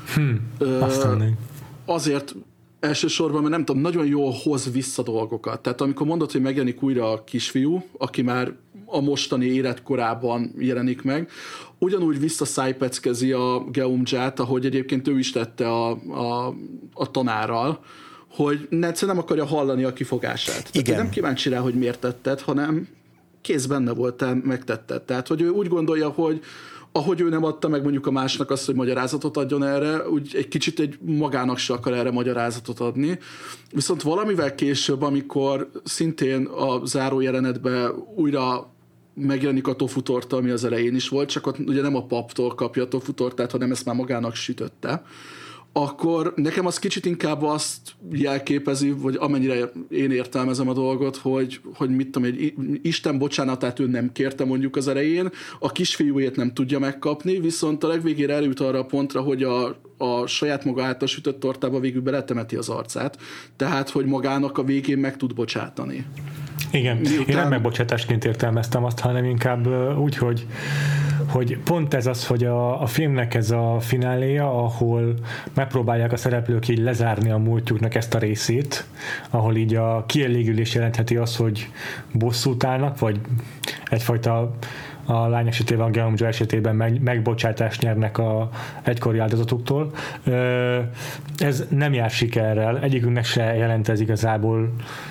Azért elsősorban, mert nem tudom, nagyon jól hoz vissza dolgokat. Tehát amikor mondod, hogy megjelenik újra a kisfiú, aki már a mostani életkorában jelenik meg, ugyanúgy visszaszájpeckezi a Geumját, ahogy egyébként ő is tette a tanárral, hogy egyszerűen nem akarja hallani a kifogását. Tehát nem kíváncsi rá, hogy miért tetted, hanem kész benne voltál, megtetted. Tehát, hogy ő úgy gondolja, hogy ahogy ő nem adta meg mondjuk a másnak azt, hogy magyarázatot adjon erre, úgy egy kicsit egy magának se akar erre magyarázatot adni. Viszont valamivel később, amikor szintén a záró jelenetben újra megjelenik a tofutorta, ami az elején is volt, csak ott ugye nem a paptól kapja a tofutortát, hanem ezt már magának sütötte, akkor nekem az kicsit inkább azt jelképezi, vagy amennyire én értelmezem a dolgot, hogy mit tudom, egy Isten bocsánatát ő nem kérte mondjuk az elején, a kisfiújét nem tudja megkapni, viszont a legvégére eljut arra a pontra, hogy a saját maga által sütött tortába végül beletemeti az arcát, tehát hogy magának a végén meg tud bocsátani. Igen, én nem megbocsátásként értelmeztem azt, hanem inkább úgy, hogy pont ez az, hogy a filmnek ez a fináléja, ahol megpróbálják a szereplők így lezárni a múltjuknak ezt a részét, ahol így a kielégülés jelentheti az, hogy bosszút állnak, vagy egyfajta a lány esetében, a Geumja esetében megbocsátást nyernek a egykori áldozatuktól. Ez nem jár sikerrel, egyikünknek se jelent ez igazából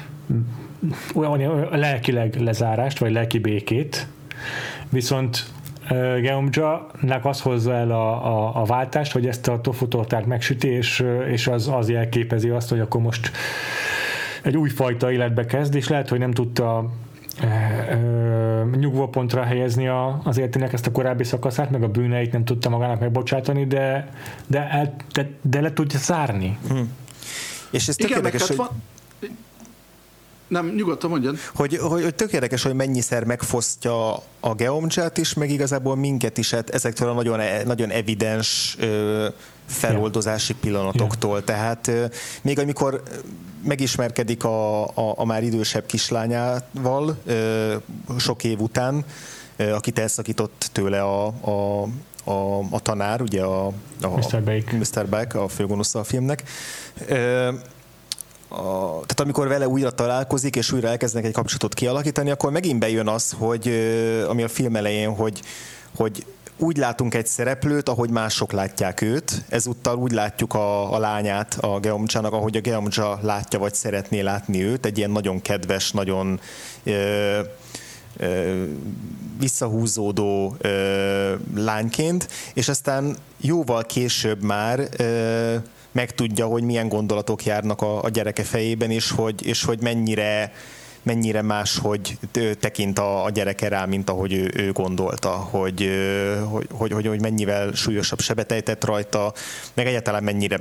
olyan lelkileg lezárást, vagy lelki békét, viszont Geumja-nak az hozza el a váltást, hogy ezt a tofutortát megsüti, és az jelképezi azt, hogy akkor most egy újfajta életbe kezd, és lehet, hogy nem tudta nyugvópontra helyezni az életének ezt a korábbi szakaszát, meg a bűneit nem tudta magának megbocsátani, de le tudja zárni. És ez tökéletes, hogy... Nem, nyugodtan mondjad. Hogy tök érdekes, hogy mennyiszer megfosztja a Geumját is, meg igazából minket is ezektől a nagyon, nagyon evidens feloldozási pillanatoktól. Tehát még amikor megismerkedik a már idősebb kislányával sok év után, akit elszakított tőle a tanár, ugye Mr. Bake, a főgonosza a filmnek. Tehát amikor vele újra találkozik, és újra elkezdenek egy kapcsolatot kialakítani, akkor megint bejön az, hogy, ami a film elején, hogy úgy látunk egy szereplőt, ahogy mások látják őt, ezúttal úgy látjuk a lányát a Geumjának, ahogy a Geumja látja, vagy szeretné látni őt, egy ilyen nagyon kedves, nagyon visszahúzódó lányként, és aztán jóval később már megtudja, hogy milyen gondolatok járnak a gyereke fejében, és hogy mennyire máshogy tekint a gyereke rá, mint ahogy ő gondolta, hogy mennyivel súlyosabb sebet ejtett rajta, meg egyáltalán mennyire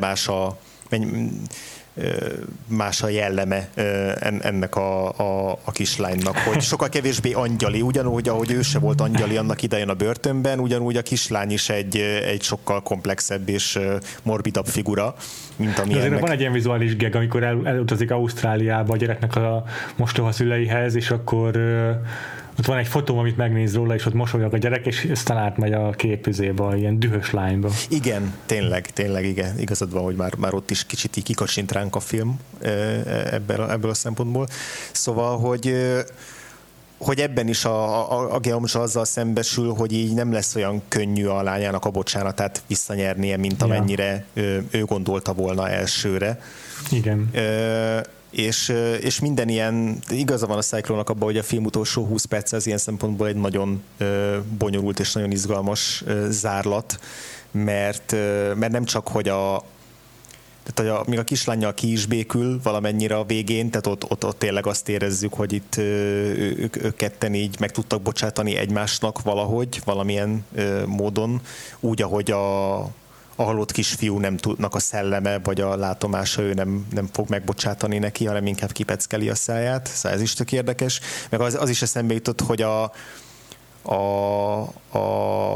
más a jelleme ennek a kislánynak, hogy sokkal kevésbé angyali, ugyanúgy, ahogy ő se volt angyali annak idején a börtönben, ugyanúgy a kislány is egy sokkal komplexebb és morbidabb figura, mint ami ennek. Van egy ilyen vizuális gag, amikor elutazik Ausztráliába a gyereknek a mostoha szüleihez, és akkor ott van egy fotó, amit megnéz róla, és ott mosolyog a gyerek, és aztán átmegy a képüzébe, ilyen dühös lányba. Igen, tényleg, igen. Igazad van, hogy már ott is kicsit így kikacsint ránk a film ebből a szempontból. Szóval, hogy ebben is a Geumja azzal szembesül, hogy így nem lesz olyan könnyű a lányának a bocsánatát visszanyernie, mint amennyire ő gondolta volna elsőre. Igen. És minden ilyen, igaza van a Cyclone-nak abban, hogy a film utolsó 20 perc az ilyen szempontból egy nagyon bonyolult és nagyon izgalmas zárlat, mert nem csak, hogy még a kislánnyal ki is békül valamennyire a végén, tehát ott tényleg azt érezzük, hogy itt ők ketten így meg tudtak bocsátani egymásnak valahogy, valamilyen módon, úgy, ahogy a halott kisfiú nem tudnak a szelleme, vagy a látomása, ő nem fog megbocsátani neki, hanem inkább kipeckeli a száját. Szóval ez is tök érdekes. Meg az is eszembe jutott, hogy a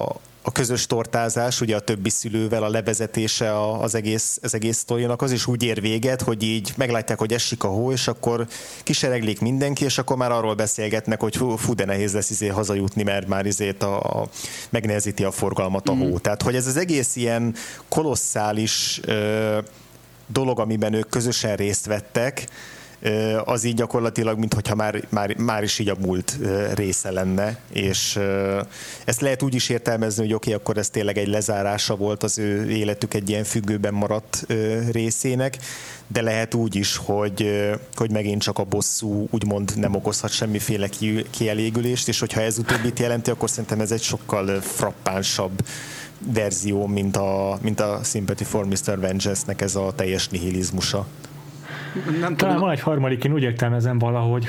a közös tortázás, ugye a többi szülővel a levezetése az egész sztorinak, az is úgy ér véget, hogy így meglátják, hogy esik a hó, és akkor kisereglik mindenki, és akkor már arról beszélgetnek, hogy fú, de nehéz lesz hazajutni, mert már megnehezíti a forgalmat a hó. Tehát, hogy ez az egész ilyen kolosszális dolog, amiben ők közösen részt vettek, az így gyakorlatilag, minthogyha már is így a múlt része lenne, és ezt lehet úgy is értelmezni, hogy oké, akkor ez tényleg egy lezárása volt az ő életük egy ilyen függőben maradt részének, de lehet úgy is, hogy megint csak a bosszú úgymond nem okozhat semmiféle kielégülést, és hogyha ez utóbbit jelenti, akkor szerintem ez egy sokkal frappánsabb verzió, mint a Sympathy for Mr. Vengeance-nek ez a teljes nihilizmusa. Talán van egy harmadik, én úgy értelmezem valahogy,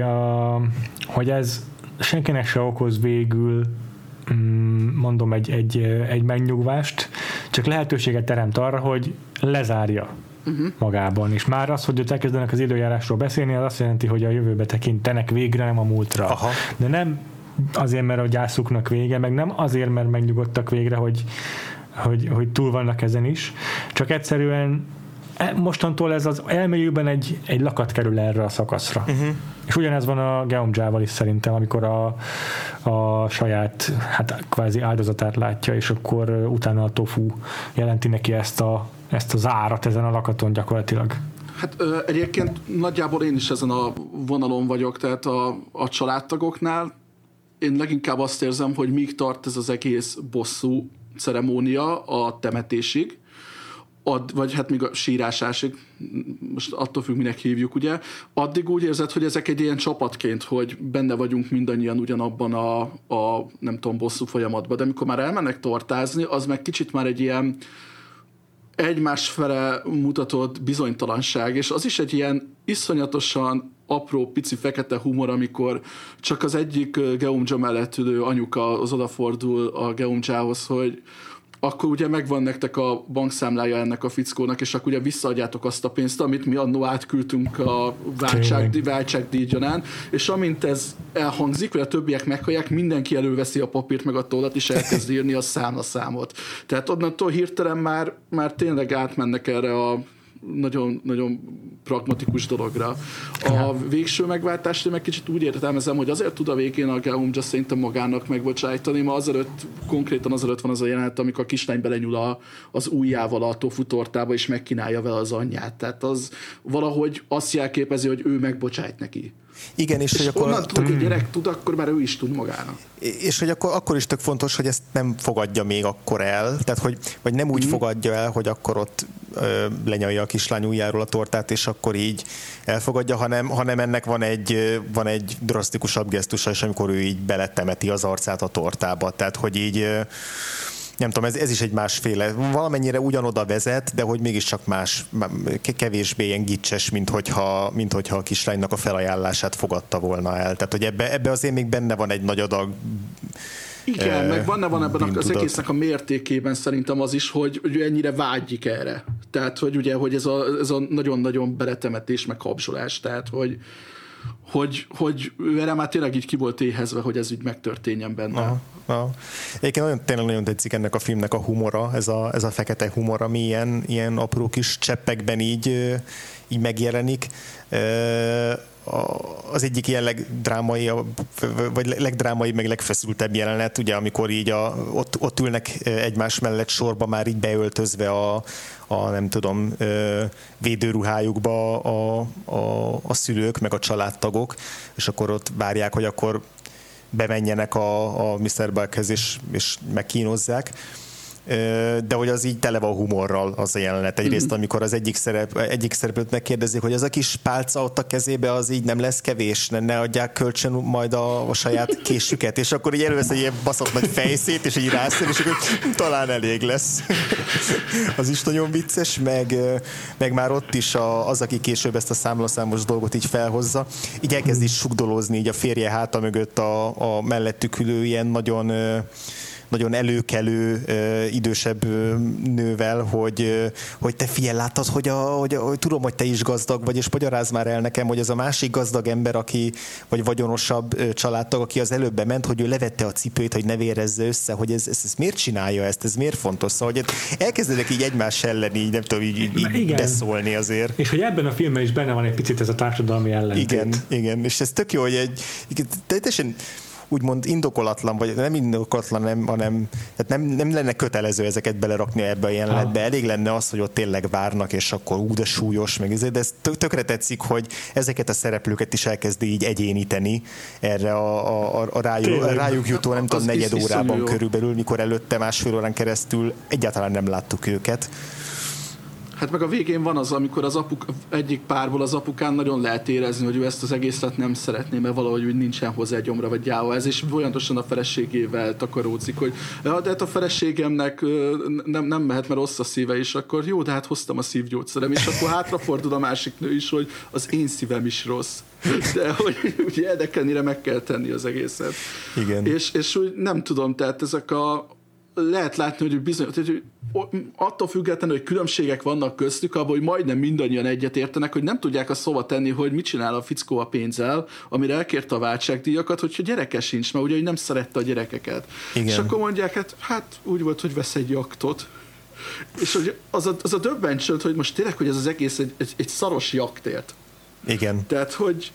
hogy ez senkinek se okoz végül, mondom, egy megnyugvást, csak lehetőséget teremt arra, hogy lezárja magában. És már az, hogy ott elkezdenek az időjárásról beszélni, az azt jelenti, hogy a jövőbe tekintenek végre, nem a múltra. Aha. De nem azért, mert a gyászuknak vége, meg nem azért, mert megnyugodtak végre, hogy túl vannak ezen is, csak egyszerűen mostantól ez az elméjükben egy lakat kerül erre a szakaszra. És ugyanez van a Geomjával is szerintem, amikor a saját kvázi áldozatát látja, és akkor utána a tofu jelenti neki ezt az árat ezen a lakaton gyakorlatilag. Hát egyébként nagyjából én is ezen a vonalon vagyok, tehát a családtagoknál én leginkább azt érzem, hogy míg tart ez az egész bosszú ceremónia a temetésig, vagy hát még a sírásásig, most attól függ, minek hívjuk, ugye, addig úgy érzed, hogy ezek egy ilyen csapatként, hogy benne vagyunk mindannyian ugyanabban a nem tudom, bosszú folyamatban, de amikor már elmennek tortázni, az meg kicsit már egy ilyen egymás fele mutatott bizonytalanság, és az is egy ilyen iszonyatosan apró, pici fekete humor, amikor csak az egyik Geumja mellett ülő anyuka az odafordul a Geumjához, hogy akkor ugye megvan nektek a bankszámlája ennek a fickónak, és akkor ugye visszaadjátok azt a pénzt, amit mi annó átküldtünk a váltságdíj gyanán, és amint ez elhangzik, vagy a többiek meghallják, mindenki előveszi a papírt meg a tollat, és elkezd írni a számlaszámot. Tehát onnantól hirtelen már tényleg átmennek erre a nagyon, nagyon pragmatikus dologra. A végső megváltást én meg kicsit úgy értelmezem, hogy azért tud a végén a Geumja szerintem magának megbocsájtani, ma konkrétan azelőtt van az a jelenet, amikor a kislány belenyúl az ujjával a tofu tortába, és megkínálja vele az anyját. Tehát az valahogy azt jelképezi, hogy ő megbocsájt neki. Igen, és hogy akkor... onnantól, hogy gyerek tud, akkor már ő is tud magának. És hogy akkor is tök fontos, hogy ezt nem fogadja még akkor el, tehát vagy nem úgy fogadja el, hogy akkor ott lenyalja a kislány ujjáról a tortát, és akkor így elfogadja, hanem ennek van egy drasztikusabb gesztusa, és amikor ő így beletemeti az arcát a tortába, tehát hogy így nem tudom, ez is egy másféle, valamennyire ugyanoda vezet, de hogy mégiscsak más, kevésbé ilyen gicses, mint hogyha a kislánynak a felajánlását fogadta volna el. Tehát, hogy ebbe azért még benne van egy nagy adag. Igen, meg van ebben az egésznek a mértékében szerintem az is, hogy ennyire vágyik erre. Tehát, hogy ugye, hogy ez a nagyon-nagyon beletemetés, meg habzsolás, tehát, hogy ő erre már tényleg így ki volt éhezve, hogy ez így megtörténjen benne. Egyébként tényleg nagyon tetszik ennek a filmnek a humora, ez a fekete humor, ami ilyen apró kis cseppekben így megjelenik. Az egyik ilyen legdrámai, vagy legdrámai, meg legfeszültebb jelenet, ugye, amikor így ott ülnek egymás mellett sorba, már így beöltözve a nem tudom, védőruhájukba a szülők, meg a családtagok, és akkor ott várják, hogy akkor bemenjenek a Mr. Buckhez, és megkínozzák. De hogy az így tele van humorral az a jelenet. Egyrészt, amikor az egyik szereplőt megkérdezik, hogy az a kis pálca ott a kezébe, az így nem lesz kevés, ne adják kölcsön majd a saját késüket, és akkor így elővesz egy ilyen baszott nagy fejszét, és így rászél, és akkor talán elég lesz. Az is nagyon vicces, meg már ott is az, aki később ezt a számlaszámos dolgot így felhozza, így elkezd is sugdolózni így a férje háta mögött a mellettük ülő ilyen nagyon nagyon előkelő idősebb nővel, hogy te figyelj, láttad, hogy tudom, hogy te is gazdag vagy, és magyarázd már el nekem, hogy ez a másik gazdag ember, aki, vagy vagyonosabb családtag, aki az előbb bement, hogy ő levette a cipőt, hogy ne vérezze össze, hogy ez miért csinálja ezt, ez miért fontos. Szóval, hogy elkezdedek így egymás ellen így, nem tudom, így beszólni azért. És hogy ebben a filmben is benne van egy picit ez a társadalmi ellentét. Igen, és ez tök jó, hogy teljesen úgymond indokolatlan, vagy nem indokolatlan, hanem tehát nem lenne kötelező ezeket belerakni ebbe a jelenetbe. Elég lenne az, hogy ott tényleg várnak, és akkor de súlyos, meg ezért, de ez tökre tetszik, hogy ezeket a szereplőket is elkezdi így egyéníteni erre a rájuk jutó, nem tudom, negyed órában körülbelül, mikor előtte másfél órán keresztül egyáltalán nem láttuk őket. Hát meg a végén van az, amikor egyik párból az apukán nagyon lehet érezni, hogy ő ezt az egészet nem szeretné, mert valahogy úgy nincsen hozzá gyomra vagy gyáva ez, és folyamatosan a feleségével takaródzik, hogy de hát a feleségemnek nem mehet, mert rossz a szíve, és akkor jó, de hát hoztam a szívgyógyszerem, és akkor hátrafordul a másik nő is, hogy az én szívem is rossz. De hogy úgy érdekelnire meg kell tenni az egészet. Igen. És úgy nem tudom, tehát ezek lehet látni, hogy bizony, hogy attól függetlenül, hogy különbségek vannak köztük, abban, hogy majdnem mindannyian egyet értenek, hogy nem tudják azt szóba tenni, hogy mit csinál a fickó a pénzzel, amire elkérte a váltságdíjakat, hogyha gyereke sincs, mert ugye nem szerette a gyerekeket. Igen. És akkor mondják, hát úgy volt, hogy vesz egy jaktot. És hogy az a döbbentsön, hogy most tényleg, hogy ez az egész egy szaros jaktért. Igen. Tehát, hogy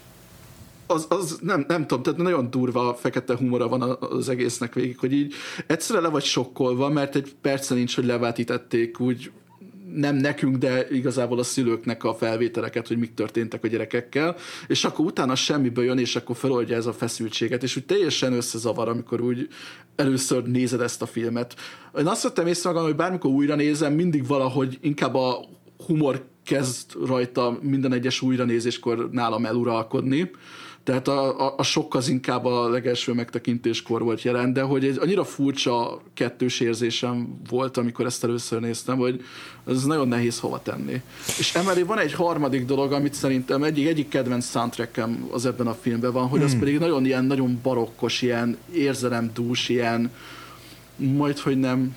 az nem tudom, tehát nagyon durva fekete humora van az egésznek végig, hogy így egyszerre le vagy sokkolva, mert egy percen nincs, hogy levetítették úgy nem nekünk, de igazából a szülőknek a felvételeket, hogy mik történtek a gyerekekkel, és akkor utána semmiből jön, és akkor feloldja ez a feszültséget, és úgy teljesen összezavar, amikor úgy először nézed ezt a filmet. Én azt vettem észre magam, hogy bármikor újra nézem, mindig valahogy inkább a humor kezd rajta minden egyes újranézéskor nálam eluralkodni. Tehát a sok az inkább a legelső megtekintéskor volt jelen, de hogy egy annyira furcsa kettős érzésem volt, amikor ezt először néztem, hogy ez nagyon nehéz hova tenni. És emellé van egy harmadik dolog, amit szerintem egyik kedvenc soundtrackem az ebben a filmben van, hogy az pedig nagyon barokkos, ilyen érzelemdús, ilyen majdhogy nem,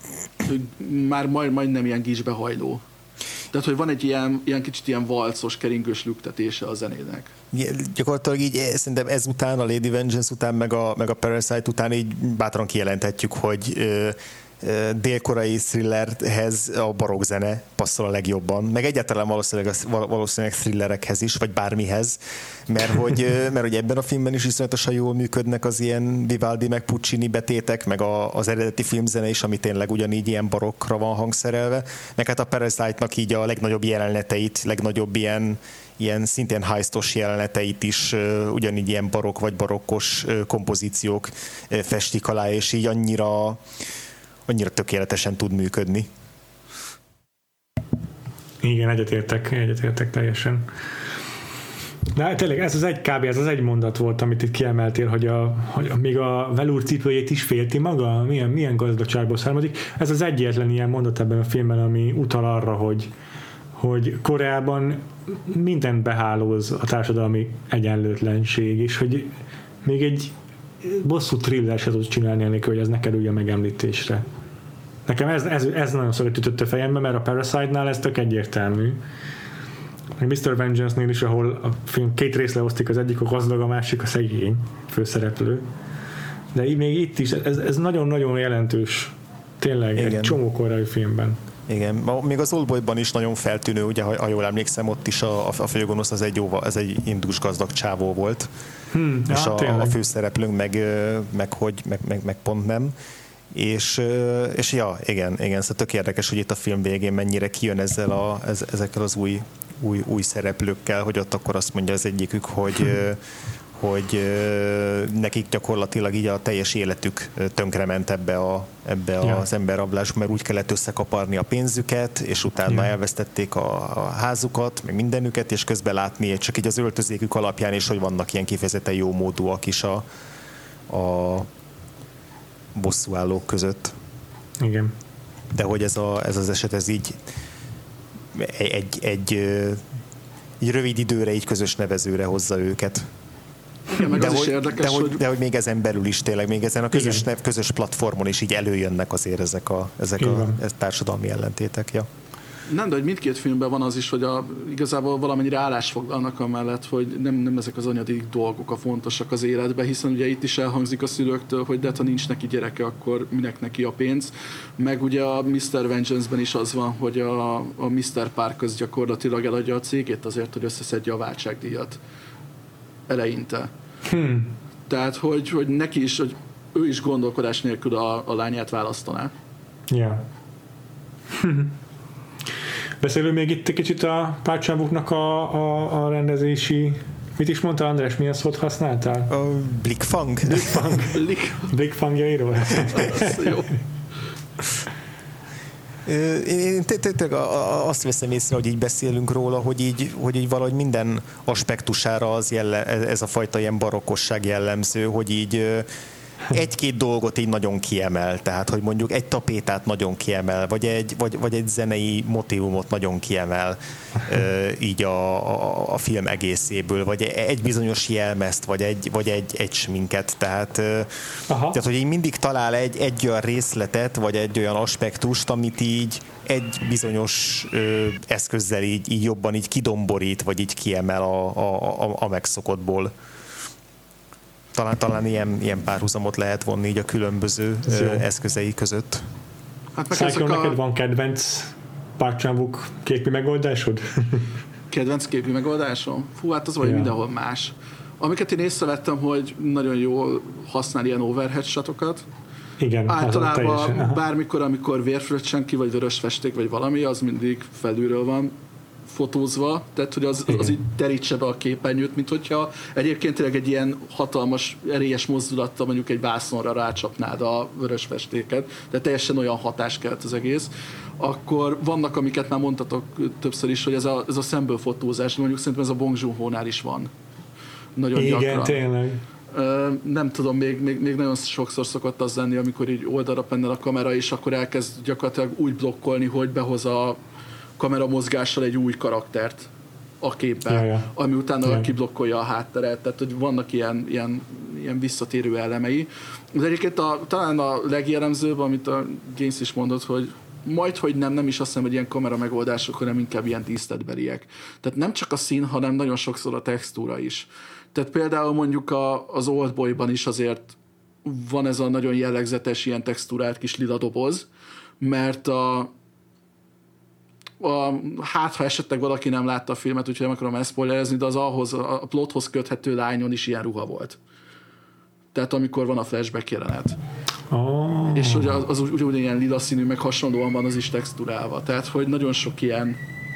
majdnem ilyen gicsbehajló. Tehát, hogy van egy ilyen kicsit ilyen valcos, keringős lüktetése a zenének. Gyakorlatilag így szerintem ezután, a Lady Vengeance után, meg a Parasite után így bátran kijelenthetjük, hogy dél-koreai thrillerhez a barokk zene passzol a legjobban, meg egyáltalán valószínűleg thrillerekhez is, vagy bármihez, mert hogy ebben a filmben is iszonyatosan jól működnek az ilyen Vivaldi meg Puccini betétek, meg az eredeti filmzene is, ami tényleg ugyanígy ilyen barokkra van hangszerelve, meg hát a Parasite-nak így a legnagyobb jeleneteit, legnagyobb ilyen szintén heistos jeleneteit is ugyanígy ilyen barokk vagy barokkos kompozíciók festik alá, és így annyira tökéletesen tud működni. Igen, egyetértek teljesen. De tényleg ez az egy mondat volt, amit itt kiemeltél, hogy még a velúr cipőjét is félti maga, milyen gazdagságból származik. Ez az egyetlen ilyen mondat ebben a filmben, ami utal arra, hogy Koreában mindent behálóz a társadalmi egyenlőtlenség, és hogy még egy bosszú thriller se tud csinálni enélkül, hogy ez ne kerüljön megemlítésre. Nekem ez nagyon sokat ütötte fejembe, mert a Parasite-nál ez tök egyértelmű. Mr. Vengeance-nél is, ahol a film két részre osztik, az egyik a gazdag, a másik a szegény főszereplő. De még itt is, ez nagyon-nagyon jelentős. Tényleg, igen. Egy csomó koreai filmben. Igen, még az Oldboyban is nagyon feltűnő, ugye, ha jól emlékszem, ott is a főgonosz az egy indus gazdag csávó volt. És a főszereplőnk meg pont nem. És ja, igen, szóval tök érdekes, hogy itt a film végén mennyire kijön ezekkel az új szereplőkkel, hogy ott akkor azt mondja az egyikük, hogy nekik gyakorlatilag így a teljes életük tönkrement ebbe az emberrablásba, mert úgy kellett összekaparni a pénzüket, és utána elvesztették a házukat, meg mindenüket, és közben látni csak így az öltözékük alapján is, hogy vannak ilyen kifejezetten jó módúak is a bosszúállók között. Igen. De hogy ez az eset, ez így egy rövid időre, így közös nevezőre hozza őket. Igen, meg az is érdekes, de hogy még ezen belül is tényleg, még ezen a közös platformon is így előjönnek azért ezek a társadalmi ellentétek. Ja. Nem, de hogy mindkét filmben van az is, hogy igazából valamennyire állás foglalnak amellett, hogy nem ezek az anyagi dolgok a fontosak az életben, hiszen ugye itt is elhangzik a szülőktől, hogy de ha nincs neki gyereke, akkor minek neki a pénz. Meg ugye a Mr. Vengeance-ben is az van, hogy a Mr. Park az gyakorlatilag eladja a cégét azért, hogy összeszedje a váltságdíjat eleinte. Tehát, hogy neki is, hogy ő is gondolkodás nélkül a lányát választaná. Ja. Beszélünk még itt egy kicsit a Párcsámbuknak a rendezési... Mit is mondta András, milyen szót használtál? A Blickfang. Blickfangjairól. Jó. Én tényleg azt veszem észre, hogy így beszélünk róla, hogy így valahogy minden aspektusára ez a fajta ilyen barokkosság jellemző, hogy így egy-két dolgot így nagyon kiemel, tehát hogy mondjuk egy tapétát nagyon kiemel, vagy egy zenei motívumot nagyon kiemel így a film egészéből, vagy egy bizonyos jelmezt, vagy egy sminket, tehát hogy így mindig talál egy olyan részletet, vagy egy olyan aspektust, amit így egy bizonyos eszközzel így jobban így kidomborít, vagy így kiemel a megszokottból. Talán ilyen párhuzamot lehet vonni így a különböző eszközei között. Hát neked van kedvenc Park Chan-wook képi megoldásod? Kedvenc képi megoldásom? Fú, hát az vagy mindenhol más. Amiket én észrevettem, hogy nagyon jól használ ilyen overhead shotokat. Igen, általában bármikor, amikor vérfröccsen ki, vagy vörös festék, vagy valami, az mindig felülről van fotózva, tehát hogy az így terítse be a képernyőt, mint hogyha egyébként tényleg egy ilyen hatalmas, erélyes mozdulattal mondjuk egy vászonra rácsapnád a vörös festéket, de teljesen olyan hatás kelt az egész. Akkor vannak, amiket már mondtatok többször is, hogy ez a szemből fotózás, mondjuk szerintem ez a Bong Joon-ho-nál is van. Nagyon igen, gyakran. Tényleg. Nem tudom, még nagyon sokszor szokott az lenni, amikor így oldalra pennel a kamera, és akkor elkezd gyakorlatilag úgy blokkolni, hogy behoz a kamera mozgással egy új karaktert a képben, ami utána kiblokkolja a hátteret, tehát hogy vannak ilyen visszatérő elemei. De egyébként talán a legjellemzőbb, amit a Gaines is mondott, hogy majdhogy nem is azt hiszem, hogy ilyen kamera megoldások, hanem inkább ilyen díszletbeliek. Tehát nem csak a szín, hanem nagyon sokszor a textúra is. Tehát például mondjuk az Oldboyban is azért van ez a nagyon jellegzetes ilyen textúrált kis lila doboz, mert hát, ha esetleg valaki nem látta a filmet, úgyhogy nem akarom elszpoilerezni, de az a plothoz köthető lányon is ilyen ruha volt. Tehát amikor van a flashback jelenet. Oh. És ugye az ugyanúgy ilyen lila színű, meg hasonlóan van az is texturálva. Tehát, hogy nagyon sok ilyen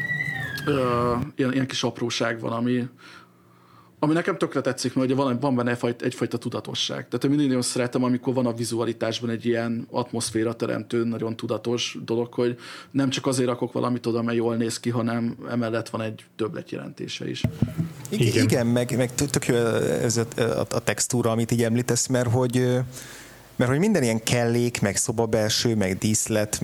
kis apróság van, ami nekem tökre tetszik, mert ugye van benne egyfajta tudatosság. Tehát én mindig nagyon szeretem, amikor van a vizualitásban egy ilyen atmoszféra teremtő, nagyon tudatos dolog, hogy nem csak azért rakok valamit oda, mert jól néz ki, hanem emellett van egy többletjelentése is. Igen, meg tök jó ez a textúra, amit így említesz, mert hogy minden ilyen kellék, meg szobabelső, meg díszlet,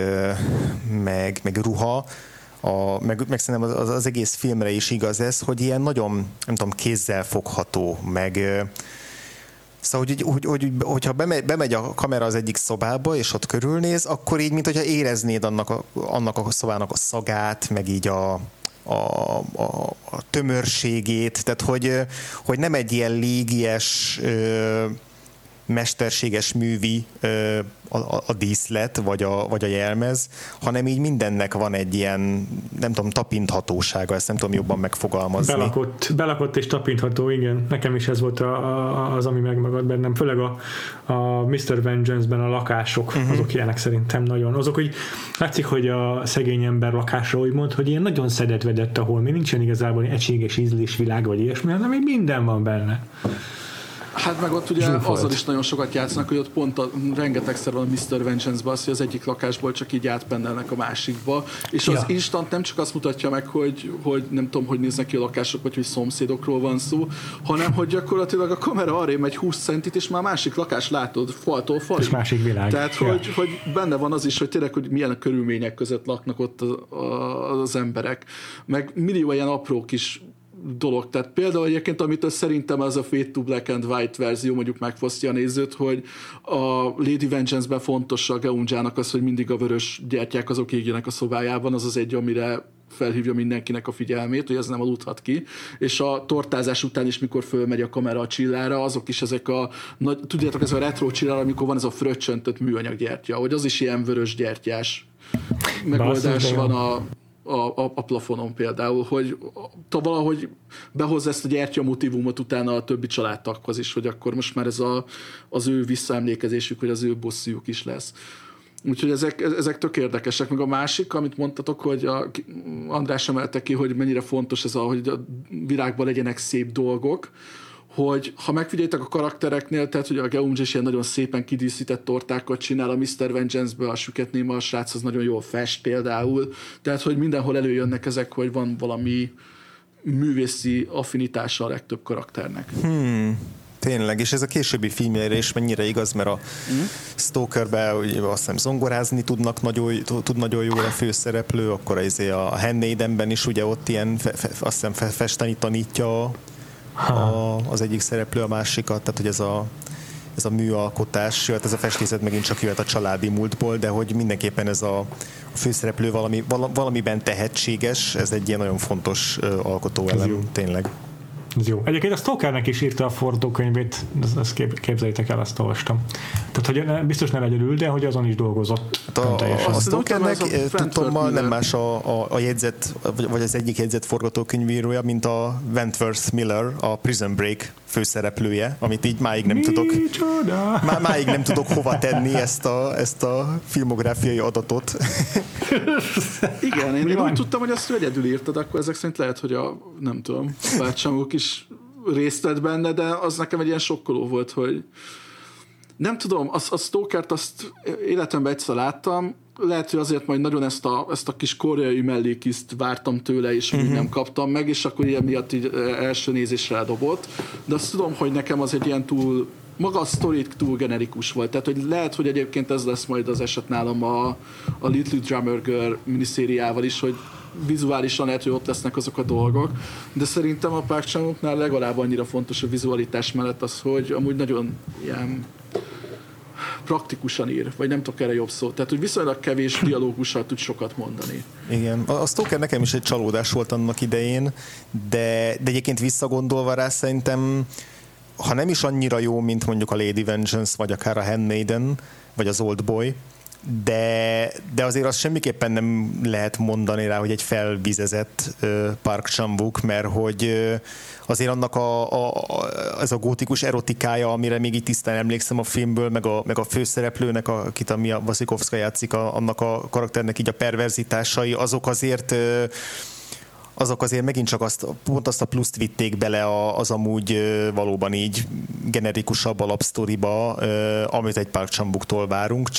meg ruha, meg szerintem az egész filmre is igaz ez, hogy ilyen nagyon, nem tudom, kézzel fogható, meg szóval, hogyha bemegy a kamera az egyik szobába, és ott körülnéz, akkor így, mint hogyha éreznéd annak a szobának a szagát, meg így a tömörségét, tehát hogy nem egy ilyen légies, mesterséges művi a díszlet, vagy a jelmez, hanem így mindennek van egy ilyen, nem tudom, tapinthatósága, ezt nem tudom jobban megfogalmazni. Belakott és tapintható, igen. Nekem is ez volt az, ami megmagad bennem. Főleg a Mr. Vengeance-ben a lakások, azok ilyenek szerintem nagyon. Azok, hogy látszik, hogy a szegény ember lakásra úgymond, hogy ilyen nagyon szedett-vedett, ahol mi nincsen igazából egységes ízlésvilág, vagy ilyesmi, hanem még minden van benne. Hát meg ott ugye azzal is nagyon sokat játszanak, hogy ott pont rengetegszer van a Mr. Vengeance-ban az, hogy az egyik lakásból csak így átpennelnek a másikba, és az instant nem csak azt mutatja meg, hogy nem tudom, hogy néznek ki a lakások, vagy hogy szomszédokról van szó, hanem hogy gyakorlatilag a kamera arrébb megy 20 centit, és már másik lakás látod faltól falig. És másik világ. Tehát, hogy benne van az is, hogy tényleg, hogy milyen körülmények között laknak ott az emberek. Meg millió ilyen apró kis dolog. Tehát például egyébként, amit szerintem az a Fade to Black and White verzió mondjuk megfosztja a nézőt, hogy a Lady Vengeance-ben fontos a Geunjának az, hogy mindig a vörös gyertyák azok égjenek a szobájában, az az egy, amire felhívja mindenkinek a figyelmét, hogy ez nem aludhat ki, és a tortázás után is, mikor fölmegy a kamera a csillára, azok is ezek a, tudjátok, ez a retro csillára, amikor van ez a fröccsöntött műanyag gyertya, hogy az is ilyen vörös gyertyás megoldás van a plafonon például, hogy valahogy behozza ezt a gyertya motivumot utána a többi családtaghoz is, hogy akkor most már ez az ő visszaemlékezésük, hogy az ő bosszújuk is lesz. Úgyhogy ezek tök érdekesek. Meg a másik, amit mondtatok, hogy András emelte ki, hogy mennyire fontos ez, hogy a világban legyenek szép dolgok, hogy ha megfigyeljétek a karaktereknél, tehát hogy a Geunja is ilyen nagyon szépen kidíszített tortákat csinál, a Mr. Vengeance-ből a Süket Néma, a srác az nagyon jól fest például, tehát hogy mindenhol előjönnek ezek, hogy van valami művészi affinitása a legtöbb karakternek. Tényleg, és ez a későbbi filmjeire is mennyire igaz, mert a Stokerben azt hiszem zongorázni tud nagyon jól a főszereplő, akkor a Handmaidenben is ugye ott ilyen azt hiszem festeni tanítja az egyik szereplő a másikat, tehát hogy ez a műalkotás, ez a festészet megint csak jöhet a családi múltból, de hogy mindenképpen ez a főszereplő valamiben tehetséges, ez egy ilyen nagyon fontos alkotóelem, tényleg. Ez jó. Egyébként a Stokernek is írta a forgatókönyvét, ezt képzeljétek el, azt olvastam. Tehát, hogy biztos nem egyedül, de hogy azon is dolgozott. A Stokernek tudtommal nem más a jegyzet, vagy az egyik jegyzet forgatókönyvírója, mint a Wentworth Miller, a Prison Break főszereplője, amit így máig nem tudok hova tenni ezt a filmográfiai adatot. Igen, én úgy tudtam, hogy azt egyedül írtad, akkor ezek szerint lehet, hogy nem tudom, bácsamok is részt vett benne, de az nekem egy ilyen sokkoló volt, hogy nem tudom, a Stokert azt életemben egyszer láttam, lehet, hogy azért majd nagyon ezt a kis koreai mellékiszt vártam tőle, és úgy nem kaptam meg, és akkor ilyen miatt így első nézésre eldobott, de azt tudom, hogy nekem az egy ilyen maga a sztorit túl generikus volt, tehát hogy lehet, hogy egyébként ez lesz majd az eset nálam a Little Drummer Girl miniszériával is, hogy vizuálisan lehet, hogy ott lesznek azok a dolgok, de szerintem a Park Chan-wooknál legalább annyira fontos a vizualitás mellett az, hogy amúgy nagyon ilyen praktikusan ír, vagy nem tudok erre jobb szót. Tehát, hogy viszonylag kevés dialógussal tud sokat mondani. Igen. A Stoker nekem is egy csalódás volt annak idején, de egyébként visszagondolva rá szerintem, ha nem is annyira jó, mint mondjuk a Lady Vengeance, vagy akár a Handmaiden, vagy az Oldboy, de azért azt semmiképpen nem lehet mondani rá, hogy egy felvizezett Park Chan-wook, mert hogy azért annak ez a gótikus erotikája, amire még így tisztán emlékszem a filmből, meg a főszereplőnek, akit a Mia Wasikowska játszik, annak a karakternek így a perverzitásai, azok azért megint csak pont azt a pluszt vitték bele az amúgy valóban így generikusabb alapsztoriba, amit egy Park Chan-wooktól várunk,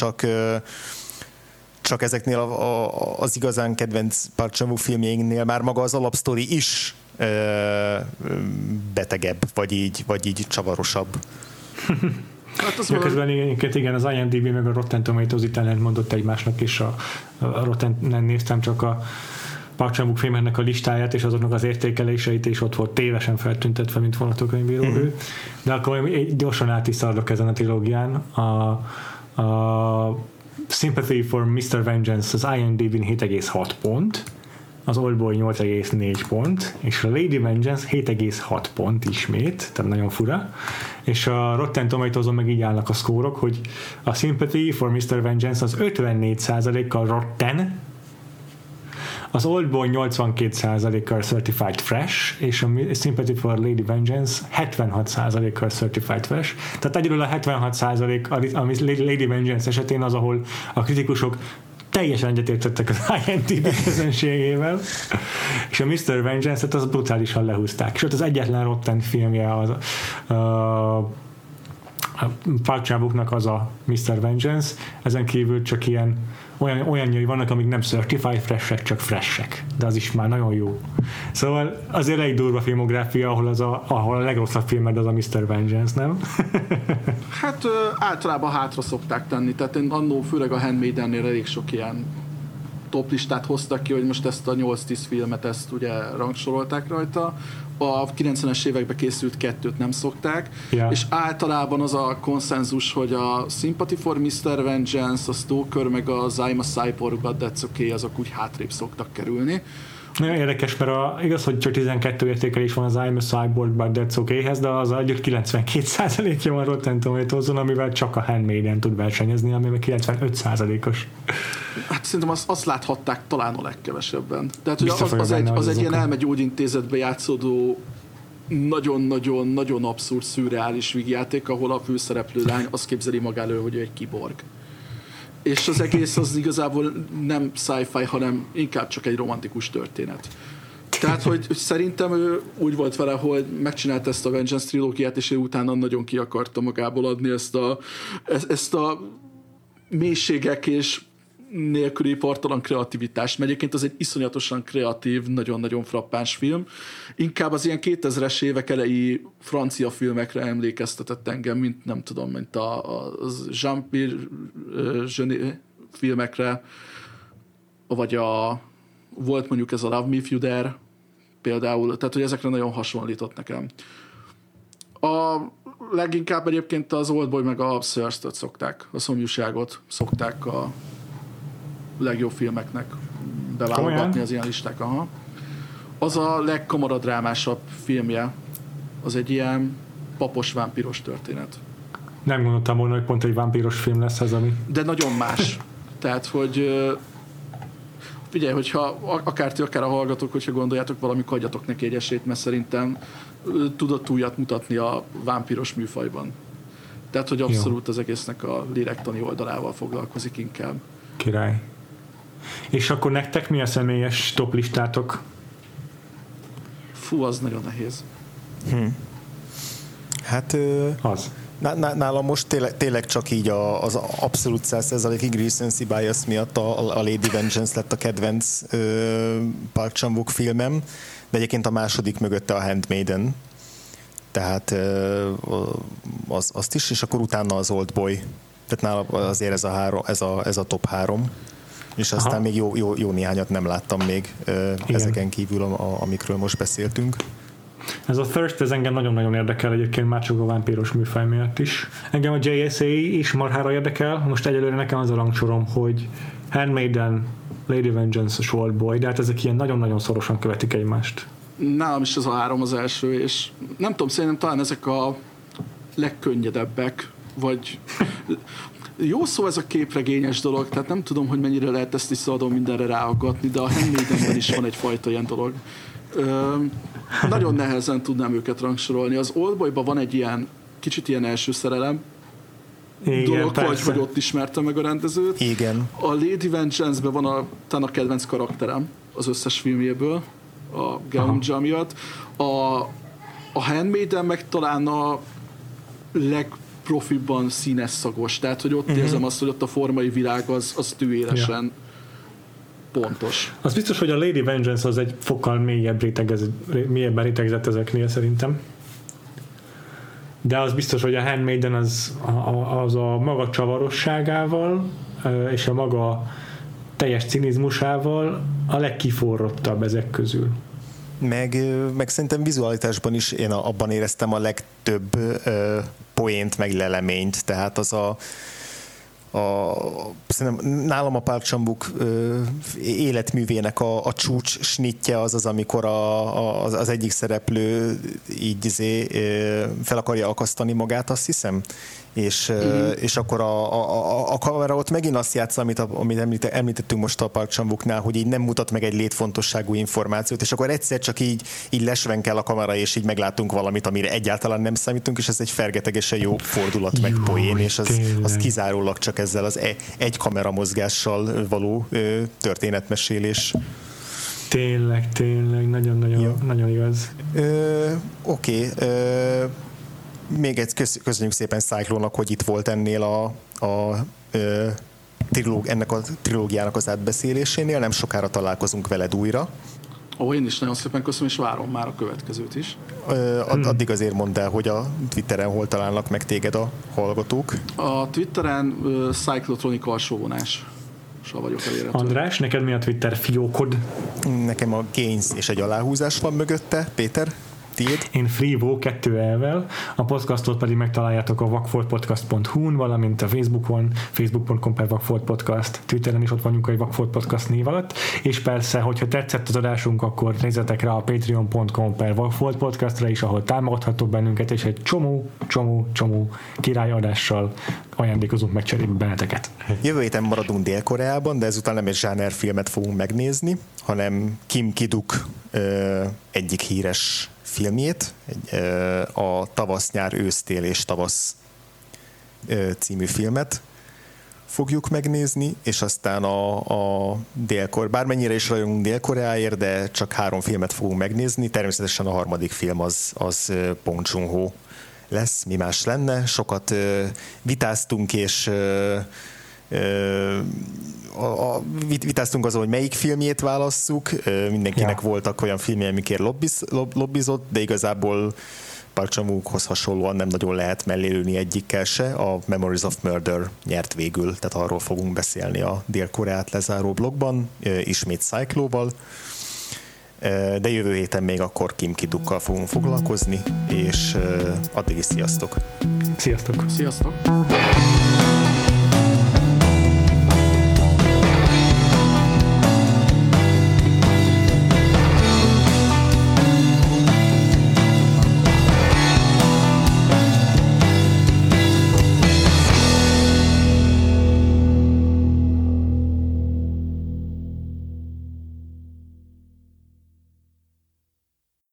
csak ezeknél az igazán kedvenc Park Chan-wook filmjeinknél már maga az alapsztori is betegebb, vagy így csavarosabb. Hát közben igen, az IMDb meg a Rotten Tomatoes itt ellentmondott egymásnak, és a Rotten néztem csak a Park Chan-wook filmeknek a listáját, és azoknak az értékeléseit, és ott volt tévesen feltüntetve, mint forgatókönyvíró ő. De akkor gyorsan át is szaladok ezen a trilógián. A Sympathy for Mr. Vengeance az IMDb-n 7,6 pont, az Oldboy 8,4 pont, és a Lady Vengeance 7,6 pont ismét, tehát nagyon fura. És a Rotten Tomatoes-on meg így állnak a szkórok, hogy a Sympathy for Mr. Vengeance az 54%-kal Rotten, az Oldboy 82%-kal Certified Fresh, és a Sympathy for Lady Vengeance 76%-kal Certified Fresh. Tehát egyről a 76% a Lady Vengeance esetén az, ahol a kritikusok teljesen egyetértettek az IMDb közönségével, és a Mr. Vengeance-et az brutálisan lehúzták. És ott az egyetlen Rotten filmje a Park Chan-wooknak az a Mr. Vengeance, ezen kívül csak ilyen olyanjai vannak, amik nem certified freshek, csak freshek, de az is már nagyon jó. Szóval azért egy durva filmográfia, ahol a legrosszabb filmed az a Mr. Vengeance, nem? Hát általában hátra szokták tenni, tehát én annó főleg a Handmaidennél elég sok ilyen top listát hoztak ki, hogy most ezt a 8-10 filmet ezt ugye rangsorolták rajta. A 90-es években készült 2-t nem szokták, és általában az a konszenzus, hogy a Sympathy for Mr. Vengeance, a Stoker, meg az I'm a Cyborg, but That's Okay, azok úgy hátrébb szoktak kerülni. Nagyon érdekes, mert igaz, hogy csak 12 értékelés van az I'm a Cyborg, but That's Okay-hez, de az 92%-ja van Rotten Tomatoes-on, amivel csak a Handmaiden tud versenyezni, amivel 95%-os. Hát szerintem azt láthatták talán a legkevesebben. Tehát hogy az egy ilyen elmegyógyintézetbe játszódó nagyon-nagyon abszurd, szürreális vígjáték, ahol a főszereplő lány azt képzeli magáról, hogy ő egy kiborg. És az egész az igazából nem sci-fi, hanem inkább csak egy romantikus történet. Tehát, hogy szerintem ő úgy volt vele, hogy megcsinálta ezt a Vengeance trilógiát, és ő utána nagyon ki akarta magából adni ezt a mélységek és nélküli partalan kreativitást. Mert egyébként az egy iszonyatosan kreatív, nagyon-nagyon frappáns film. Inkább az ilyen 2000-es évek elejé francia filmekre emlékeztetett engem, mint a Jean-Pierre Jeunet filmekre, vagy volt mondjuk ez a Love Me If You Dare például, tehát hogy ezekre nagyon hasonlított nekem. A leginkább egyébként az Oldboy meg a Thirst-öt szokták, a szomjúságot szokták a legjobb filmeknek beválogatni az ilyen listák. Aha. Az a legkamaradrámásabb filmje, az egy ilyen papos vámpíros történet. Nem gondoltam volna, hogy pont egy vámpíros film lesz ez, ami... De nagyon más. Tehát, hogy figyelj, hogyha akár ti, akár a hallgatók, hogyha gondoljátok valamikor, adjatok neki egy esélyt, mert szerintem tudott újat mutatni a vámpíros műfajban. Tehát, hogy abszolút az egésznek a lélektani oldalával foglalkozik inkább. Király. És akkor nektek mi a személyes top listátok? Fú, az nagyon nehéz. Hát az. Nálam most tényleg csak így az abszolút 100%-ig recency bias miatt a Lady Vengeance lett a kedvenc Park Chan-wook filmem, de egyébként a második mögötte a Handmaiden. Tehát azt is, és akkor utána az Oldboy. Tehát nálam azért ez a top 3. És aztán még jó néhányat nem láttam még ezeken kívül, amikről most beszéltünk. Ez a Thirst, ez engem nagyon-nagyon érdekel egyébként, már csak a vámpíros műfaj miatt is. Engem a JSA is marhára érdekel, most egyelőre nekem az a rangsorom, hogy Handmaiden, Lady Vengeance és Oldboy, de hát ezek ilyen nagyon-nagyon szorosan követik egymást. Nálam is ez a 3 az első, és nem tudom, szerintem talán ezek a legkönnyedebbek, vagy... Jó szó ez a képregényes dolog, tehát nem tudom, hogy mennyire lehet ezt is szabadon mindenre ráaggatni, de a Handmaidenben is van egyfajta ilyen dolog. Nagyon nehezen tudnám őket rangsorolni. Az Oldboyban van egy ilyen, kicsit ilyen első szerelem dolog, vagy ott ismertem meg a rendezőt. Igen. A Lady Vengeance-ben van talán a kedvenc karakterem az összes filmjéből, a Geum miatt. A Handmaiden meg talán a legprofibban színes szagos, tehát hogy ott érzem azt, hogy ott a formai világ az tűéresen pontos. Az biztos, hogy a Lady Vengeance az egy fokkal mélyebben rétegzett ezeknél szerintem. De az biztos, hogy a Handmaiden az a maga csavarosságával és a maga teljes cinizmusával a legkiforrottabb ezek közül. Meg szerintem vizualitásban is én abban éreztem a legtöbb poént, meg leleményt, tehát az szerintem nálam a Park Chan-wook életművének a csúcs snitje az, amikor az egyik szereplő így fel akarja akasztani magát, azt hiszem, és akkor a kamera ott megint azt játsza, amit említettünk most a Park Chan-wooknál, hogy így nem mutat meg egy létfontosságú információt, és akkor egyszer csak így lesvenkel a kamera, és így meglátunk valamit, amire egyáltalán nem számítunk, és ez egy fergetegesen jó fordulat, meg poén, és az kizárólag csak ezzel az egy kameramozgással való történetmesélés. Tényleg, nagyon igaz. Oké. Még egy köszönjük szépen Cyclone-nak, hogy itt volt ennél ennek a trilógiának az átbeszélésénél. Nem sokára találkozunk veled újra. Én is nagyon szépen köszönöm, és várom már a következőt is. Addig azért mondd el, hogy a Twitteren hol találnak meg téged a hallgatók. A Twitteren Cyclotronic alsóvonás. vagyok elérhető. András, neked mi a Twitter fiókod? Nekem a Gains és egy aláhúzás van mögötte. Péter, tiéd? Én Freevo 2 a podcastot pedig megtaláljátok a vakfoltpodcast.hu-n, valamint a Facebookon, facebook.com/vakfoltpodcast, Twitteren is ott vagyunk a Vakfolt Podcast név alatt, és persze, hogyha tetszett az adásunk, akkor nézzetek rá a patreon.com/vakfoltpodcastra is, ahol támogathatok bennünket, és egy csomó királyadással ajándékozunk meg cserébe benneteket. Jövő héten maradunk Dél-Koreában, de ezután nem egy zsánerfilmet fogunk megnézni, hanem Kim Ki-duk egyik híres filmjét, a Tavasz, nyár, ősz, tél és tavasz című filmet fogjuk megnézni, és aztán a bármennyire is rajongunk Dél-Koreáért, de csak 3 filmet fogunk megnézni, természetesen a harmadik film az Bong Joon-ho lesz, mi más lenne. Sokat vitáztunk, és vitáztunk azon, hogy melyik filmjét válasszuk. Mindenkinek voltak olyan filmjei, amikért lobbizott, de igazából Park Chan-wookhoz hasonlóan nem nagyon lehet mellélőni egyikkel se. A Memories of Murder nyert végül, tehát arról fogunk beszélni a Dél-Koreát lezáró blogban, ismét Cyclóval. De jövő héten még akkor Kim Ki-dukkal fogunk foglalkozni, és addig is sziasztok! Sziasztok! Sziasztok!